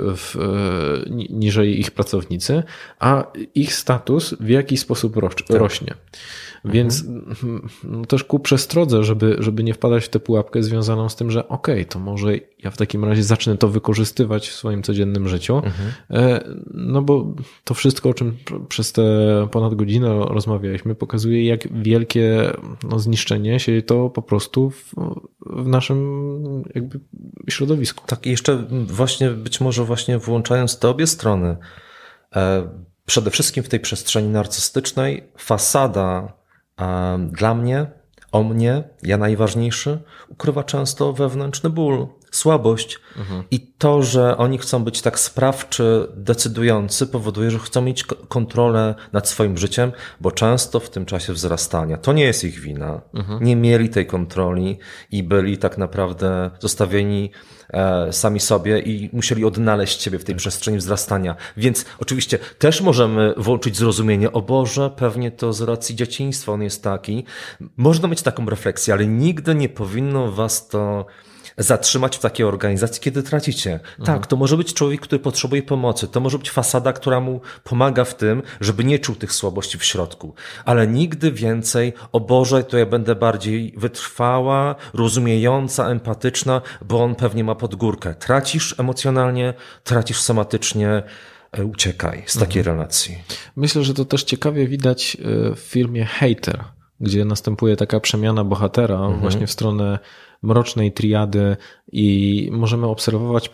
niżeli ich pracownicy, a ich status w jakiś sposób rośnie. Więc też ku przestrodze, żeby nie wpadać w tę pułapkę związaną z tym, że okej, to może ja w takim razie zacznę to wykorzystywać w swoim codziennym życiu, no bo to wszystko, o czym przez te ponad godzinę rozmawialiśmy, pokazuje, jak wielkie zniszczenie się to po prostu w naszym jakby środowisku. Tak, i jeszcze właśnie być może właśnie włączając te obie strony, przede wszystkim w tej przestrzeni narcystycznej fasada dla mnie, o mnie, ja najważniejszy, ukrywa często wewnętrzny ból, słabość i to, że oni chcą być tak sprawczy, decydujący, powoduje, że chcą mieć kontrolę nad swoim życiem, bo często w tym czasie wzrastania, to nie jest ich wina, nie mieli tej kontroli i byli tak naprawdę zostawieni sami sobie i musieli odnaleźć siebie w tej przestrzeni wzrastania. Więc oczywiście też możemy włączyć zrozumienie, o Boże, pewnie to z racji dzieciństwa on jest taki. Można mieć taką refleksję, ale nigdy nie powinno was to zatrzymać w takiej organizacji, kiedy tracicie. Tak, to może być człowiek, który potrzebuje pomocy. To może być fasada, która mu pomaga w tym, żeby nie czuł tych słabości w środku. Ale nigdy więcej, o Boże, to ja będę bardziej wytrwała, rozumiejąca, empatyczna, bo on pewnie ma podgórkę. Tracisz emocjonalnie, tracisz somatycznie, uciekaj z takiej relacji. Myślę, że to też ciekawie widać w filmie Hater, gdzie następuje taka przemiana bohatera właśnie w stronę mrocznej triady i możemy obserwować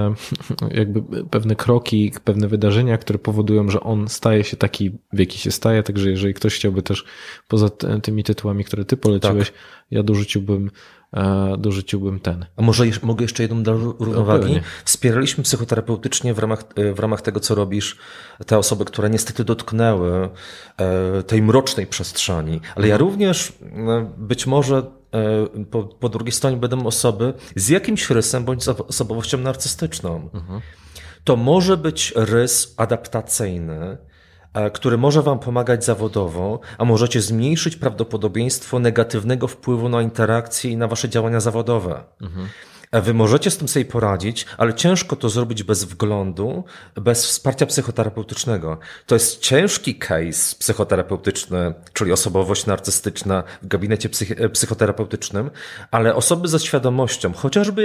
pewne kroki, pewne wydarzenia, które powodują, że on staje się taki, w jaki się staje. Także jeżeli ktoś chciałby też poza tymi tytułami, które ty poleciłeś, ja dorzuciłbym ten. A może mogę jeszcze jedną dla równowagi? Wspieraliśmy psychoterapeutycznie w ramach tego, co robisz, te osoby, które niestety dotknęły tej mrocznej przestrzeni. Ale ja również być może po drugiej stronie będą osoby z jakimś rysem bądź z osobowością narcystyczną. To może być rys adaptacyjny, który może wam pomagać zawodowo, a możecie zmniejszyć prawdopodobieństwo negatywnego wpływu na interakcje i na wasze działania zawodowe. Wy możecie z tym sobie poradzić, ale ciężko to zrobić bez wglądu, bez wsparcia psychoterapeutycznego. To jest ciężki case psychoterapeutyczny, czyli osobowość narcystyczna w gabinecie psychoterapeutycznym, ale osoby ze świadomością, chociażby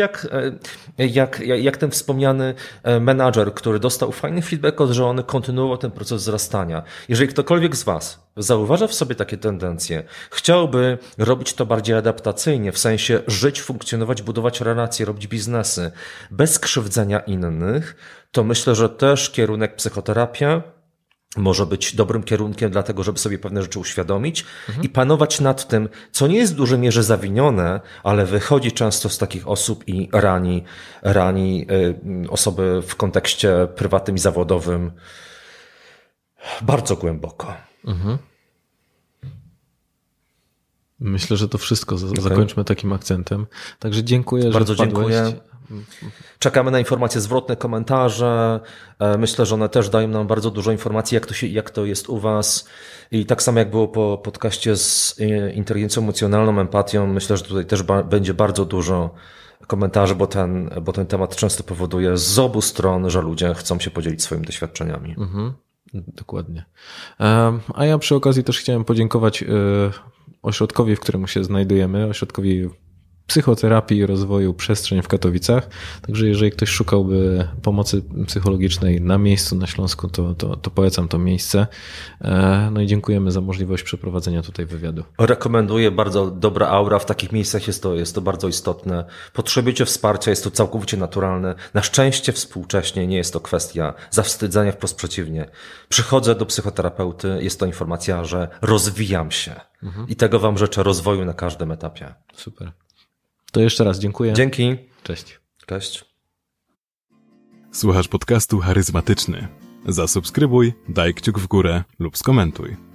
jak ten wspomniany menadżer, który dostał fajny feedback od żony, kontynuował ten proces wzrastania. Jeżeli ktokolwiek z was zauważa w sobie takie tendencje, chciałby robić to bardziej adaptacyjnie, w sensie żyć, funkcjonować, budować relacje, robić biznesy bez krzywdzenia innych, to myślę, że też kierunek psychoterapia może być dobrym kierunkiem dlatego, żeby sobie pewne rzeczy uświadomić i panować nad tym, co nie jest w dużej mierze zawinione, ale wychodzi często z takich osób i rani osoby w kontekście prywatnym i zawodowym bardzo głęboko. Myślę, że to wszystko zakończmy takim akcentem. Także dziękuję, bardzo że wpadłeś. Dziękuję. Czekamy na informacje zwrotne, komentarze. Myślę, że one też dają nam bardzo dużo informacji, jak to jest u was. I tak samo jak było po podcaście z inteligencją emocjonalną, empatią, myślę, że tutaj też będzie bardzo dużo komentarzy, bo ten temat często powoduje z obu stron, że ludzie chcą się podzielić swoimi doświadczeniami. Dokładnie. A ja przy okazji też chciałem podziękować ośrodkowi, w którym się znajdujemy, ośrodkowi psychoterapii i rozwoju Przestrzeń w Katowicach. Także jeżeli ktoś szukałby pomocy psychologicznej na miejscu na Śląsku, to polecam to miejsce. No i dziękujemy za możliwość przeprowadzenia tutaj wywiadu. Rekomenduję, bardzo dobra aura w takich miejscach, jest to bardzo istotne. Potrzebujecie wsparcia, jest to całkowicie naturalne. Na szczęście współcześnie nie jest to kwestia zawstydzenia, wprost przeciwnie. Przychodzę do psychoterapeuty, jest to informacja, że rozwijam się i tego wam życzę, rozwoju na każdym etapie. Super. To jeszcze raz dziękuję. Dzięki. Cześć. Cześć. Słuchasz podcastu Charyzmatyczny. Zasubskrybuj, daj kciuk w górę lub skomentuj.